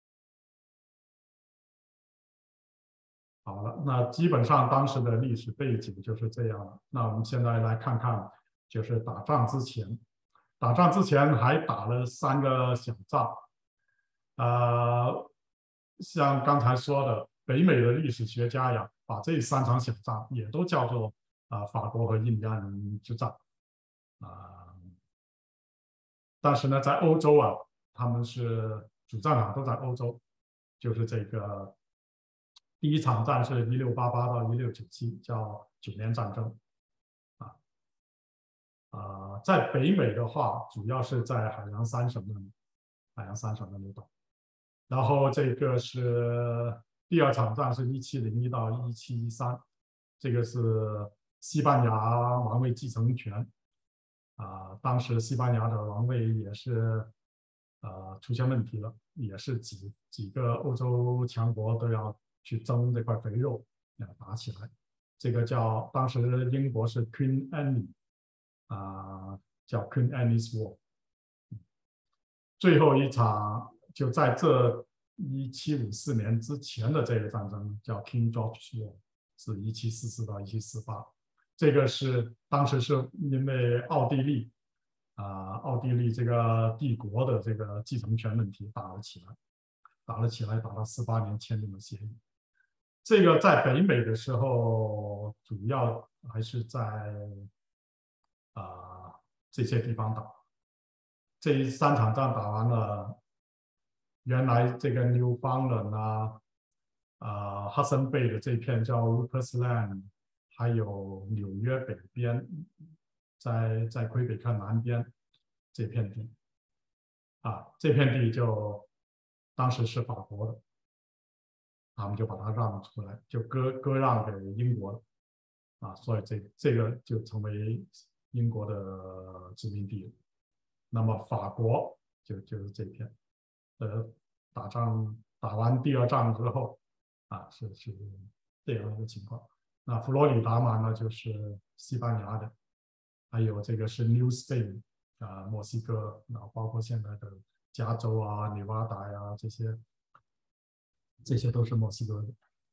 好了，那基本上当时的历史背景就是这样了。那我们现在来看看，就是打仗之前，打仗之前还打了三个小仗。呃，像刚才说的，北美的历史学家呀，把这三场小仗也都叫做啊、呃、法国和印第安人之战啊、呃。但是呢，在欧洲啊，他们是主战场都在欧洲，就是这个。第一场战是一六八八到一六九七，叫九年战争，啊啊、呃，在北美的话，主要是在海洋三省那里，海洋三省那里打。然后这个是第二场战是一七零一到一七一三，这个是西班牙王位继承权，啊、呃，当时西班牙的王位也是呃出现问题了，也是几几个欧洲强国都要去争这块肥肉，啊，打起来。这个叫当时英国是 Queen Anne， 啊、呃，叫 Queen Anne's War。最后一场就在这一七五四年之前的这个战争叫 King George's War， 是一七四四到一七四八。这个是当时是因为奥地利啊、呃，奥地利这个帝国的这个继承权问题打了起来，打了起来，打到四八年签订了协议。这个在北美的时候，主要还是在啊、呃、这些地方打。这三场仗打完了，原来这个 Newfoundland 啊，啊哈森贝的这片叫 Rupert's Land， 还有纽约北边，在在魁北克南边这片地，啊，这片地就当时是法国的，他们就把它让出来，就割割让给英国了，啊，所以这这个就成为英国的殖民地了。那么法国就就是这片，呃，打仗打完第二仗之后，啊，是是这样一个情况。那佛罗里达嘛，那就是西班牙的，还有这个是 New Spain 啊，墨西哥，然后包括现在的加州啊、内华达呀这些，这些都是墨西哥的。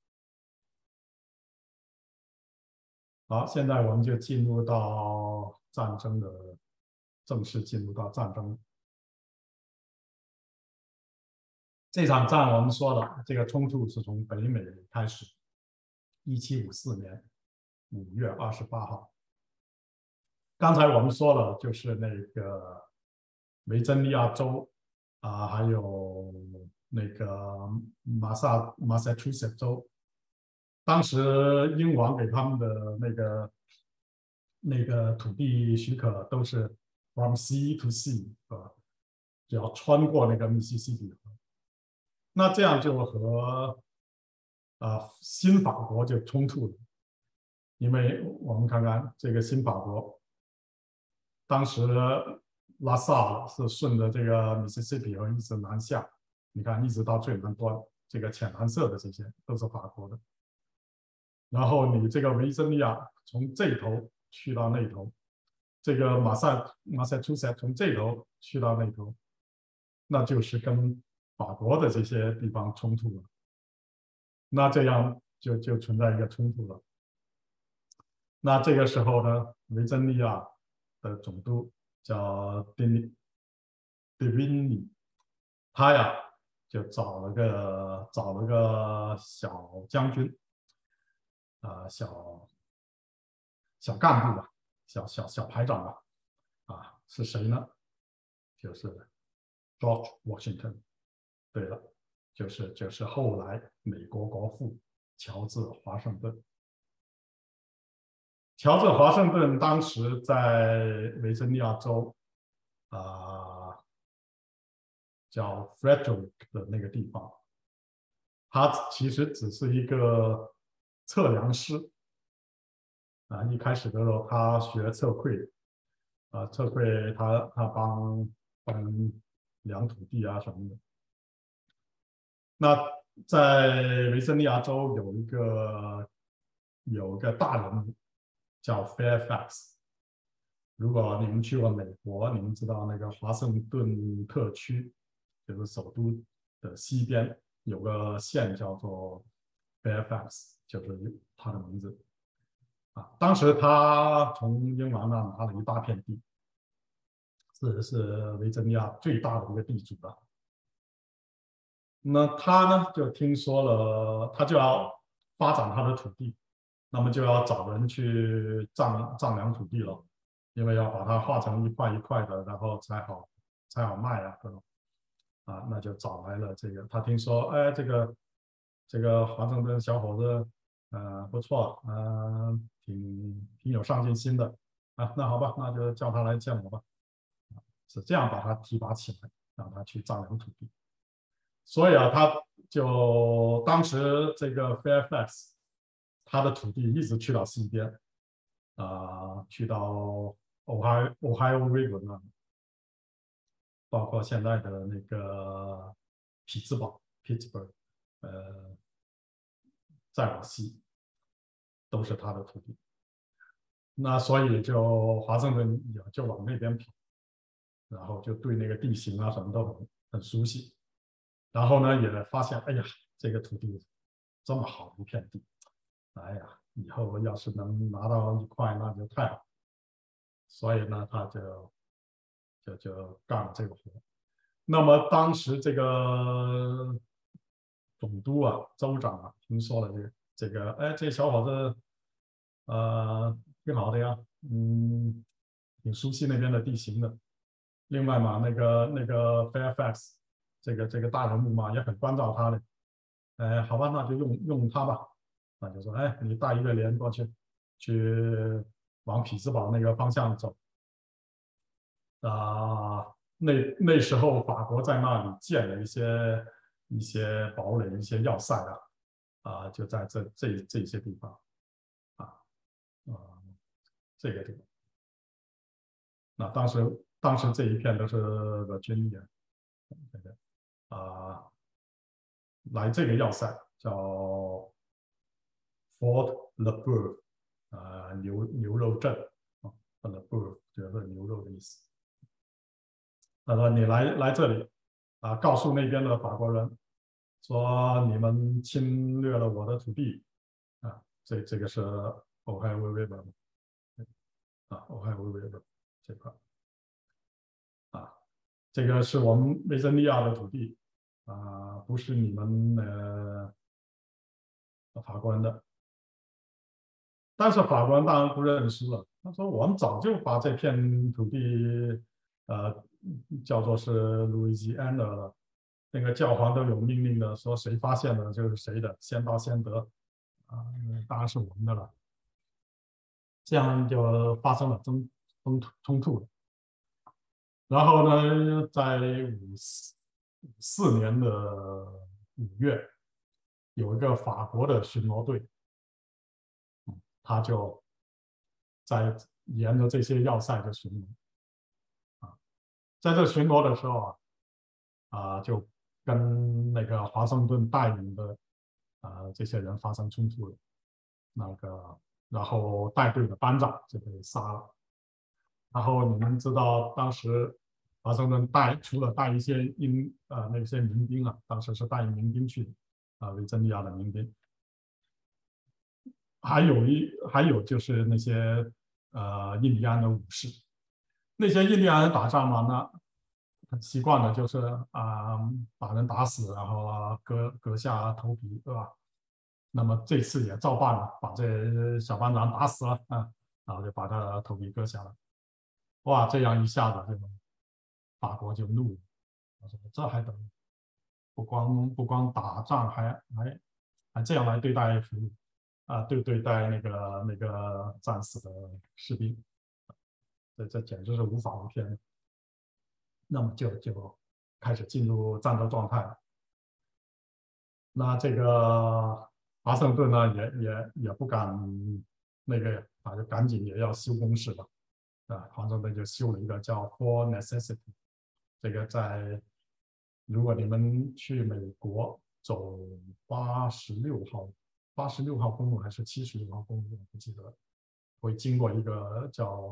好，现在我们就进入到战争的。正式进入到战争。这场战我们说了，这个冲突是从北美开始，一七五四年五月二十八号。刚才我们说了，就是那个维珍尼亚州啊，还有那个马萨马萨诸塞州，当时英王给他们的那个那个土地许可都是 from sea to sea 啊，只要穿过那个密西西比河，那这样就和啊、呃、新法国就冲突了，因为我们看看这个新法国，当时拉萨是顺着这个密西西比河一直南下，你看一直到最南端，这个浅蓝色的这些都是法国的。然后你这个维珍尼亚从这头去到那头，这个马萨马萨诸塞从这头去到那头，那就是跟法国的这些地方冲突了。那这样就就存在一个冲突了。那这个时候呢，维珍尼亚的总督叫迪尼迪维尼，他呀就找了个找了个小将军。啊、呃，小小干部吧，小小小排长吧，啊，是谁呢？就是 George Washington。对了，就是就是后来美国国父乔治华盛顿。乔治华盛顿当时在维珍尼亚州啊、呃，叫 Frederick 的那个地方，他其实只是一个测量师。啊，一开始的时候他学测绘，啊，测绘他他帮帮量土地啊什么的。那在维珍尼亚州有一个有一个大人物叫 Fairfax， 如果你们去过美国，你们知道那个华盛顿特区，就是首都的西边有个县叫做 Fairfax， 就是它的名字。啊，当时他从英王那拿了一大片地，是是维珍尼亚最大的一个地主了。那他呢就听说了，他就要发展他的土地，那么就要找人去丈丈量土地了，因为要把它划成一块一块的，然后才好才好卖啊，各种啊，那就找来了这个。他听说，哎，这个这个华盛顿小伙子，呃，不错，嗯、呃，挺挺有上进心的啊。那好吧，那就叫他来见我吧。是这样把他提拔起来，让他去丈量土地。所以啊，他就当时这个 Fairfax， 他的土地一直去到西边，啊、呃，去到 Ohio Ohio River 那，包括现在的那个匹兹堡 Pittsburgh， 呃，再往西都是他的土地。那所以就华盛顿也就往那边跑，然后就对那个地形啊什么都很很熟悉。然后呢，也发现，哎呀，这个土地这么好一片地，哎呀，以后要是能拿到一块，那就太好。所以呢，他就就就干了这个活。那么当时这个总督啊、州长啊，听说了这个这个，哎，这小伙子，呃，挺好的呀，嗯，挺熟悉那边的地形的。另外嘛，那个那个 Fairfax 这个这个大人物嘛，也很关照他的。哎，好吧，那就用用他吧。那就说，哎，你带一个连过去，去往匹兹堡那个方向走。啊、呃，那那时候法国在那里建了一些一些堡垒、一些要塞啊，啊、呃，就在这这这些地方，啊啊、呃，这个地方。那当时当时这一片都是 Virginia， 这个啊、呃，来这个要塞叫 Fort LeBoeuf， 啊、呃，牛牛肉镇啊 ，LeBoeuf 就是牛肉的意思。他说：“你来来这里啊，告诉那边的法国人，说你们侵略了我的土地啊，这这个是 Ohio River 啊 ，Ohio River 这块啊，这个是我们维珍尼亚的土地啊，不是你们呃法国人的。但是法国人当然不认输了，他说我们早就把这片土地呃叫做是路易吉安的了。”那个教皇都有命令的，说谁发现了就是谁的，先到先得，啊，当然是我们的了。这样就发生了争冲突冲突。然后呢，在五四四年的五月，有一个法国的巡逻队，他就在沿着这些要塞的巡逻，啊，在这巡逻的时候啊，啊，就跟那个华盛顿带领的啊、呃、这些人发生冲突了，那个然后带队的班长就被杀了。然后你们知道，当时华盛顿带除了带一些英呃那些民兵啊，当时是带民兵去啊、呃、维珍尼亚的民兵，还有一还有就是那些呃印第安的武士，那些印第安人打仗嘛，那很习惯的就是啊、呃、把人打死，然后割割下头皮，对吧？那么这次也照办了，把这小班长打死了啊，然后就把他头皮割下来。哇，这样一下子，这个法国就怒了，他说这还等，不光不光打仗，还还还这样来对待俘虏啊，对对待那个那个战死的士兵，这这简直是无法无天。那么就就开始进入战斗状态了。那这个华盛顿呢，也也也不敢那个啊，就赶紧也要修工事了啊。华盛顿就修了一个叫 For Necessity， 这个在如果你们去美国走八十六号八十六号公路还是七十六号公路，我不记得，会经过一个叫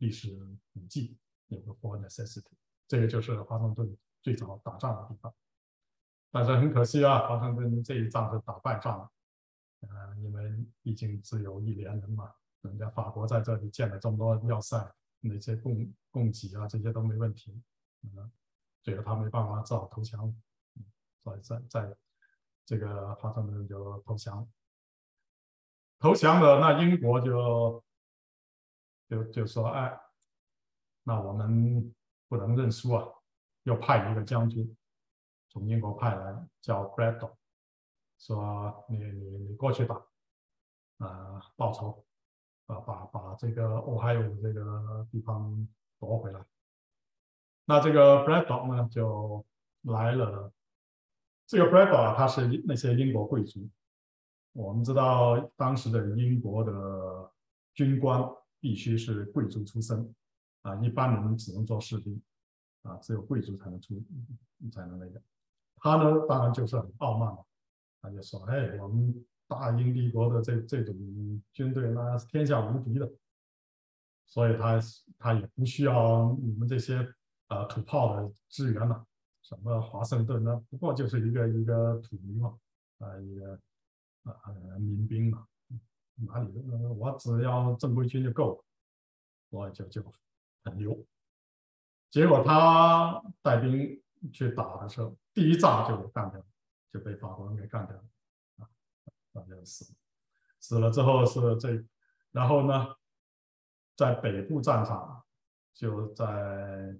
历史古迹，有个 for necessity， 这个就是华盛顿最早打仗的地方。但是很可惜啊，华盛顿这一仗是打败仗，呃，因为毕竟只有一连人嘛，人家法国在这里建了这么多要塞，那些供供给啊这些都没问题，嗯，最后他没办法只好投降，所以在在这个华盛顿就投降，投降了，那英国就就就说，哎，那我们不能认输啊，又派一个将军从英国派来，叫 Braddock， 说你你你过去打，啊、呃，报仇，啊、呃，把把这个俄亥俄这个地方夺回来。那这个 Braddock 呢就来了，这个 Braddock 他是那些英国贵族。我们知道当时的英国的军官必须是贵族出身啊，一般人只能做士兵啊，只有贵族才能出才能那个。他呢，当然就是很傲慢，他就说：“哎，我们大英帝国的这这种军队那是天下无敌的，所以他他也不需要你们这些呃土炮的支援了。什么华盛顿呢，不过就是一个一个土民嘛，啊、呃，一个。”啊、呃，民兵嘛，哪里、呃、我只要正规军就够了，我就就很牛。结果他带兵去打的时候，第一仗就给干掉了，就被法国人给干掉了，啊，那就死了。死了之后是这，然后呢，在北部战场，就在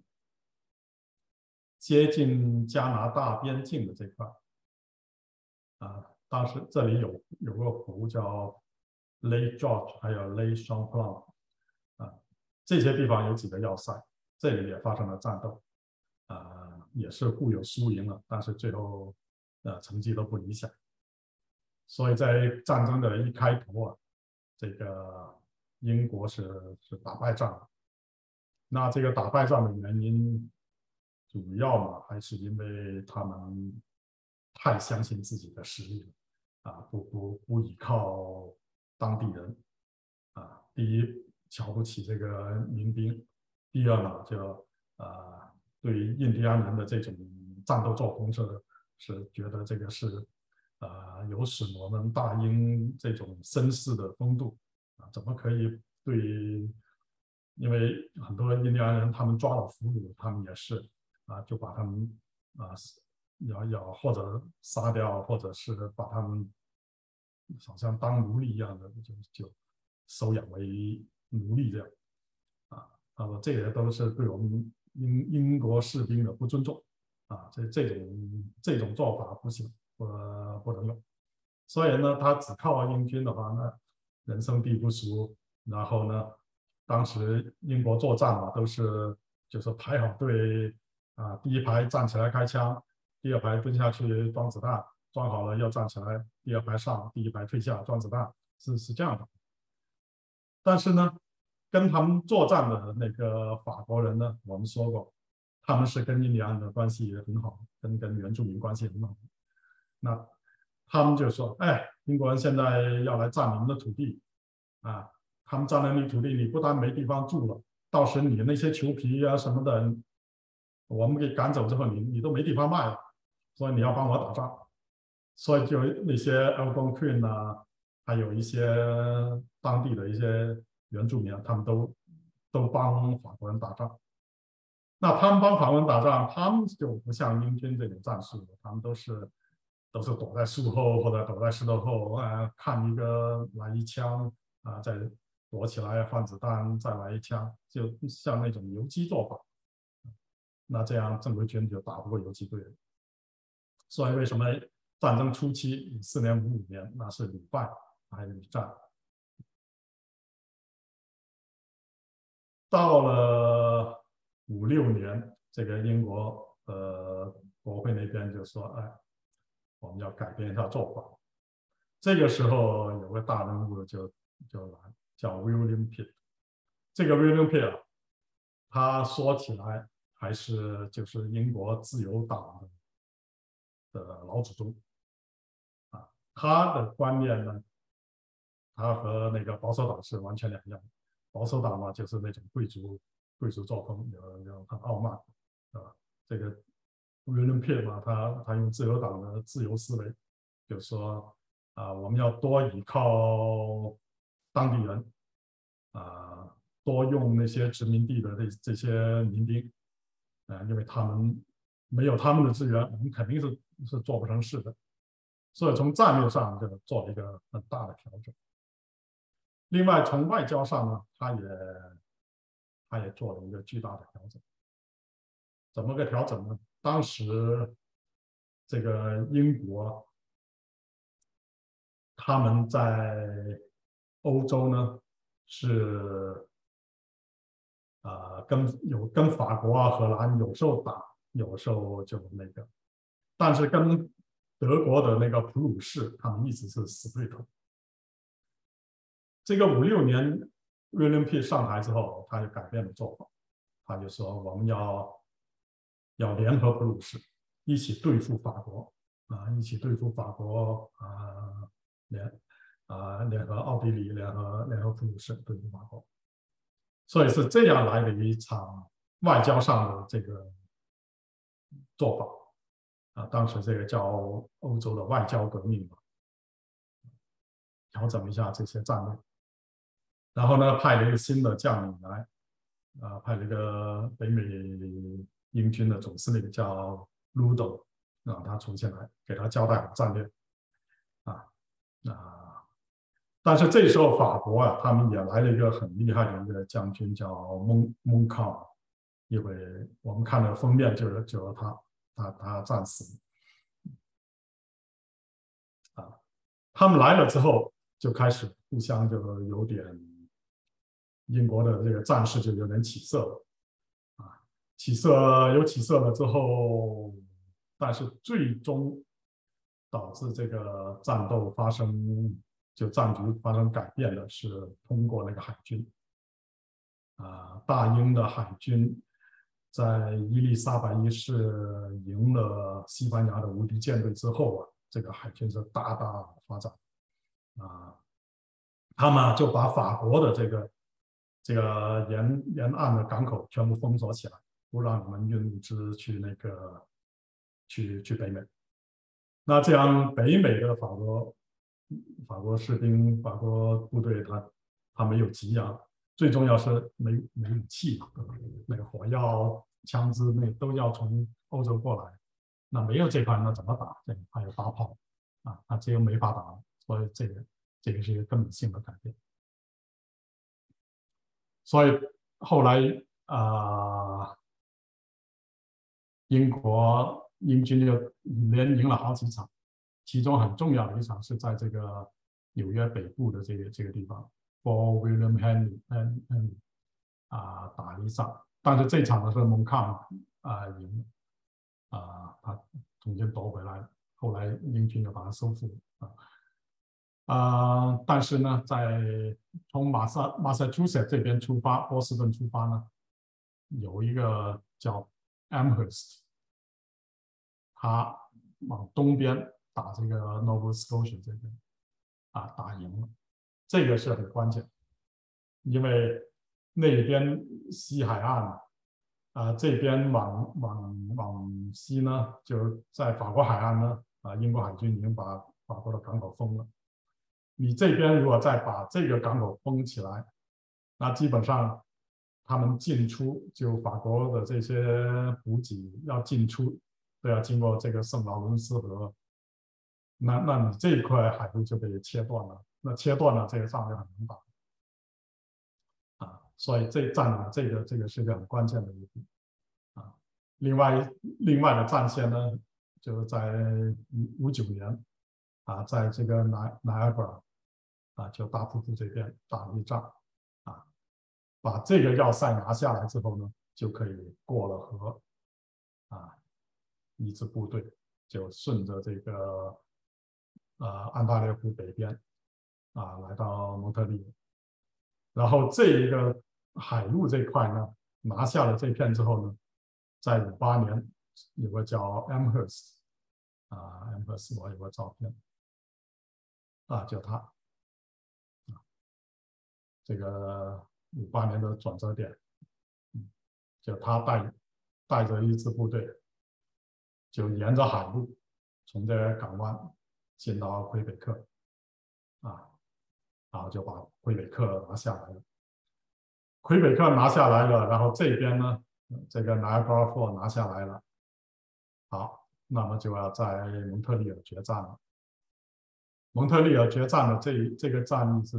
接近加拿大边境的这块，啊。当时这里有有个湖叫 Lake George， 还有 Lake Champlain， 啊，这些地方有几个要塞，这里也发生了战斗，啊，也是互有输赢了，但是最后呃成绩都不理想，所以在战争的一开头啊，这个英国是是打败仗了。那这个打败仗的原因，主要嘛还是因为他们太相信自己的实力了。啊，不不不依靠当地人，啊，第一瞧不起这个民兵，第二呢就啊对印第安人的这种战斗作风是是觉得这个是啊有损我们大英这种绅士的风度啊，怎么可以对？因为很多印第安人他们抓了俘虏，他们也是啊就把他们啊。要要或者杀掉，或者是把他们好像当奴隶一样的，就就收养为奴隶这样啊。他说这些都是对我们英英国士兵的不尊重啊，这这种这种做法不行，不不能用。所以呢，他只靠英军的话，那人生地不熟，然后呢，当时英国作战嘛，都是就是排好队啊，第一排站起来开枪。第二排蹲下去装子弹，装好了要站起来，第二排上，第一排退下装子弹，是是这样的。但是呢，跟他们作战的那个法国人呢，我们说过，他们是跟印第安的关系也很好，跟跟原住民关系很好。那他们就说：“哎，英国人现在要来占你们的土地啊，他们占了你土地，你不但没地方住了，到时你那些裘皮啊什么的，我们给赶走之后，你你都没地方卖了。”所以你要帮我打仗，所以就那些 Algonquin 啊，还有一些当地的一些原住民啊，他们都都帮法国人打仗。那他们帮法国人打仗，他们就不像英军这种战术，他们都是都是躲在树后或者躲在石头后，啊，看一个来一枪啊，再躲起来换子弹，再来一枪，就像那种游击做法。那这样正规军就打不过游击队了。所以为什么战争初期四年五五年那是屡败还屡战？到了五六年，这个英国呃国会那边就说：“哎，我们要改变一下做法。”这个时候有个大人物就就来，叫 William Pitt。这个 William Pitt 啊，他说起来还是就是英国自由党的。的老祖宗啊，他的观念呢，他和那个保守党是完全两样。 保守党嘛，就是那种贵族贵族作风，有有很傲慢啊。这个 William Pitt 嘛，他他用自由党的自由思维，就是说啊，我们要多依靠当地人啊，多用那些殖民地的这这些民兵啊，因为他们没有他们的资源，我们肯定是是做不成事的。所以从战略上就做了一个很大的调整。另外，从外交上呢，他也他也做了一个巨大的调整。怎么个调整呢？当时这个英国他们在欧洲呢是呃跟有跟法国啊、荷兰有时候打，有时候就那个，但是跟德国的那个普鲁士，他们一直是死对头。这个五六年 William Pitt 上台之后，他就改变了做法，他就说我们要要联合普鲁士，一起对付法国啊，一起对付法国啊，联啊联合奥地利，联合联合普鲁士对付法国，所以是这样来的一场外交上的这个做法。啊，当时这个叫欧洲的外交革命嘛，调整一下这些战略，然后呢，派了一个新的将领来，啊，派了一个北美英军的总司令叫 Ludo， 让他重新来给他交代好战略，啊啊，但是这时候法国啊，他们也来了一个很厉害的一个将军叫蒙蒙康，因为我们看到封面就是就是他。他他战死啊，他们来了之后就开始互相就有点，英国的这个战事就有点起色了啊，起色有起色了之后，但是最终导致这个战斗发生，就战局发生改变的是通过那个海军啊，大英的海军。在伊丽莎白一世赢了西班牙的无敌舰队之后啊，这个海军是大大发展啊，他们就把法国的这个这个沿沿岸的港口全部封锁起来，不让你们运物资去那个去去北美。那这样北美的法国法国士兵、法国部队他他没有给养。最重要是没没武器，那个火药、枪支那都要从欧洲过来，那没有这块那怎么打？这个还有大炮啊，那这个没法打，所以这个这个是一个根本性的改变。所以后来啊、呃，英国英军就连赢了好几场，其中很重要的一场是在这个纽约北部的这个这个地方。For William Henry Henry 啊，打了一仗，但是这场呢是蒙康啊赢了啊，他重新夺回来，后来英军又把它收复啊啊，但是呢，在从马萨马萨诸塞这边出发，波士顿出发呢，有一个叫 Amherst， 他往东边打这个 Nova Scotia 这边啊，打赢了。这个是很关键，因为那边西海岸啊、呃，这边往往往西呢，就在法国海岸呢，啊、呃，英国海军已经把法国的港口封了。你这边如果再把这个港口封起来，那基本上他们进出就法国的这些补给要进出都要经过这个圣劳伦斯河，那那你这一块海路就被切断了。那切断了，这个仗就很难打啊，所以这战呢，这个这个是一个很关键的一步啊。另外另外的战线呢，就是在五九年啊，在这个南南亚加啊，就大瀑布这边打了一仗啊，把这个要塞拿下来之后呢，就可以过了河啊，一支部队就顺着这个呃安大略湖北边。啊，来到蒙特利尔，然后这一个海路这块呢，拿下了这片之后呢，在五八年有个叫 Amherst 啊 ，Amherst 我有个照片啊，就他啊，这个五八年的转折点，嗯，就他带带着一支部队，就沿着海路从这个港湾进到魁北克，啊，然后就把魁北克拿下来了。魁北克拿下来了，然后这边呢，这个 Niagara Falls 拿下来了，好，那么就要在蒙特利尔决战了。蒙特利尔决战的这这个战役是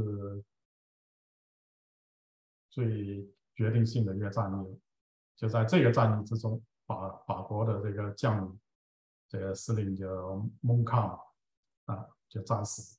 最决定性的一个战役，就在这个战役之中，法法国的这个将领，这个司令就蒙康啊，就战死。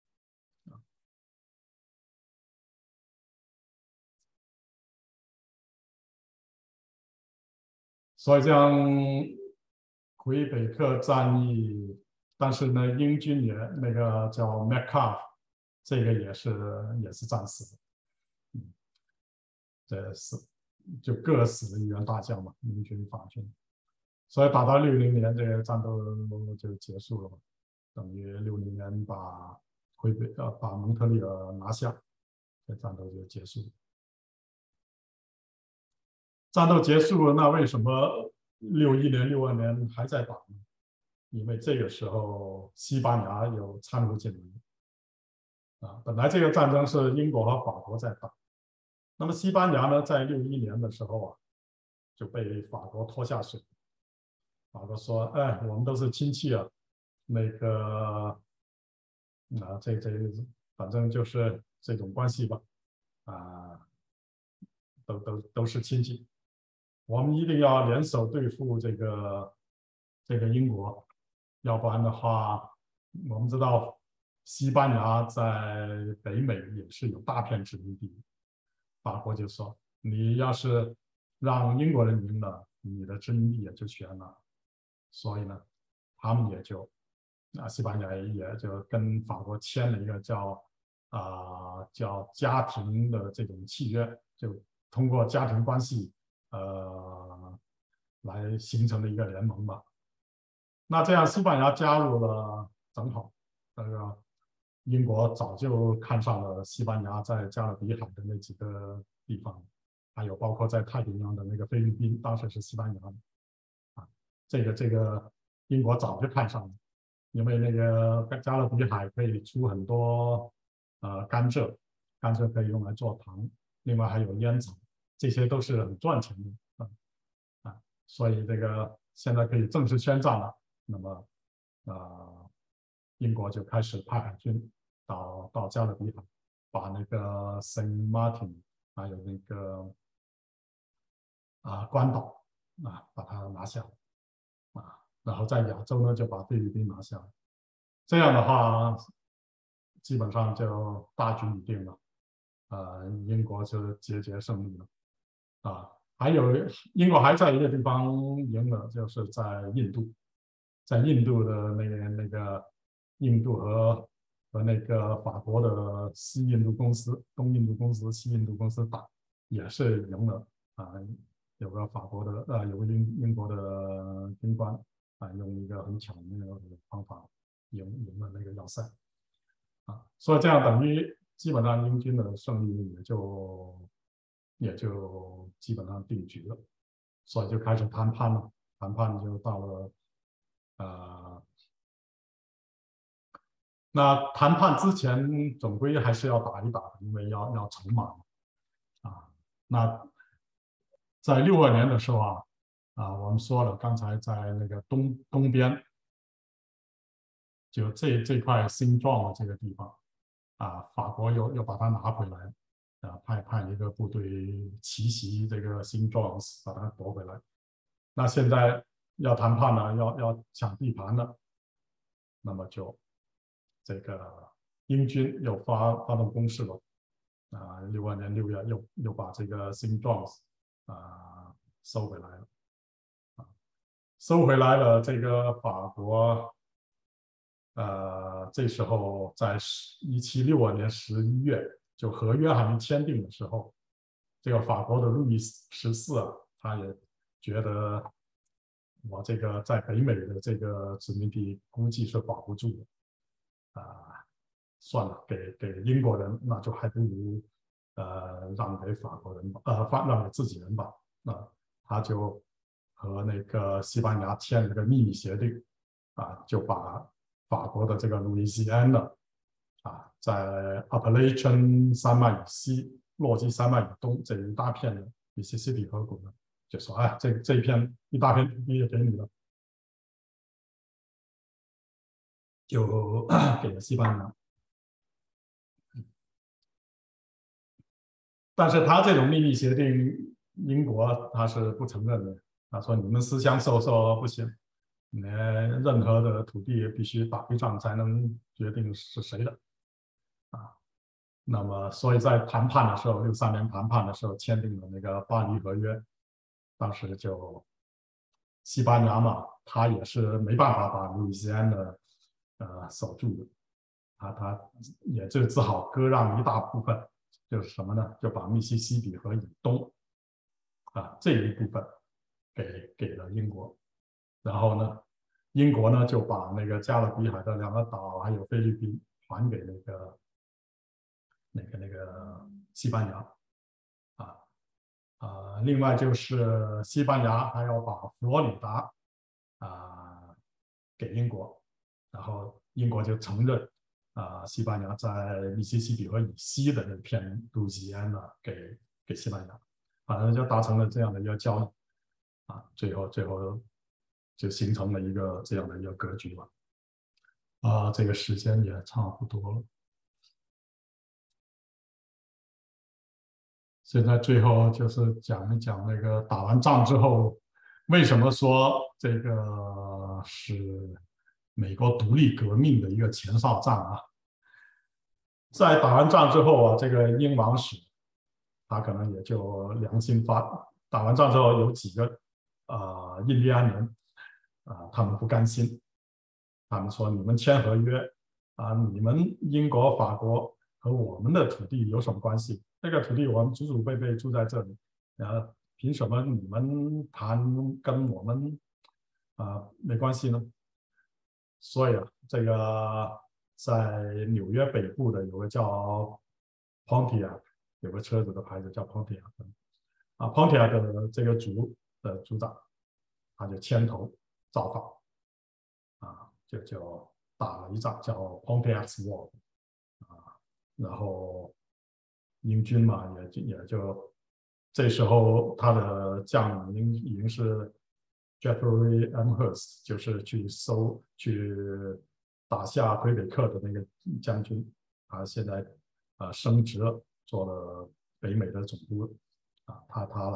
所以这样，魁北克战役，但是呢，英军也那个叫 Metcalfe， 这个也是也是战死的，嗯，这是就各死一员大将嘛，英军法军。所以打到六零年，这个战斗就结束了嘛，等于六零年把魁北呃把蒙特利尔拿下，这战斗就结束了。战斗结束了，那为什么六一年、六二年还在打呢？因为这个时候西班牙有参入进来，啊，本来这个战争是英国和法国在打，那么西班牙呢，在六一年的时候啊，就被法国拖下水。法国说：“哎，我们都是亲戚啊，那个，啊，这这反正就是这种关系吧，啊，都都都是亲戚。”我们一定要联手对付这个这个英国，要不然的话，我们知道西班牙在北美也是有大片殖民地。法国就说，你要是让英国人赢了，你的殖民地也就全了。所以呢，他们也就啊，西班牙也就跟法国签了一个叫啊、呃、叫家庭的这种契约，就通过家庭关系。呃，来形成的一个联盟吧。那这样，西班牙加入了，正好，那个英国早就看上了西班牙在加勒比海的那几个地方，还有包括在太平洋的那个菲律宾，当时是西班牙的啊。这个这个英国早就看上了，因为那个加勒比海可以出很多呃甘蔗，甘蔗可以用来做糖，另外还有烟草。这些都是很赚钱的啊啊，所以这个现在可以正式宣战了。那么，呃，英国就开始派海军到到加勒比海，把那个 Saint Martin 还有那个啊关岛啊把它拿下啊，然后在亚洲呢就把菲律宾拿下。这样的话，基本上就大局已定了，呃，英国就节节胜利了。啊，还有英国还在一个地方赢了，就是在印度，在印度的那个那个印度和和那个法国的西印度公司、东印度公司、西印度公司打，也是赢了啊。有个法国的呃，有个英英国的军官啊，用一个很巧妙的方法赢赢了那个要塞啊，所以这样等于基本上英军的胜利也就。也就基本上定局了，所以就开始谈判了。谈判就到了，呃，那谈判之前总归还是要打一打，因为要要筹码啊。那在六二年的时候啊，啊，我们说了，刚才在那个东东边，就这这块新壮的这个地方啊，法国又又把它拿回来。啊，派派一个部队奇袭这个新壮士，把它夺回来。那现在要谈判了，要要抢地盘了，那么就这个英军又发发动攻势了。啊，六二年六月又又把这个新壮士啊收回来了。啊，收回来了，这个法国，呃，这时候在一七六二年十一月。就合约还没签订的时候，这个法国的路易十四啊，他也觉得我这个在北美的这个殖民地估计是保不住的啊，算了，给给英国人，那就还不如呃让给法国人吧，呃让让给自己人吧。那他就和那个西班牙签了个秘密协定，啊，就把法国的这个路易斯安那啊，在 Appalachian 山脉以西、落基山脉以东这一大片的 Mississippi 河谷呢，就说哎，这这一片一大片土地也给你了，就给了西班牙。但是他这种秘密协定，英国他是不承认的。他说你们私相授受不行，你们任何的土地必须打一仗才能决定是谁的啊。那么，所以在谈判的时候，六三年谈判的时候签订了那个巴黎合约，当时就西班牙嘛，他也是没办法把路易斯安的呃守住的，他他也就只好割让一大部分。就是什么呢？就把密西西比河以东啊这一部分给给了英国，然后呢，英国呢就把那个加勒比海的两个岛还有菲律宾还给那个那个那个西班牙啊啊，另外就是西班牙还要把佛罗里达啊给英国，然后英国就承认。啊，西班牙在密西西比河以西的那片路易斯安那给给西班牙，反正就达成了这样的一个交易啊，最后最后就形成了一个这样的一个格局吧。啊，这个时间也差不多了，现在最后就是讲一讲那个打完仗之后，为什么说这个是美国独立革命的一个前哨战啊？在打完仗之后啊，这个英王室他可能也就良心发。打完仗之后，有几个啊、呃、印第安人啊、呃，他们不甘心，他们说：“你们签合约啊，你们英国、法国和我们的土地有什么关系？这个土地我们祖祖辈辈住在这里，啊，凭什么你们谈跟我们啊、呃、没关系呢？”所以啊，这个。在纽约北部的有个叫 Pontiac， 有个车子的牌子叫 Pontiac 啊 ，Pontiac 的这个族的族长，他就牵头造反啊，就就打了一仗叫 Pontiac's War 啊，然后英军嘛也就也就这时候他的将领已经是 Jeffrey Amherst， 就是去搜去。打下魁北克的那个将军，他现在啊、呃、升职了，做了北美的总督啊，他他来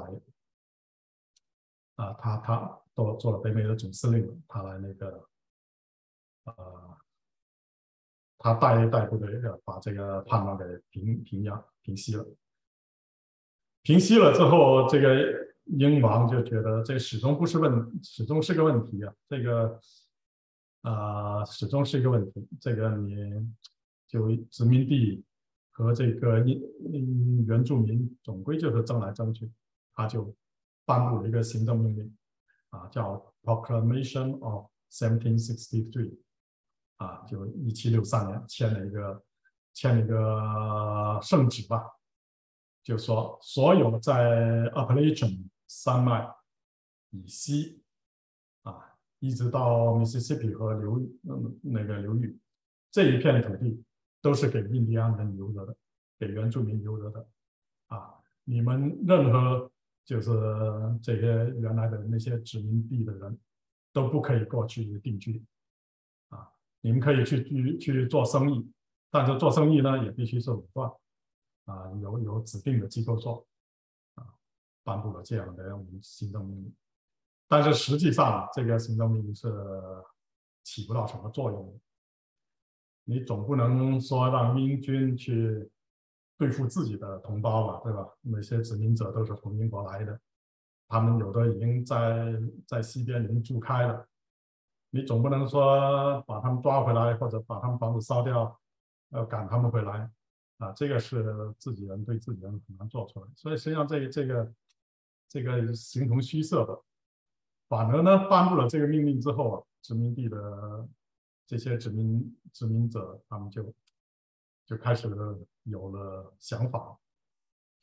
啊，他他做做了北美的总司令，他来那个呃，他带带部队把这个叛乱给平平压平息了。平息了之后，这个英王就觉得这始终不是问，始终是个问题啊，这个。啊、呃，始终是一个问题。这个你就殖民地和这个原住民总归就是争来争去，他就颁布了一个行政命令啊，叫 Proclamation of seventeen sixty-three 啊，就一七六三年签了一个签了一个圣旨吧，就说所有在 Appalachian 山脉以西啊。一直到 Mississippi 河流嗯那个流域，这一片土地都是给印第安人留着的，给原住民留着的啊！你们任何就是这些原来的那些殖民地的人都不可以过去定居啊！你们可以去去去做生意，但是做生意呢也必须是垄断啊，有有指定的机构做啊，颁布了这样的行政命令。但是实际上，这个行政命令是起不到什么作用的。你总不能说让英军去对付自己的同胞吧，对吧？那些殖民者都是从英国来的，他们有的已经在在西边已经住开了，你总不能说把他们抓回来，或者把他们房子烧掉，呃，赶他们回来啊，这个是自己人对自己人很难做出来。所以实际上这个这个这个形同虚设的。反而呢，颁布了这个命令之后啊，殖民地的这些殖民殖民者，他们就就开始有了想法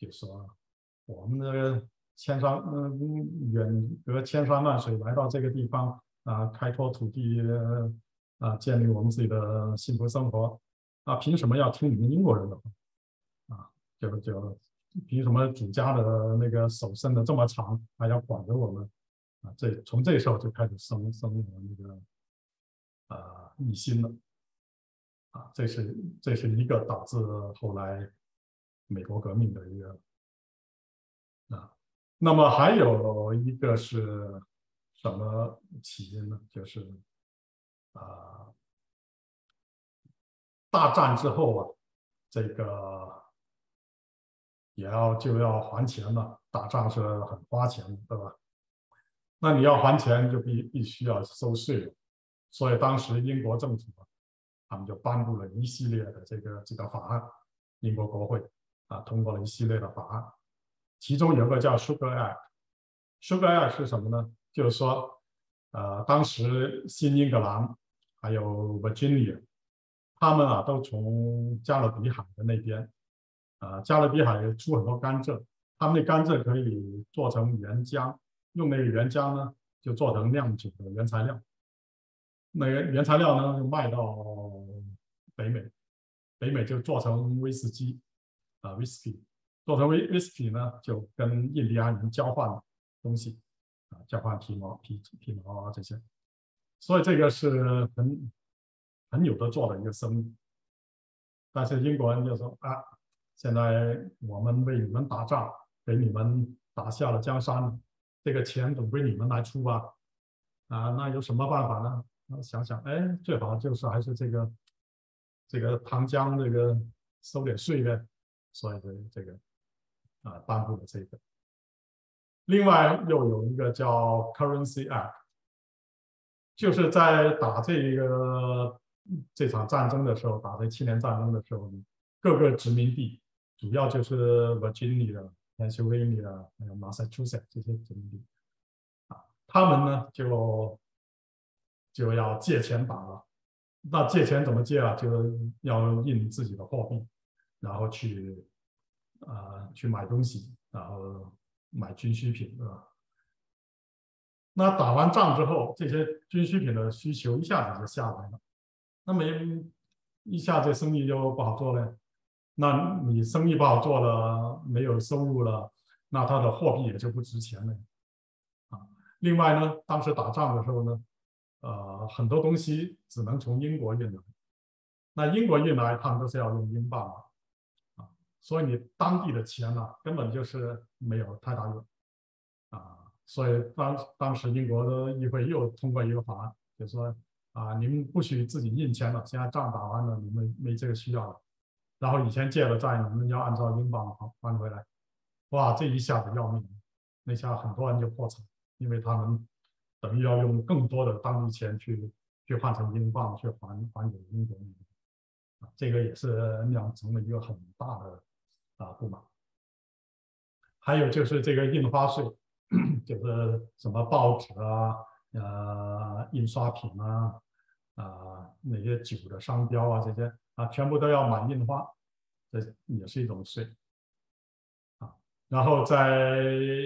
就说我们这个千山嗯远隔千山万水来到这个地方啊，开拓土地啊，建立我们自己的幸福生活啊，凭什么要听你们英国人的话啊？就就凭什么主家的那个手伸的这么长，还要管着我们啊？这从这时候就开始生生了那个啊异心了啊，这是这是一个导致后来美国革命的一个啊。那么还有一个是什么起因呢？就是啊，大战之后啊，这个也要就要还钱了，打仗是很花钱的，对吧？那你要还钱，就必必须要收税了。所以当时英国政府啊，他们就颁布了一系列的这个这个法案，英国国会啊通过了一系列的法案，其中有个叫 Sugar Act。Sugar Act 是什么呢？就是说，呃，当时新英格兰还有 Virginia， 他们啊都从加勒比海的那边，啊、呃，加勒比海出很多甘蔗，他们的甘蔗可以做成原浆，用那个原浆呢就做成酿酒的原材料。那个原材料呢就卖到北美，北美就做成威士忌啊 whisky， 做成威 whisky 呢就跟印第安人交换东西啊，交换皮毛皮皮毛啊这些，所以这个是很很有得做的一个生意。但是英国人就说啊，现在我们为你们打仗，给你们打下了江山，这个钱总归你们来出吧？啊，那有什么办法呢？想想，哎，最好就是还是这个这个糖浆这个收点税呗，所以这这个啊颁布了这个。另外又有一个叫 Currency Act， 就是在打这个这场战争的时候，打这七年战争的时候呢，各个殖民地，主要就是 Virginia、Pennsylvania 还有 Massachusetts 这些殖民地啊，他们呢就就要借钱打了。那借钱怎么借啊？就要印自己的货币，然后去啊、呃、去买东西，然后买军需品，对吧？那打完仗之后，这些军需品的需求一下子就下来了，那么一下这生意就不好做了。那你生意不好做了，没有收入了，那它的货币也就不值钱了啊。另外呢，当时打仗的时候呢，呃，很多东西只能从英国运来，那英国运来他们都是要用英镑啊，所以你当地的钱呢、啊，根本就是没有太大用啊。所以当当时英国的议会又通过一个法案，就说啊，你们不许自己印钱了，现在仗打完了，你们没这个需要了。然后以前借了债，你们要按照英镑还回来。哇，这一下子要命，那下很多人就破产，因为他们等于要用更多的当地钱去去换成英镑去还还给英国人，啊，这个也是酿成了一个很大的啊不满。还有就是这个印花税，就是什么报纸啊、呃印刷品啊、啊、呃、那些酒的商标啊这些啊，全部都要满印花，这也是一种税啊。然后在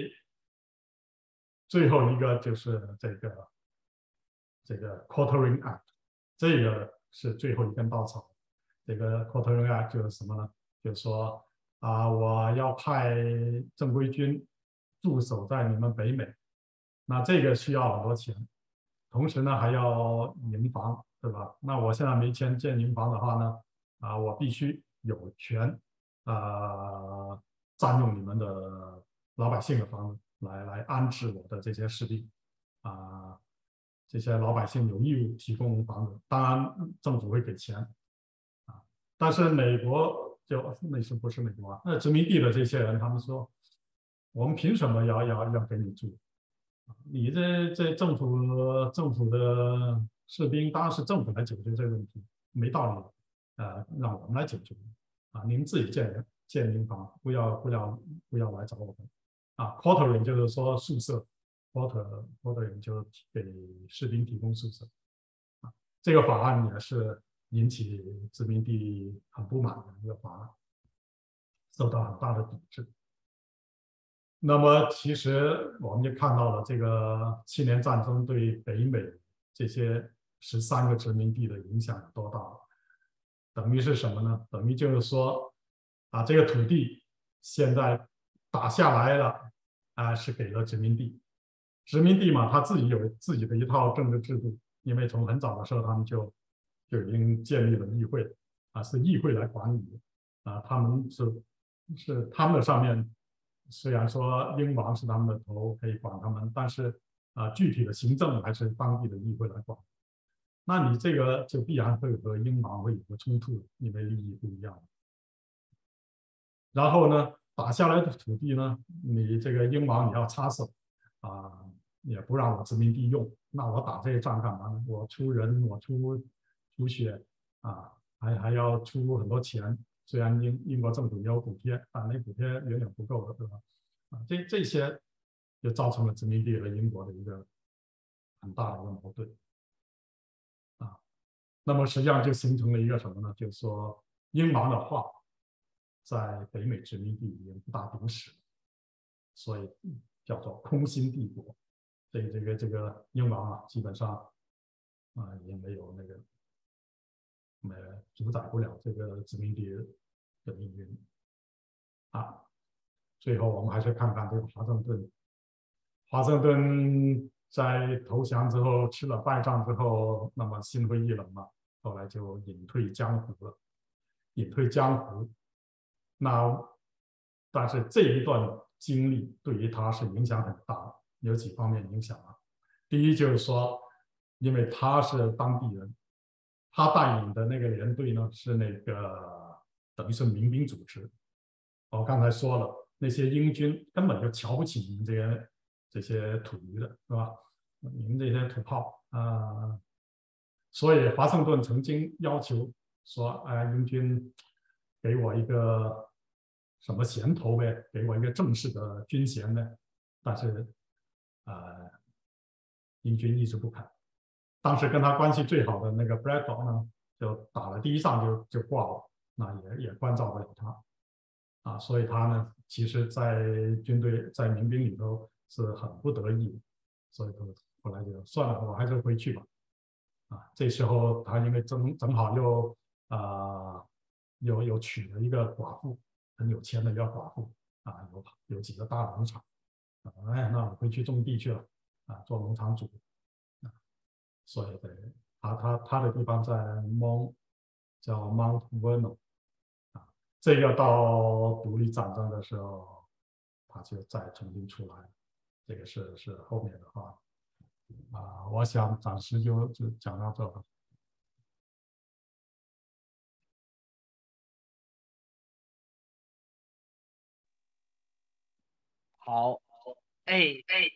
最后一个就是这个这个 Quartering Act， 这个是最后一根稻草。这个 Quartering Act 就是什么呢？就是说啊，我要派正规军驻守在你们北美，那这个需要很多钱，同时呢还要营房，对吧？那我现在没钱建营房的话呢，啊，我必须有权啊、呃、占用你们的老百姓的房子来来安置我的这些士兵啊、呃，这些老百姓有义务提供房子，当然政府会给钱啊，但是美国就那是不是美国啊？那殖民地的这些人，他们说，我们凭什么要要要给你住？你这这政府政府的士兵当然是政府来解决这个问题，没道理，呃，让我们来解决啊！您自己建建民房，不要不要不要来找我们啊 ！Quartering 就是说宿舍 ，quarter quartering 就给士兵提供宿舍啊。这个法案也是引起殖民地很不满的一个法案，受到很大的抵制那么其实我们就看到了这个七年战争对北美这些十三个殖民地的影响有多大，等于是什么呢？等于就是说啊，这个土地现在打下来了啊，是给了殖民地。殖民地嘛，他自己有自己的一套政治制度，因为从很早的时候他们就就已经建立了议会啊，是议会来管理啊，他们是是他们的上面。虽然说英王是他们的头，可以管他们，但是啊、呃，具体的行政还是当地的议会来管。那你这个就必然会和英王会有个冲突，因为利益不一样。然后呢，打下来的土地呢，你这个英王你要插手啊、呃，也不让我殖民地用，那我打这些仗干嘛呢？我出人，我出出血啊，还还要出很多钱。虽然英英国政府也有补贴，但那补贴远远不够的，对吧？啊，这这些就造成了殖民地和英国的一个很大的一个矛盾啊。那么实际上就形成了一个什么呢？就是说英王的话在北美殖民地已经不大顶使，所以叫做空心帝国。这个这个这个英王啊，基本上啊也没有那个。呃，主宰不了这个殖民地的命运啊。最后，我们还是看看这个华盛顿。华盛顿在投降之后，吃了败仗之后，那么心灰意冷嘛，后来就隐退江湖了。隐退江湖，那但是这一段经历对于他是影响很大，有几方面影响啊。第一就是说，因为他是当地人。他带领的那个连队呢，是那个等于是民兵组织。我刚才说了，那些英军根本就瞧不起你们这些这些土驴的，是吧？你们这些土炮啊、呃，所以华盛顿曾经要求说，哎、呃，英军给我一个什么衔头呗，给我一个正式的军衔呢？但是，呃，英军一直不肯。当时跟他关系最好的那个 Braddock 呢，就打了第一仗就就挂了，那也也关照不了他，啊，所以他呢，其实，在军队在民兵里头是很不得意，所以说后来就算了，我还是回去吧，啊，这时候他因为正正好又啊、呃、又又娶了一个寡妇，很有钱的一个寡妇，啊，有有几个大农场，啊，哎，那我回去种地去了，啊，做农场主。所以对，他他他的地方在 Mount 叫 Mount Vernon 啊，这个到独立战争的时候，他就再重新出来，这个是是后面的话啊，我想暂时就就讲到这吧。 好，哎哎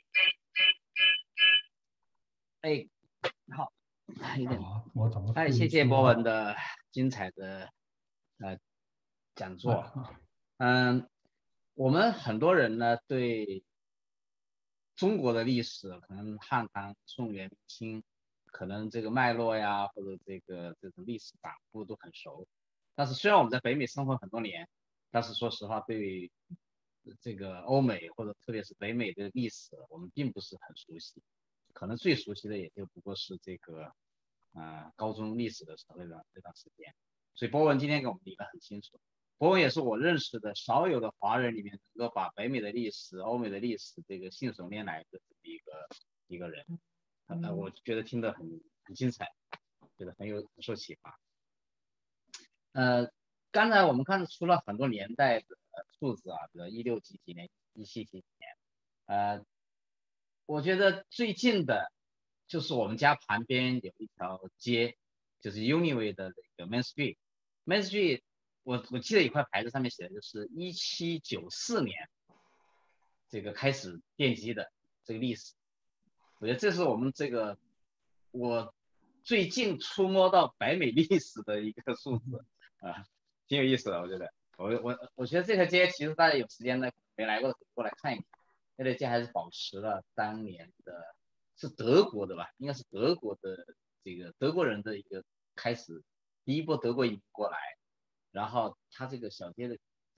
哎哎，好，有点啊，我怎么哎，谢谢博文的精彩的呃讲座。嗯，我们很多人呢对中国的历史，可能汉唐宋元明清，可能这个脉络呀，或者这个这种历史掌握都很熟。但是虽然我们在北美生活很多年，但是说实话，对于这个欧美或者特别是北美的历史，我们并不是很熟悉。可能最熟悉的也就不过是这个呃高中历史的时候那段那段时间。所以博文今天给我们理得很清楚。博文也是我认识的少有的华人里面能够把北美的历史、欧美的历史这个信手拈来的一个一个人，呃，我觉得听得很很精彩，觉得很有很受启发。呃，刚才我们看出了很多年代的数字啊，比如一六几几年、一七几几年，呃，我觉得最近的就是我们家旁边有一条街，就是 Uniway 的那个 Main Street，Main Street。我我记得一块牌子上面写的就是一七九四年这个开始奠基的这个历史，我觉得这是我们这个我最近触摸到北美历史的一个数字啊，挺有意思的，我觉得。我我我觉得这条街其实大家有时间呢没来过的可以过来看一看，那条街还是保持了当年的，是德国的吧，应该是德国的这个德国人的一个开始，第一波德国移民过来。然后它这个小街的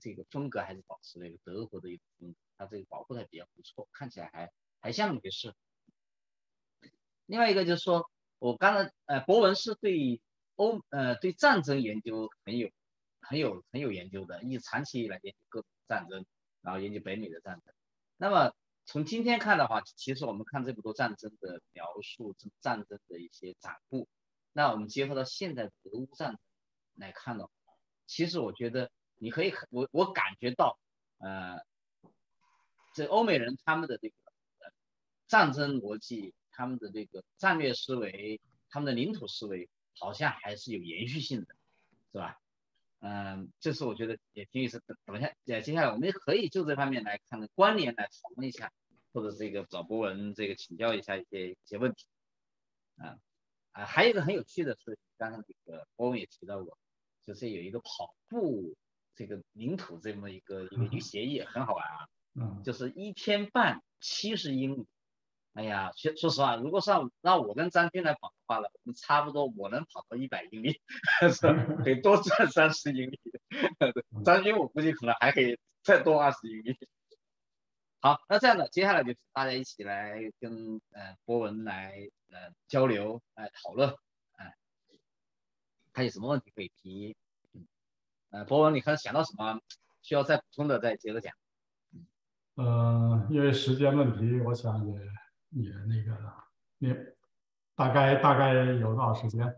这个风格还是保持了一个德国的一个风格，它这个保护的比较不错，看起来还还像回事。另外一个就是说，我刚才呃，博文是对欧呃对战争研究很有很有很有研究的，一长期以来研究各种战争，然后研究北美的战争。那么从今天看的话，其实我们看这么多战争的描述，战争的一些展布，那我们结合到现在的俄乌战争来看的话，其实我觉得你可以，我我感觉到，呃，这欧美人他们的这个、呃、战争逻辑，他们的这个战略思维，他们的领土思维，好像还是有延续性的，是吧？嗯，这是我觉得也挺有意思的。等一下，呃，接下来我们可以就这方面来看看关联来讨论一下，或者这个找博文这个请教一下一些一些问题。啊啊，还有一个很有趣的是，刚刚这个博文也提到过，就是有一个跑步这个领土这么一个一个一个协议，很好玩啊。嗯，就是一天半七十英里。哎呀，说说实话，如果让让我跟张军来跑的话呢，我们差不多我能跑到一百英里，是可以多赚三十英里。张军我估计可能还可以再多二十英里。好，那这样的，接下来就大家一起来跟呃博文来呃交流，来、呃、讨论，哎、呃，看有什么问题可以提。呃，博文，你看想到什么需要再补充的，再接着讲。 呃，因为时间问题，我想也也那个，你大概大概有多少时间？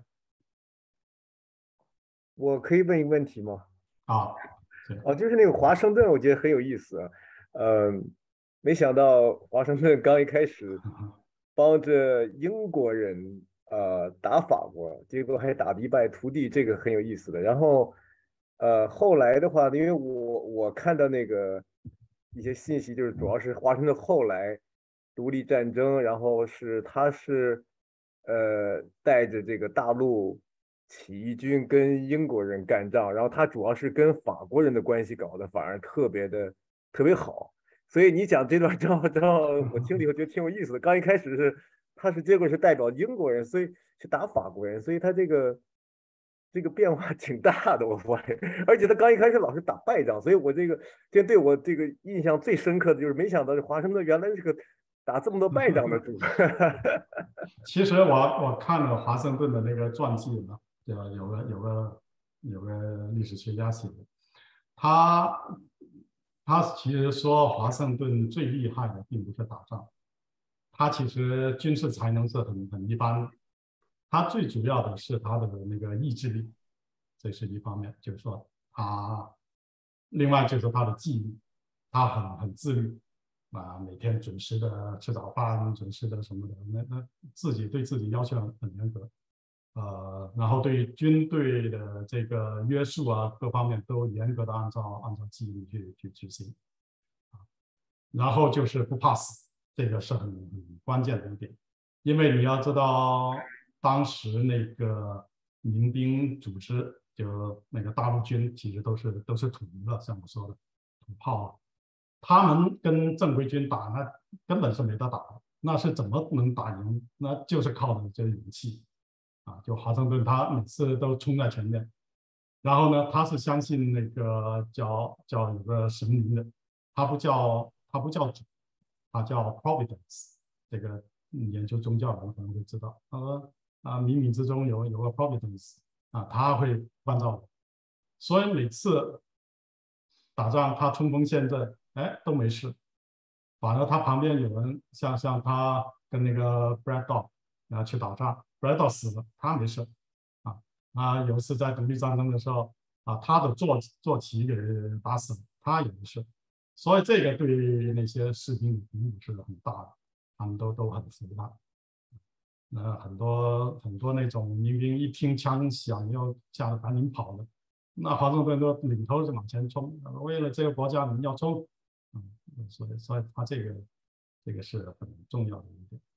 我可以问一个问题吗？ 啊， 哦，就是那个华盛顿，我觉得很有意思。呃，没想到华盛顿刚一开始帮着英国人呃打法国，结果还打一败涂地，这个很有意思的。然后呃后来的话，因为我我看到那个一些信息，就是主要是华盛顿后来独立战争，然后是他是呃带着这个大陆起义军跟英国人干仗，然后他主要是跟法国人的关系搞得反而特别的特别好。所以你讲这段仗仗，我听了以后觉得挺有意思的。刚一开始是他是结果是代表英国人，所以去打法国人，所以他这个这个变化挺大的，我发现。而且他刚一开始老是打败仗，所以我这个这对我这个印象最深刻的就是没想到华盛顿原来是个打这么多败仗的主。 其实我我看了华盛顿的那个传记呢，对吧？有个有个有个历史学家写的，他他其实说华盛顿最厉害的并不是打仗，他其实军事才能是很很一般的，他最主要的是他的那个意志力，这是一方面，就是说他，另外就是他的纪律，他很很自律。啊，每天准时的吃早饭，准时的什么的，那那自己对自己要求很严格，呃，然后对军队的这个约束啊，各方面都严格的按照按照纪律去去执行，啊，然后就是不怕死，这个是很很关键的一点，因为你要知道，当时那个民兵组织，就那个大陆军，其实都是都是土的，像我说的土炮。他们跟正规军打，那根本是没得打的，那是怎么能打赢？那就是靠的这勇气啊！就华盛顿，他每次都冲在前面，然后呢，他是相信那个叫叫有个神明的，他不叫他不叫主，他叫 Providence。这个研究宗教的人可能会知道，他说啊，冥冥之中有有个 Providence 啊，他会关照我，所以每次打仗他冲锋陷阵。哎，都没事，反而他旁边有人，像像他跟那个 Brad Dog 然后去打仗 ，Brad Dog 死了，他没事，啊啊，有一次在独立战争的时候，啊，他的坐坐骑给打死了，他也没事，所以这个对那些士兵的鼓舞是很大的，他们都都很服他。那很多很多那种民兵一听枪响要吓得赶紧跑了，那华盛顿就领头就往前冲，为了这个国家你要冲。嗯，所以，所以他这个，这个是很重要的一点。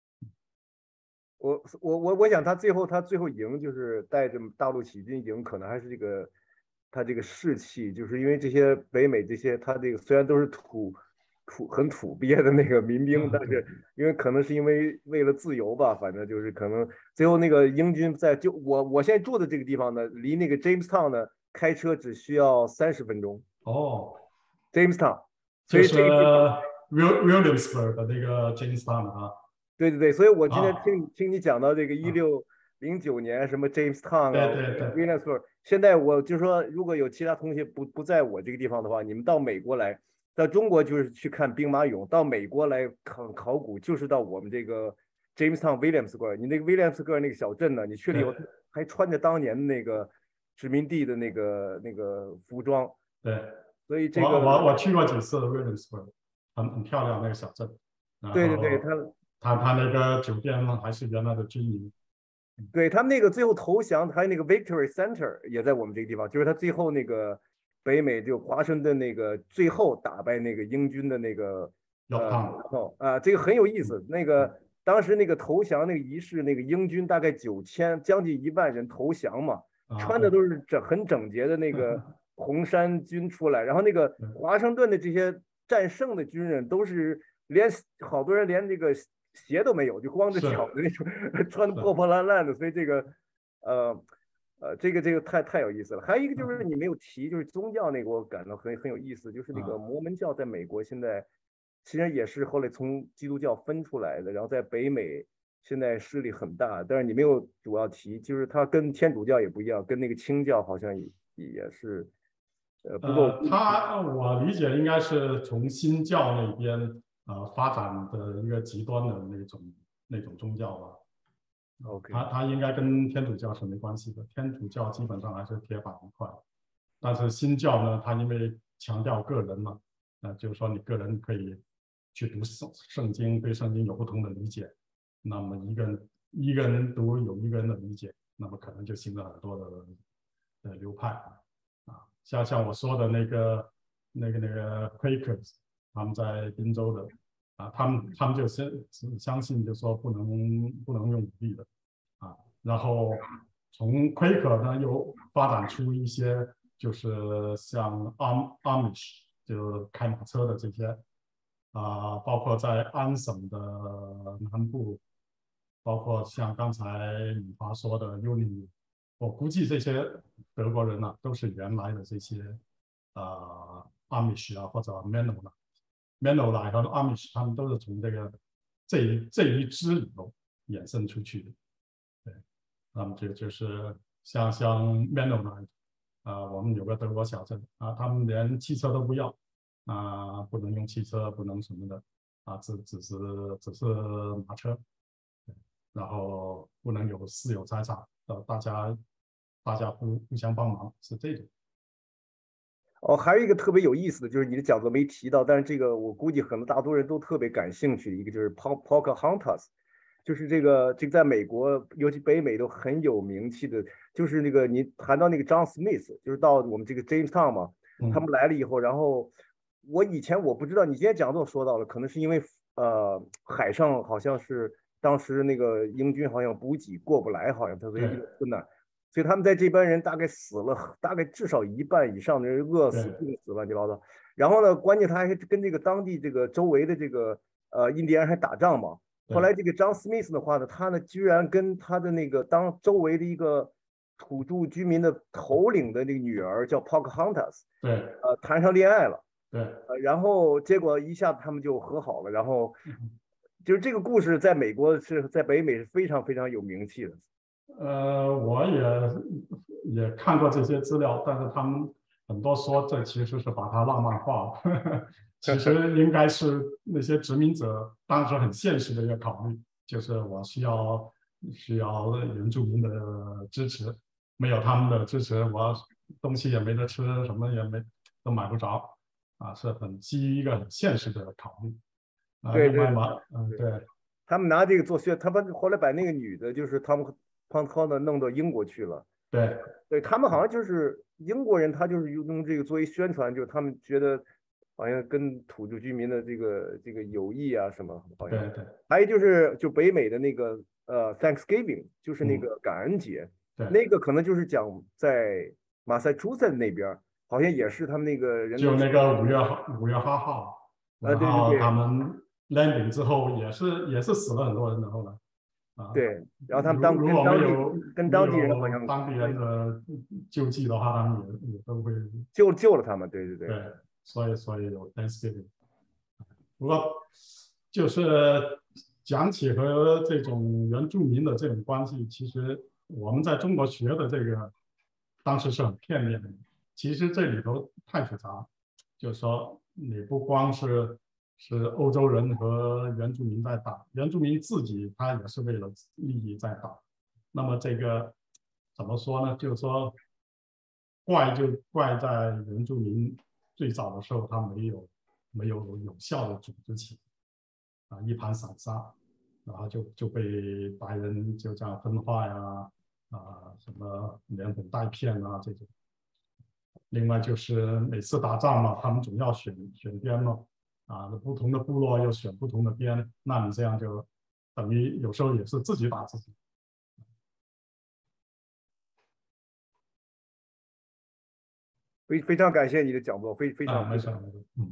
我我我我想他最后他最后赢，就是带着大陆起义军赢，可能还是这个他这个士气，就是因为这些北美这些他这个虽然都是土土很土鳖的那个民兵，但是因为可能是因为为了自由吧，反正就是可能最后那个英军在就我我现在住的这个地方呢，离那个 Jamestown 呢开车只需要三十分钟。 哦， Jamestown，所就是以这个地方 Will Williamsburg 的那个 Jamestown 啊。 对对对，所以我今天啊听、听你讲到这个一六零九年什么 Jamestown 啊， 对对对 Williamsburg，现在我就说，如果有其他同学不不在我这个地方的话，你们到美国来，到中国就是去看兵马俑，到美国来考考古就是到我们这个 Jamestown Williamsburg，你那个 Williamsburg 那个小镇呢，你去了以后对还穿着当年的那个殖民地的那个那个服装， 对， 所以这个我我我去过几次 Williamsburg，很很漂亮那个小镇。然后对对对，他他他那个酒店呢还是原来的军营。 对他们那个最后投降，还有那个 Victory Center 也在我们这个地方，就是他最后那个北美就华盛顿那个最后打败那个英军的那个呃，然后啊，这个很有意思。那个当时那个投降那个仪式，那个英军大概九千将近一万人投降嘛，穿的都是整很整洁的那个红衫军出来，然后那个华盛顿的这些战胜的军人都是连好多人连这个鞋都没有，就光着脚的那种，穿的破破烂烂的，所以这个呃呃这个这个太太有意思了。还有一个就是你没有提，就是宗教那个我感到很很有意思，就是那个摩门教在美国现在其实也是后来从基督教分出来的，然后在北美现在势力很大，但是你没有主要提，就是它跟天主教也不一样，跟那个清教好像也也是呃不够。 呃，他我理解应该是从新教那边呃发展的一个极端的那种那种宗教吧。 OK， 他他应该跟天主教是没关系的，天主教基本上还是铁板一块，但是新教呢，它因为强调个人嘛，呃，就是说你个人可以去读圣圣经，对圣经有不同的理解，那么一个人一个人读有一个人的理解，那么可能就形成很多的的流派啊，像像我说的那个那个那个 Quakers， 他们在宾州的。啊，他们他们就相相信，就说不能不能用武力的，啊，然后从 Quaker 呢又发展出一些，就是像 Am Amish 就开马车的这些，啊，包括在安省的南部，包括像刚才李华说的 Uni， 我估计这些德国人呢、啊、都是原来的这些啊 Amish 啊或者 Mennonite。Mennonite 和 Amish 他们都是从这个这一这一支里头衍生出去的，对，那么就就是像像 Mennonite 啊、呃，我们有个德国小镇啊，他们连汽车都不要啊、呃，不能用汽车，不能什么的啊，只只是只是马车，然后不能有私有财产，呃，大家大家互互相帮忙，是这种。 哦，还有一个特别有意思的，就是你的讲座没提到，但是这个我估计很多大多人都特别感兴趣的一个就是 Pocahontas， 就是这个这个在美国尤其北美都很有名气的，就是那个你谈到那个 John Smith， 就是到我们这个 Jamestown 嘛，他们来了以后，然后我以前我不知道，你今天讲座说到了，可能是因为呃海上好像是当时那个英军好像补给过不来，好像他所以有点困难。所以他们在这班人大概死了，大概至少一半以上的人饿死、病死、乱七八糟。然后呢，关键他还跟这个当地这个周围的这个呃印第安人还打仗嘛。后来这个张斯密斯的话呢，他呢居然跟他的那个当周围的一个土著居民的头领的那个女儿叫 Pocahontas， 对， 呃，谈上恋爱了。 对， 呃，然后结果一下子他们就和好了。然后就是这个故事在美国是在北美是非常非常有名气的。 呃，我也也看过这些资料，但是他们很多说这其实是把它浪漫化了，其实应该是那些殖民者当时很现实的一个考虑，就是我需要需要原住民的支持，没有他们的支持，我东西也没得吃，什么也没都买不着，啊，是很基于一个很现实的考虑。啊， 对另外嘛，嗯，对， 他们拿这个做宣，他们后来把那个女的，就是他们。胖涛呢弄到英国去了， 对， 对他们好像就是英国人，他就是用这个作为宣传，就是他们觉得好像跟土著居民的这个这个友谊啊什么，好像。 对对。 还有就是就北美的那个呃 Thanksgiving， 就是那个感恩节， 嗯、 那个可能就是讲在马赛诸塞那边，好像也是他们那个人。 就那个五月五月八号，然后他们 landing 之后也是也是死了很多人的后来。 啊。 对，然后他们当如如果跟当地没有跟当地没有人好像当地人的救济的话，他们也也都会救救了他们，对对对。 对，所以所以有 Thanksgiving。不过就是讲起和这种原住民的这种关系，其实我们在中国学的这个当时是很片面的。其实这里头太复杂，就是说你不光是是欧洲人和原住民在打，原住民自己他也是为了利益在打。那么这个怎么说呢？就是说怪就怪在原住民最早的时候他没有没有有效的组织起来啊，一盘散沙，然后就就被白人就这样分化呀啊，什么连本带骗啊这种。另外就是每次打仗嘛，他们总要选选边嘛，啊，不同的部落又选不同的边，那你这样就等于有时候也是自己打自己。 非非常感谢你的讲座，非非啊， 常没事没事，嗯。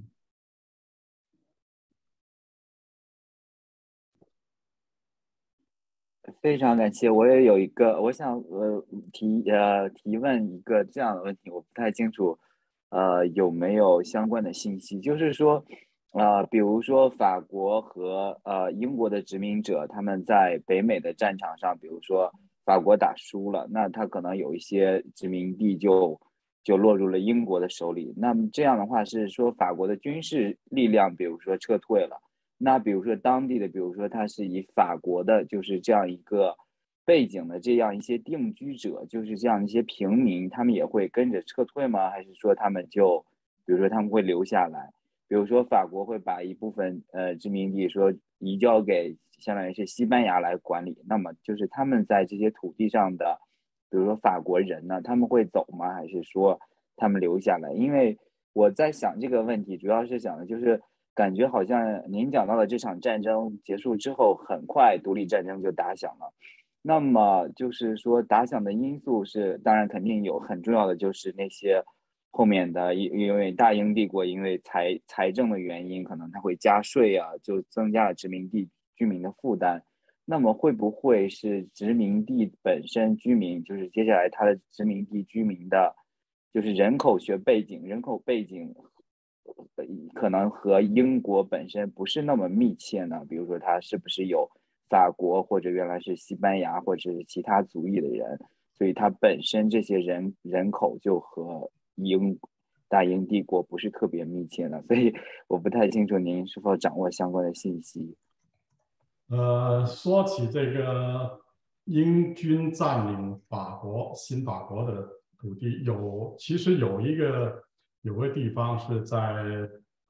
非常感谢，我也有一个，我想呃提呃提问一个这样的问题，我不太清楚，呃有没有相关的信息，就是说，呃比如说法国和呃英国的殖民者，他们在北美的战场上，比如说法国打输了，那他可能有一些殖民地就就落入了英国的手里，那么这样的话是说法国的军事力量，比如说撤退了。那比如说当地的，比如说他是以法国的，就是这样一个背景的这样一些定居者，就是这样一些平民，他们也会跟着撤退吗？还是说他们就，比如说他们会留下来？比如说法国会把一部分呃殖民地说移交给相当于是西班牙来管理，那么就是他们在这些土地上的，比如说法国人呢，他们会走吗？还是说他们留下来？因为我在想这个问题，主要是想的就是。感觉好像您讲到的这场战争结束之后，很快独立战争就打响了。那么就是说，打响的因素是，当然肯定有很重要的，就是那些后面的，因因为大英帝国因为财财政的原因，可能它会加税啊，就增加了殖民地居民的负担。那么会不会是殖民地本身居民，就是接下来它的殖民地居民的，就是人口学背景、人口背景？可能和英国本身不是那么密切呢？比如说，他是不是有法国或者原来是西班牙或者是其他族裔的人，所以他本身这些人人口就和英大英帝国不是特别密切的，所以我不太清楚您是否掌握相关的信息。 呃，说起这个英军占领法国新法国的土地，有其实有一个。有个地方是在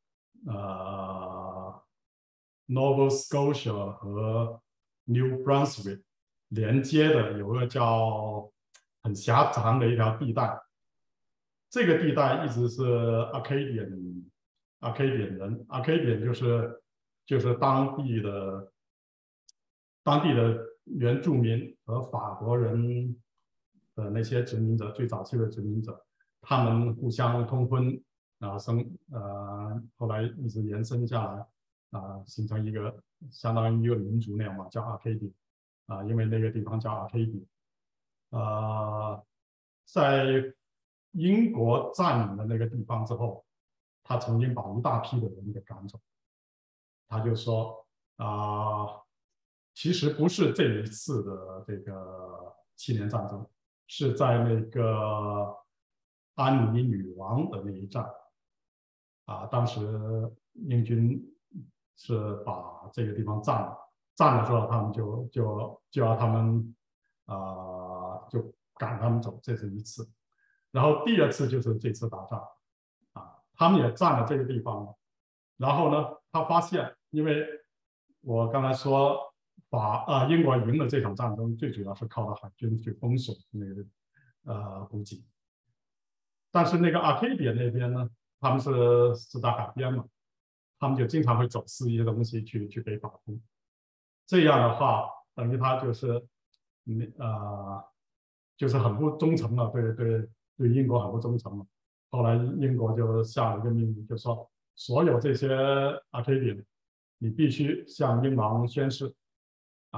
呃 Nova Scotia 和 New Brunswick 连接的，有个叫很狭长的一条地带。这个地带一直是 Acadian Acadian 人 ，Acadian 就是就是当地的当地的原住民和法国人的那些殖民者，最早期的殖民者。他们互相通婚，啊生呃，后来一直延伸下来，啊，形成一个相当于一个民族那样嘛，叫阿卡迪，啊，因为那个地方叫阿卡迪，呃，在英国占领了那个地方之后，他曾经把一大批的人给赶走，他就说啊，其实不是这一次的这个七年战争，是在那个。安妮女王的那一战，啊，当时英军是把这个地方占了，占了之后，他们就就就要他们啊、呃，就赶他们走，这是一次。然后第二次就是这次打仗，啊，他们也占了这个地方，然后呢，他发现，因为我刚才说法啊、呃、英国赢了这场战争，最主要是靠了海军去封锁那个呃补给。但是那个 Arcadia 那边呢，他们是是在海边嘛，他们就经常会走私一些东西去去给法国。这样的话，等于他就是嗯呃，就是很不忠诚了，对对对，英国很不忠诚了。后来英国就下了一个命令，就说所有这些 Arcadia，你必须向英王宣誓，啊，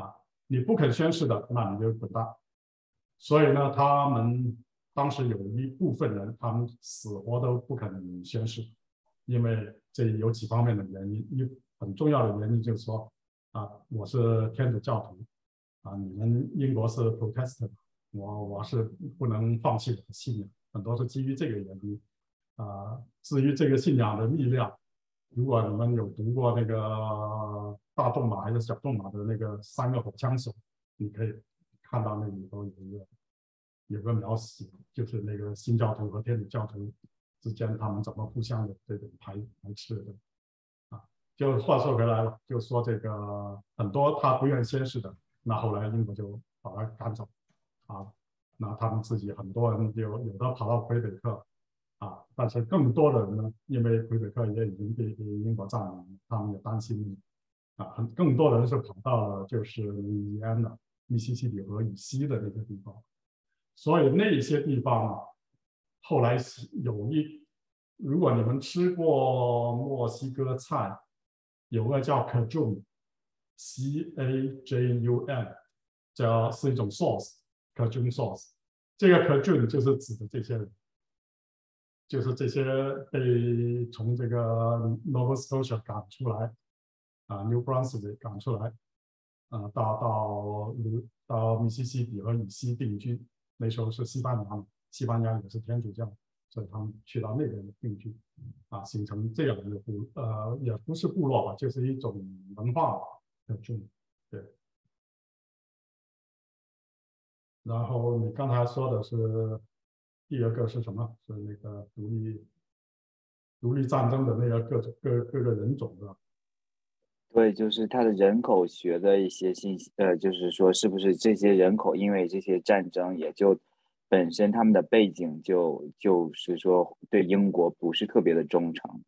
你不肯宣誓的，那你就滚蛋。所以呢，他们当时有一部分人，他们死活都不肯宣誓，因为这有几方面的原因。一很重要的原因就是说，啊，我是天主教徒，啊，你们英国是 Protestant， 我我是不能放弃我的信仰，很多是基于这个原因。啊，至于这个信仰的力量，如果你们有读过那个大仲马还是小仲马的那个三个火枪手，你可以看到那里头有一个有个描写，就是那个新教徒和天主教徒之间他们怎么互相的这种排排斥的。啊，就话说回来了，就说这个很多他不愿宣誓的，那后来英国就把他赶走，啊，那他们自己很多人就有的跑到魁北克。啊，但是更多的人呢，因为魁北克也已经被英国占领，他们也担心，啊，很更多的人是跑到了就是路易安的密西西比河以西的那些地方，所以那些地方啊，后来有一，如果你们吃过墨西哥菜，有个叫 Cajun，C A J U N， 叫是一种 sauce，Cajun sauce， 这个 Cajun 就是指的这些人。就是这些被从这个 Nova Scotia 赶出来，啊 New Brunswick 赶出来，啊到到到密西西比河以西定居。那时候是西班牙嘛，西班牙也是天主教，所以他们去到那边定居，啊，形成这样的一个部，呃，也不是部落吧，就是一种文化的种，对。然后你刚才说的是。第二个是什么？是那个独立独立战争的那个各种各各个人种的。 对，就是它的人口学的一些信息，呃，就是说是不是这些人口因为这些战争，也就本身他们的背景就就是说对英国不是特别的忠诚。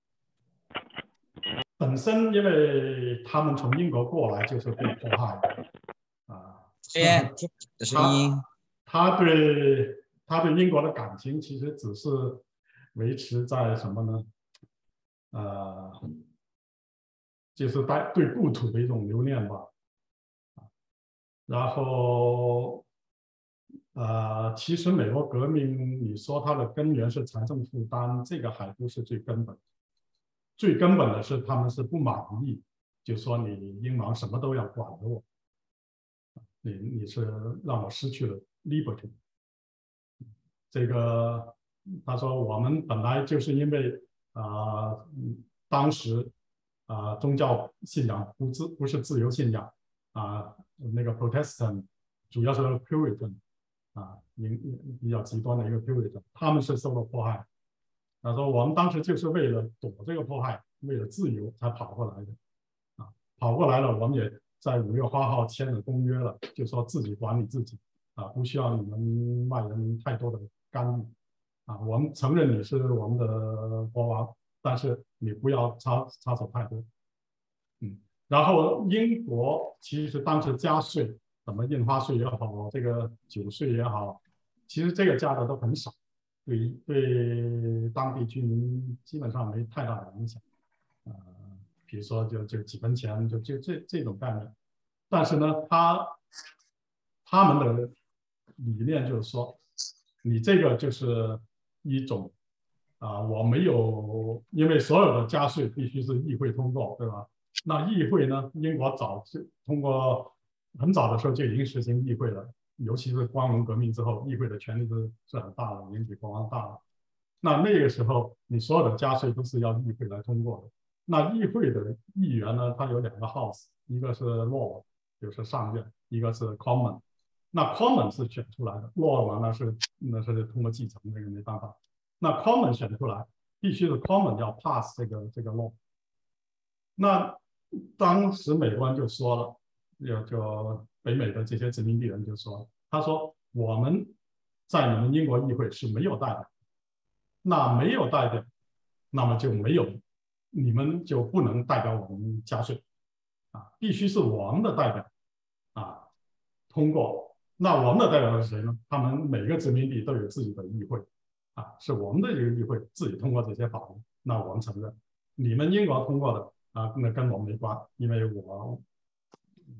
本身因为他们从英国过来就是被迫害的，啊， 这边听的声音， 他他对。他对英国的感情其实只是维持在什么呢？呃，就是在对故土的一种留恋吧。然后，呃，其实美国革命，你说它的根源是财政负担，这个还不是最根本。最根本的是他们是不满意，就说你英王什么都要管着我，你你是让我失去了 liberty。这个他说我们本来就是因为啊、呃、当时啊、呃、宗教信仰不自不是自由信仰啊、呃、那个 Protestant 主要是 Puritan 啊比较极端的一个 Puritan， 他们是受到迫害。他说我们当时就是为了躲这个迫害，为了自由才跑过来的啊，跑过来了，我们也在五月花号签了公约了，就说自己管理自己啊，不需要你们外人太多的干预啊，我们承认你是我们的国王，但是你不要插插手太多。嗯，然后英国其实当时加税，什么印花税也好，这个酒税也好，其实这个加的都很少，对对当地居民基本上没太大的影响。呃，比如说就就几分钱，就就这这种概念。但是呢，他他们的理念就是说，你这个就是一种啊、呃，我没有，因为所有的加税必须是议会通过，对吧？那议会呢，英国早就通过很早的时候就已经实行议会了，尤其是光荣革命之后，议会的权力是是很大的，已经比国王大了。那那个时候，你所有的加税都是要议会来通过的。那议会的议员呢，它有两个 house， 一个是 Lord， 就是上院，一个是 Common。那 Common 是选出来的 ，Lord 呢是那是通过继承，那个没办法。那 Common 选出来，必须是 Common 要 pass 这个这个 law。那当时美国人就说了，就就北美的这些殖民地人就说，他说我们在你们英国议会是没有代表，那没有代表，那么就没有，你们就不能代表我们加税啊，必须是我们的代表啊通过。那我们的代表是谁呢？他们每个殖民地都有自己的议会啊，是我们的这个议会自己通过这些法律，那我们承认。你们英国通过的啊，那跟我们没关，因为我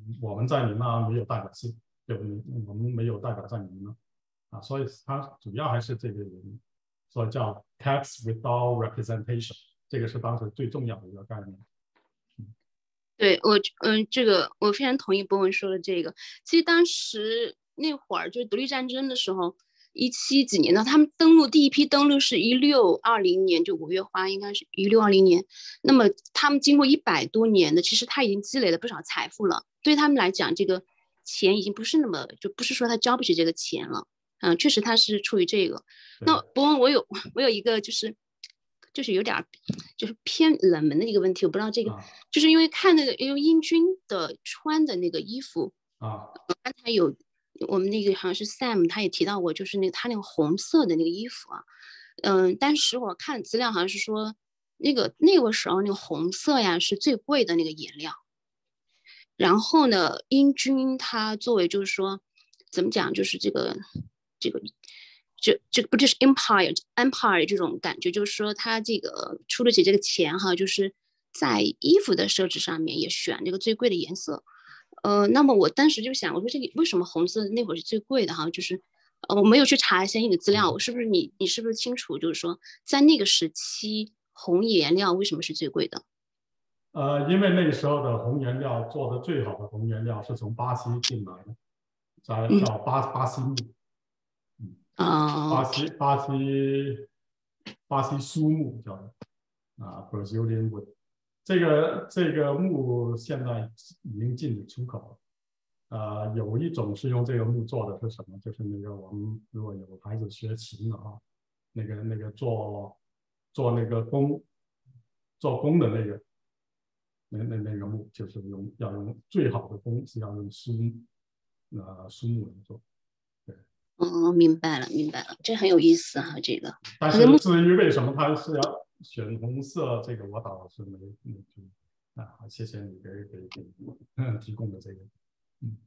我们在你那没有代表性，就我们没有代表在你那啊，所以它主要还是这个原因，所以叫 tax without representation， 这个是当时最重要的一个概念。 对我，嗯，这个我非常同意博文说的这个。其实当时那会儿就是独立战争的时候，一七几年的，他们登陆第一批登陆是一六二零年，就五月花应该是一六二零年。那么他们经过一百多年的，其实他已经积累了不少财富了。对他们来讲，这个钱已经不是那么，就不是说他交不起这个钱了。嗯，确实他是出于这个。那博文，我有我有一个就是。就是有点就是偏冷门的一个问题，我不知道这个，啊、就是因为看那个因为英军的穿的那个衣服啊，刚才有我们那个好像是 Sam 他也提到过，就是那个他那个红色的那个衣服啊，嗯，当时我看资料好像是说那个那个时候那个红色呀是最贵的那个颜料，然后呢，英军它作为就是说怎么讲，就是这个这个。这这个 British Empire Empire 这种感觉，就是说他这个出得起这个钱哈，就是在衣服的设置上面也选这个最贵的颜色。呃，那么我当时就想，我说这个为什么红色那会儿是最贵的哈？就是呃我没有去查相应的资料，我是不是你你是不是清楚？就是说在那个时期，红颜料为什么是最贵的？ 呃，因为那个时候的红颜料做的最好的红颜料是从巴西进来的，叫叫巴巴西木。 哦， 巴西巴西巴西苏木叫的啊 ，Brazilian wood， 这个这个木现在已经禁止出口了。呃，有一种是用这个木做的是什么？就是那个我们如果有孩子学琴的啊，那个那个做做那个弓做弓的那个那那那个木，就是用要用最好的弓是要用苏呃苏木来做。 哦，明白了，明白了，这很有意思哈、啊，这个。 但是至于为什么他是要选红色，这个我倒是没没注意啊。谢谢你给给给提供的这个，嗯。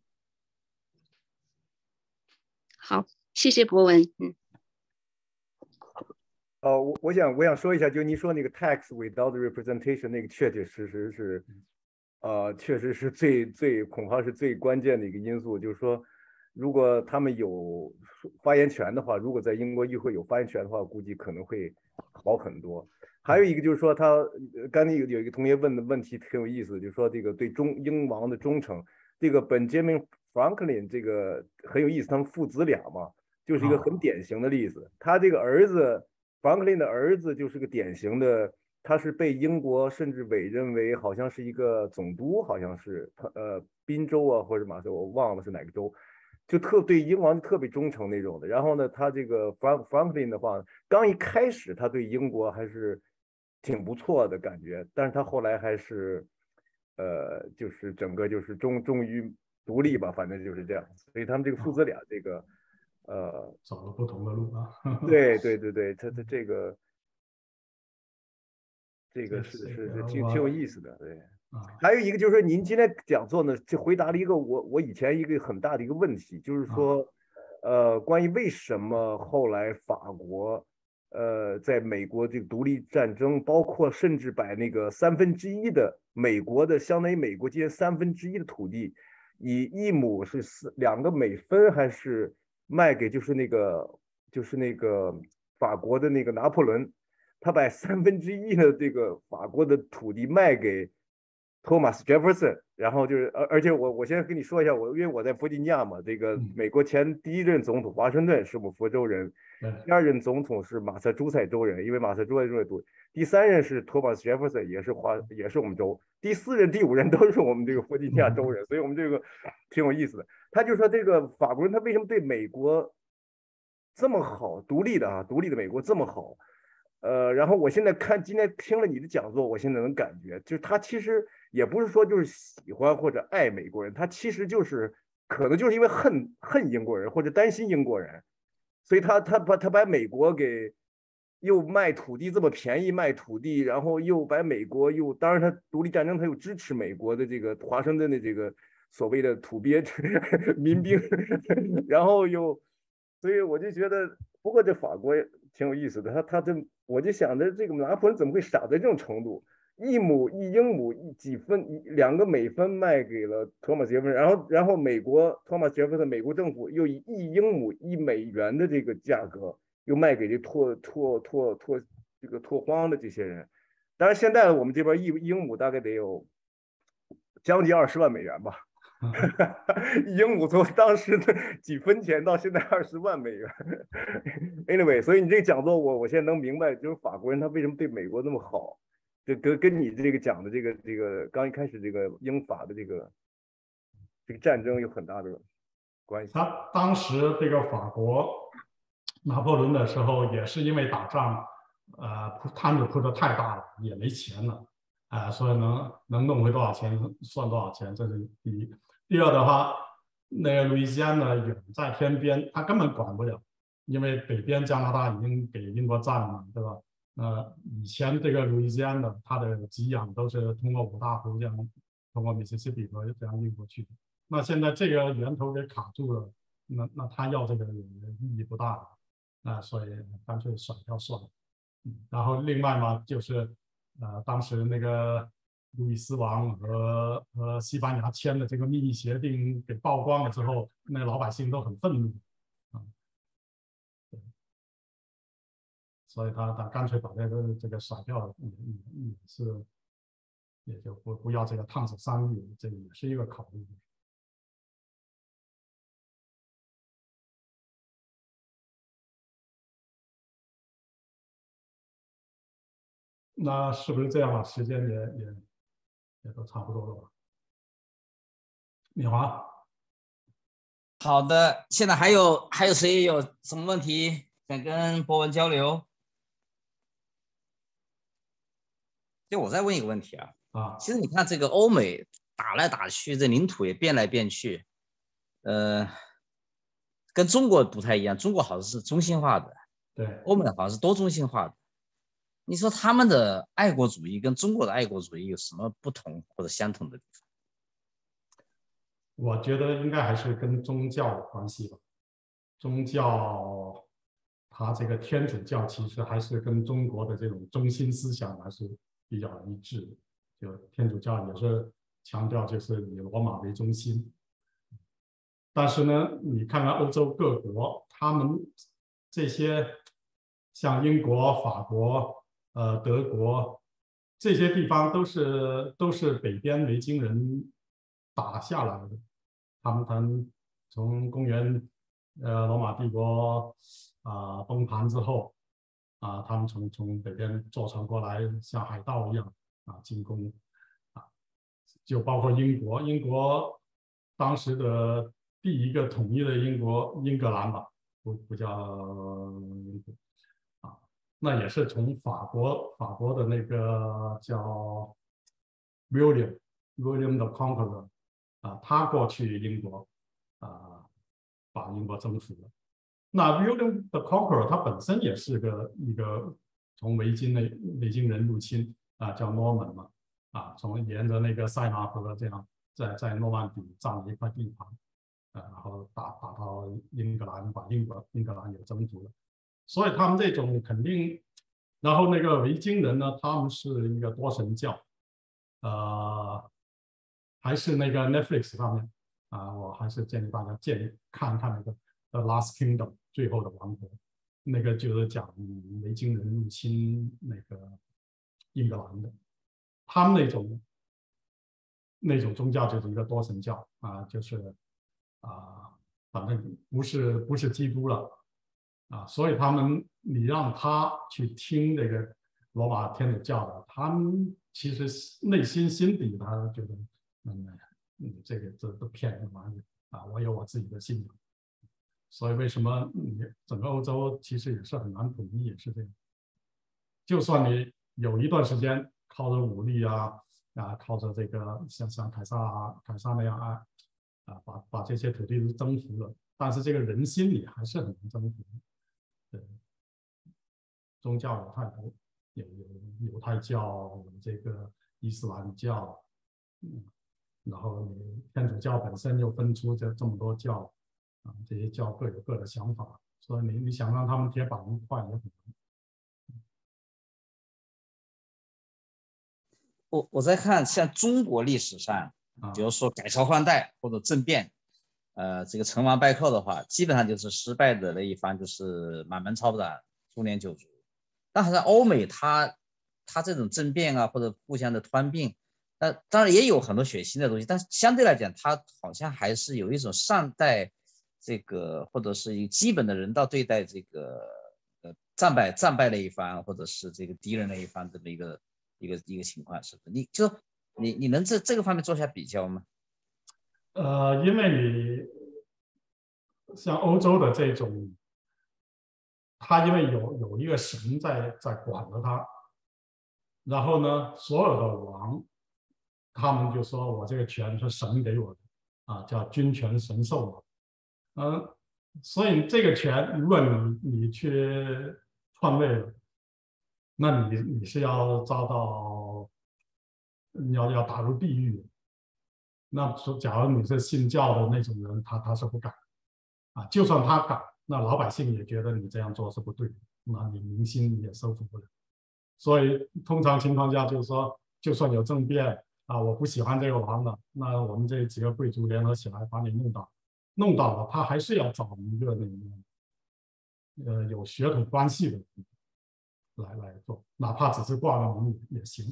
好，谢谢博文，嗯。 哦，我我想我想说一下，就您说那个 tax without representation 那个确确实实是，呃，确实是最最恐怕是最关键的一个因素，就是说。如果他们有发言权的话，如果在英国议会有发言权的话，估计可能会好很多。还有一个就是说他，他刚才有有一个同学问的问题挺有意思，就是说这个对中英王的忠诚，这个本杰明 Franklin 这个很有意思，他们父子俩嘛，就是一个很典型的例子。他这个儿子 Franklin 的儿子就是个典型的，他是被英国甚至委任为好像是一个总督，好像是他呃宾州啊或者马州，我忘了是哪个州。就特对英王特别忠诚那种的，然后呢，他这个 Frank Franklin 的话，刚一开始他对英国还是挺不错的感觉，但是他后来还是，呃，就是整个就是终终于独立吧，反正就是这样。所以他们这个父子俩这个，呃， 走了不同的路啊。 对对对对，他他这个，这个是是是挺挺有意思的，对。还有一个就是说，您今天讲座呢，就回答了一个我我以前一个很大的一个问题，就是说，呃，关于为什么后来法国，呃，在美国这个独立战争，包括甚至把那个三分之一的美国的相当于美国今天三分之一的土地，以一亩是四两个美分还是卖给就是那个就是那个法国的那个拿破仑，他把三分之一的这个法国的土地卖给。托马斯·杰弗森，然后就是，而而且我我先跟你说一下，我因为我在弗吉尼亚嘛，这个美国前第一任总统华盛顿是我们佛州人，第二任总统是马萨诸塞州人，因为马萨诸塞州人多，第三任是托马斯·杰弗森，也是华也是我们州，第四任、第五任都是我们这个弗吉尼亚州人，所以我们这个挺有意思的。他就说这个法国人他为什么对美国这么好，独立的啊，独立的美国这么好？呃，然后我现在看今天听了你的讲座，我现在能感觉，就是他其实也不是说就是喜欢或者爱美国人，他其实就是可能就是因为恨恨英国人或者担心英国人，所以他他把他把美国给又卖土地这么便宜卖土地，然后又把美国又当然他独立战争他又支持美国的这个华盛顿的这个所谓的土鳖民兵，然后又，所以我就觉得，不过这法国挺有意思的，他他这。我就想着这个拿破仑怎么会傻到这种程度？ 一亩一英亩一几分一两个美分卖给了托马斯杰弗森，然后然后美国托马斯杰弗森美国政府又以一英亩一美元的这个价格又卖给这拓拓拓拓这个拓荒的这些人。当然现在我们这边一英亩大概得有将近二十万美元吧。一英亩从当时的几分钱到现在二十万美元。Anyway， 所以你这个讲座我我现在能明白，就是法国人他为什么对美国那么好，跟跟跟你这个讲的这个这个刚一开始这个英法的这个这个战争有很大的关系。 他当时这个法国拿破仑的时候，也是因为打仗，呃，摊子铺的太大了，也没钱了，啊、呃，所以能能弄回多少钱算多少钱，这是第一。第二的话，那个路易斯安呢远在天边，他根本管不了，因为北边加拿大已经给英国占了嘛，对吧？呃，以前这个路易斯安的它的给养都是通过五大湖这样，通过密西西比河这样运过去的。那现在这个源头给卡住了，那那他要这个意义不大了，那所以干脆甩掉算了。嗯，然后另外嘛，就是呃当时那个路易斯王和和西班牙签的这个秘密协定给曝光了之后，那老百姓都很愤怒啊，对，所以他他干脆把这个这个甩掉了，也也也是也就不不要这个烫手山芋，这也是一个考虑。那是不是这样了？时间也也也都差不多了吧？敏华， 好的，现在还有还有谁有什么问题想跟博文交流？就我再问一个问题啊， 啊， 其实你看这个欧美打来打去，这领土也变来变去，呃，跟中国不太一样，中国好像是中心化的， 对， 欧美好像是多中心化的。你说他们的爱国主义跟中国的爱国主义有什么不同或者相同的地方？ 我觉得应该还是跟宗教有关系吧。宗教，它这个天主教其实还是跟中国的这种中心思想还是比较一致的。就天主教也是强调就是以罗马为中心，但是呢，你看看欧洲各国，他们这些像英国、法国。呃，德国这些地方都是都是北边维京人打下来的，他们他们从公元呃罗马帝国啊、呃、崩盘之后啊、呃，他们从从北边坐船过来，像海盗一样啊进攻啊，就包括英国，英国当时的第一个统一的英国英格兰吧，不不叫英国。那也是从法国法国的那个叫 William William the Conqueror 啊，他过去英国啊，把英国征服了。那 William the Conqueror 他本身也是个一个从维京的维京人入侵啊，叫 Norman 嘛啊，从沿着那个塞纳河这样在在诺曼底占了一块地盘，啊，然后打打到英格兰，把英国英格兰也征服了。所以他们这种肯定，然后那个维京人呢，他们是一个多神教，呃，还是那个 Netflix 上面啊，我还是建议大家建议看看那个《The Last Kingdom》最后的王国，那个就是讲维京人入侵那个英格兰的，他们那种那种宗教就是一个多神教啊，就是啊，反正不是不是基督了。啊，所以他们，你让他去听这个罗马天主教的，他们其实内心心底他觉得，嗯嗯，这个这都骗人玩意啊！我有我自己的信仰，所以为什么你整个欧洲其实也是很难统一，也是这样。就算你有一段时间靠着武力啊啊，靠着这个像像凯撒啊凯撒那样啊啊，把把这些土地都征服了，但是这个人心里还是很难征服的。对，宗教有太多，有有犹太教，有这个伊斯兰教，嗯，然后你天主教本身又分出这这么多教，啊，这些教各有各的想法，所以你你想让他们铁板一块也很难。 我我在看像中国历史上，比如说改朝换代或者政变，呃，这个成王败寇的话，基本上就是失败的那一方就是满门抄斩、株连九族。但是在欧美它，它这种政变啊或者互相的吞并，那当然也有很多血腥的东西，但是相对来讲，它好像还是有一种善待这个或者是一个基本的人道对待这个呃战败战败那一方或者是这个敌人那一方的一个一个一个情况，是不是？你就你你能这这个方面做下比较吗？ 呃，因为你像欧洲的这种，他因为有有一个神在在管着他，然后呢，所有的王，他们就说我这个权是神给我的啊，叫君权神授嘛，嗯、呃，所以这个权，如果你你去篡位了，那你你是要遭到你要要打入地狱。那说，假如你是信教的那种人，他他是不敢啊，就算他敢，那老百姓也觉得你这样做是不对的，那你民心也收服不了。所以通常情况下就是说，就算有政变啊，我不喜欢这个王了，那我们这几个贵族联合起来把你弄倒，弄倒了，他还是要找一个那个呃有血统关系的人来来做，哪怕只是挂了名也行。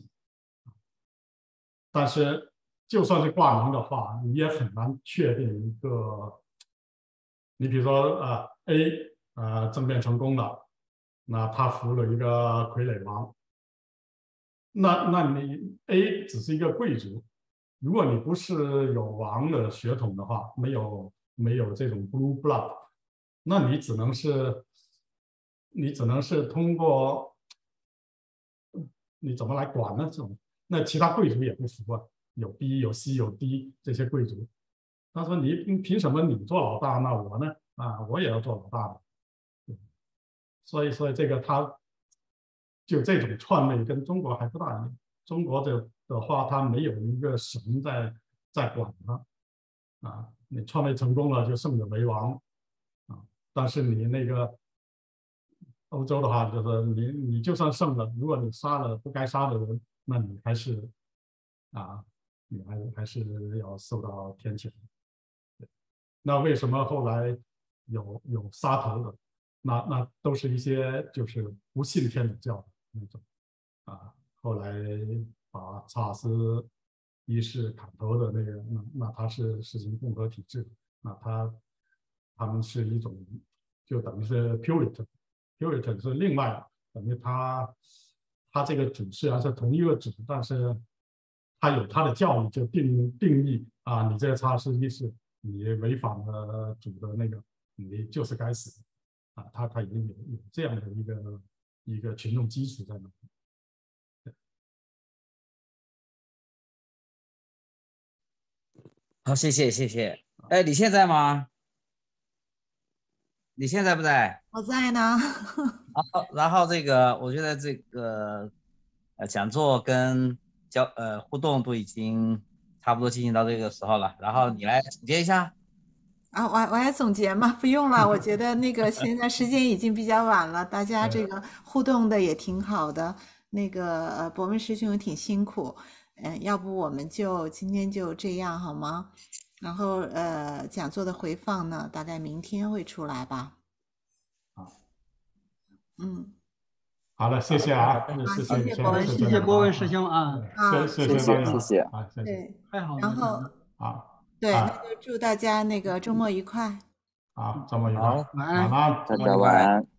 但是就算是挂名的话，你也很难确定一个。你比如说，呃 ，A 呃政变成功了，那他扶了一个傀儡王，那那你 A 只是一个贵族，如果你不是有王的血统的话，没有没有这种 blue blood， 那你只能是你只能是通过你怎么来管呢？这种那其他贵族也不服啊。有 B 有 C 有 D 这些贵族，他说你凭什么你做老大，那我呢？啊，我也要做老大的。所以，所以这个他就这种篡位跟中国还不大一样。中国的的话，他没有一个神在在管他啊。你篡位成功了，就胜者为王啊。但是你那个欧洲的话，就是你你就算胜了，如果你杀了不该杀的人，那你还是啊。你还还是要受到天谴。那为什么后来有有杀头的？那那都是一些就是不信天主教的那种啊。后来把查尔斯一世砍头的那个，那那他是实行共和体制，那他他们是一种就等于是 Puritan，Puritan 是另外等于他他这个主虽然是同一个主，但是他有他的教义，就定定义啊，你这个查尔斯一世，你违反了主的那个，你就是该死啊。他他已经有有这样的一个一个群众基础在那。 好，谢谢谢谢。哎，你现在吗？你现在不在？ 我在呢。 然后然后这个，我觉得这个呃讲座跟交呃互动都已经差不多进行到这个时候了，然后你来总结一下。 啊，我我还总结吗？不用了，我觉得那个现在时间已经比较晚了，大家这个互动的也挺好的。那个呃，博文师兄也挺辛苦，嗯、呃，要不我们就今天就这样好吗？然后呃，讲座的回放呢，大概明天会出来吧。 好， 嗯。 好了，谢谢啊， 谢谢谢博文， 谢谢博文师兄啊， 谢谢谢谢谢啊，谢谢， 对， 太好了， 然后好， 对，那就祝大家那个周末愉快。 好，周末愉快， 晚安， 晚安， 大家晚安。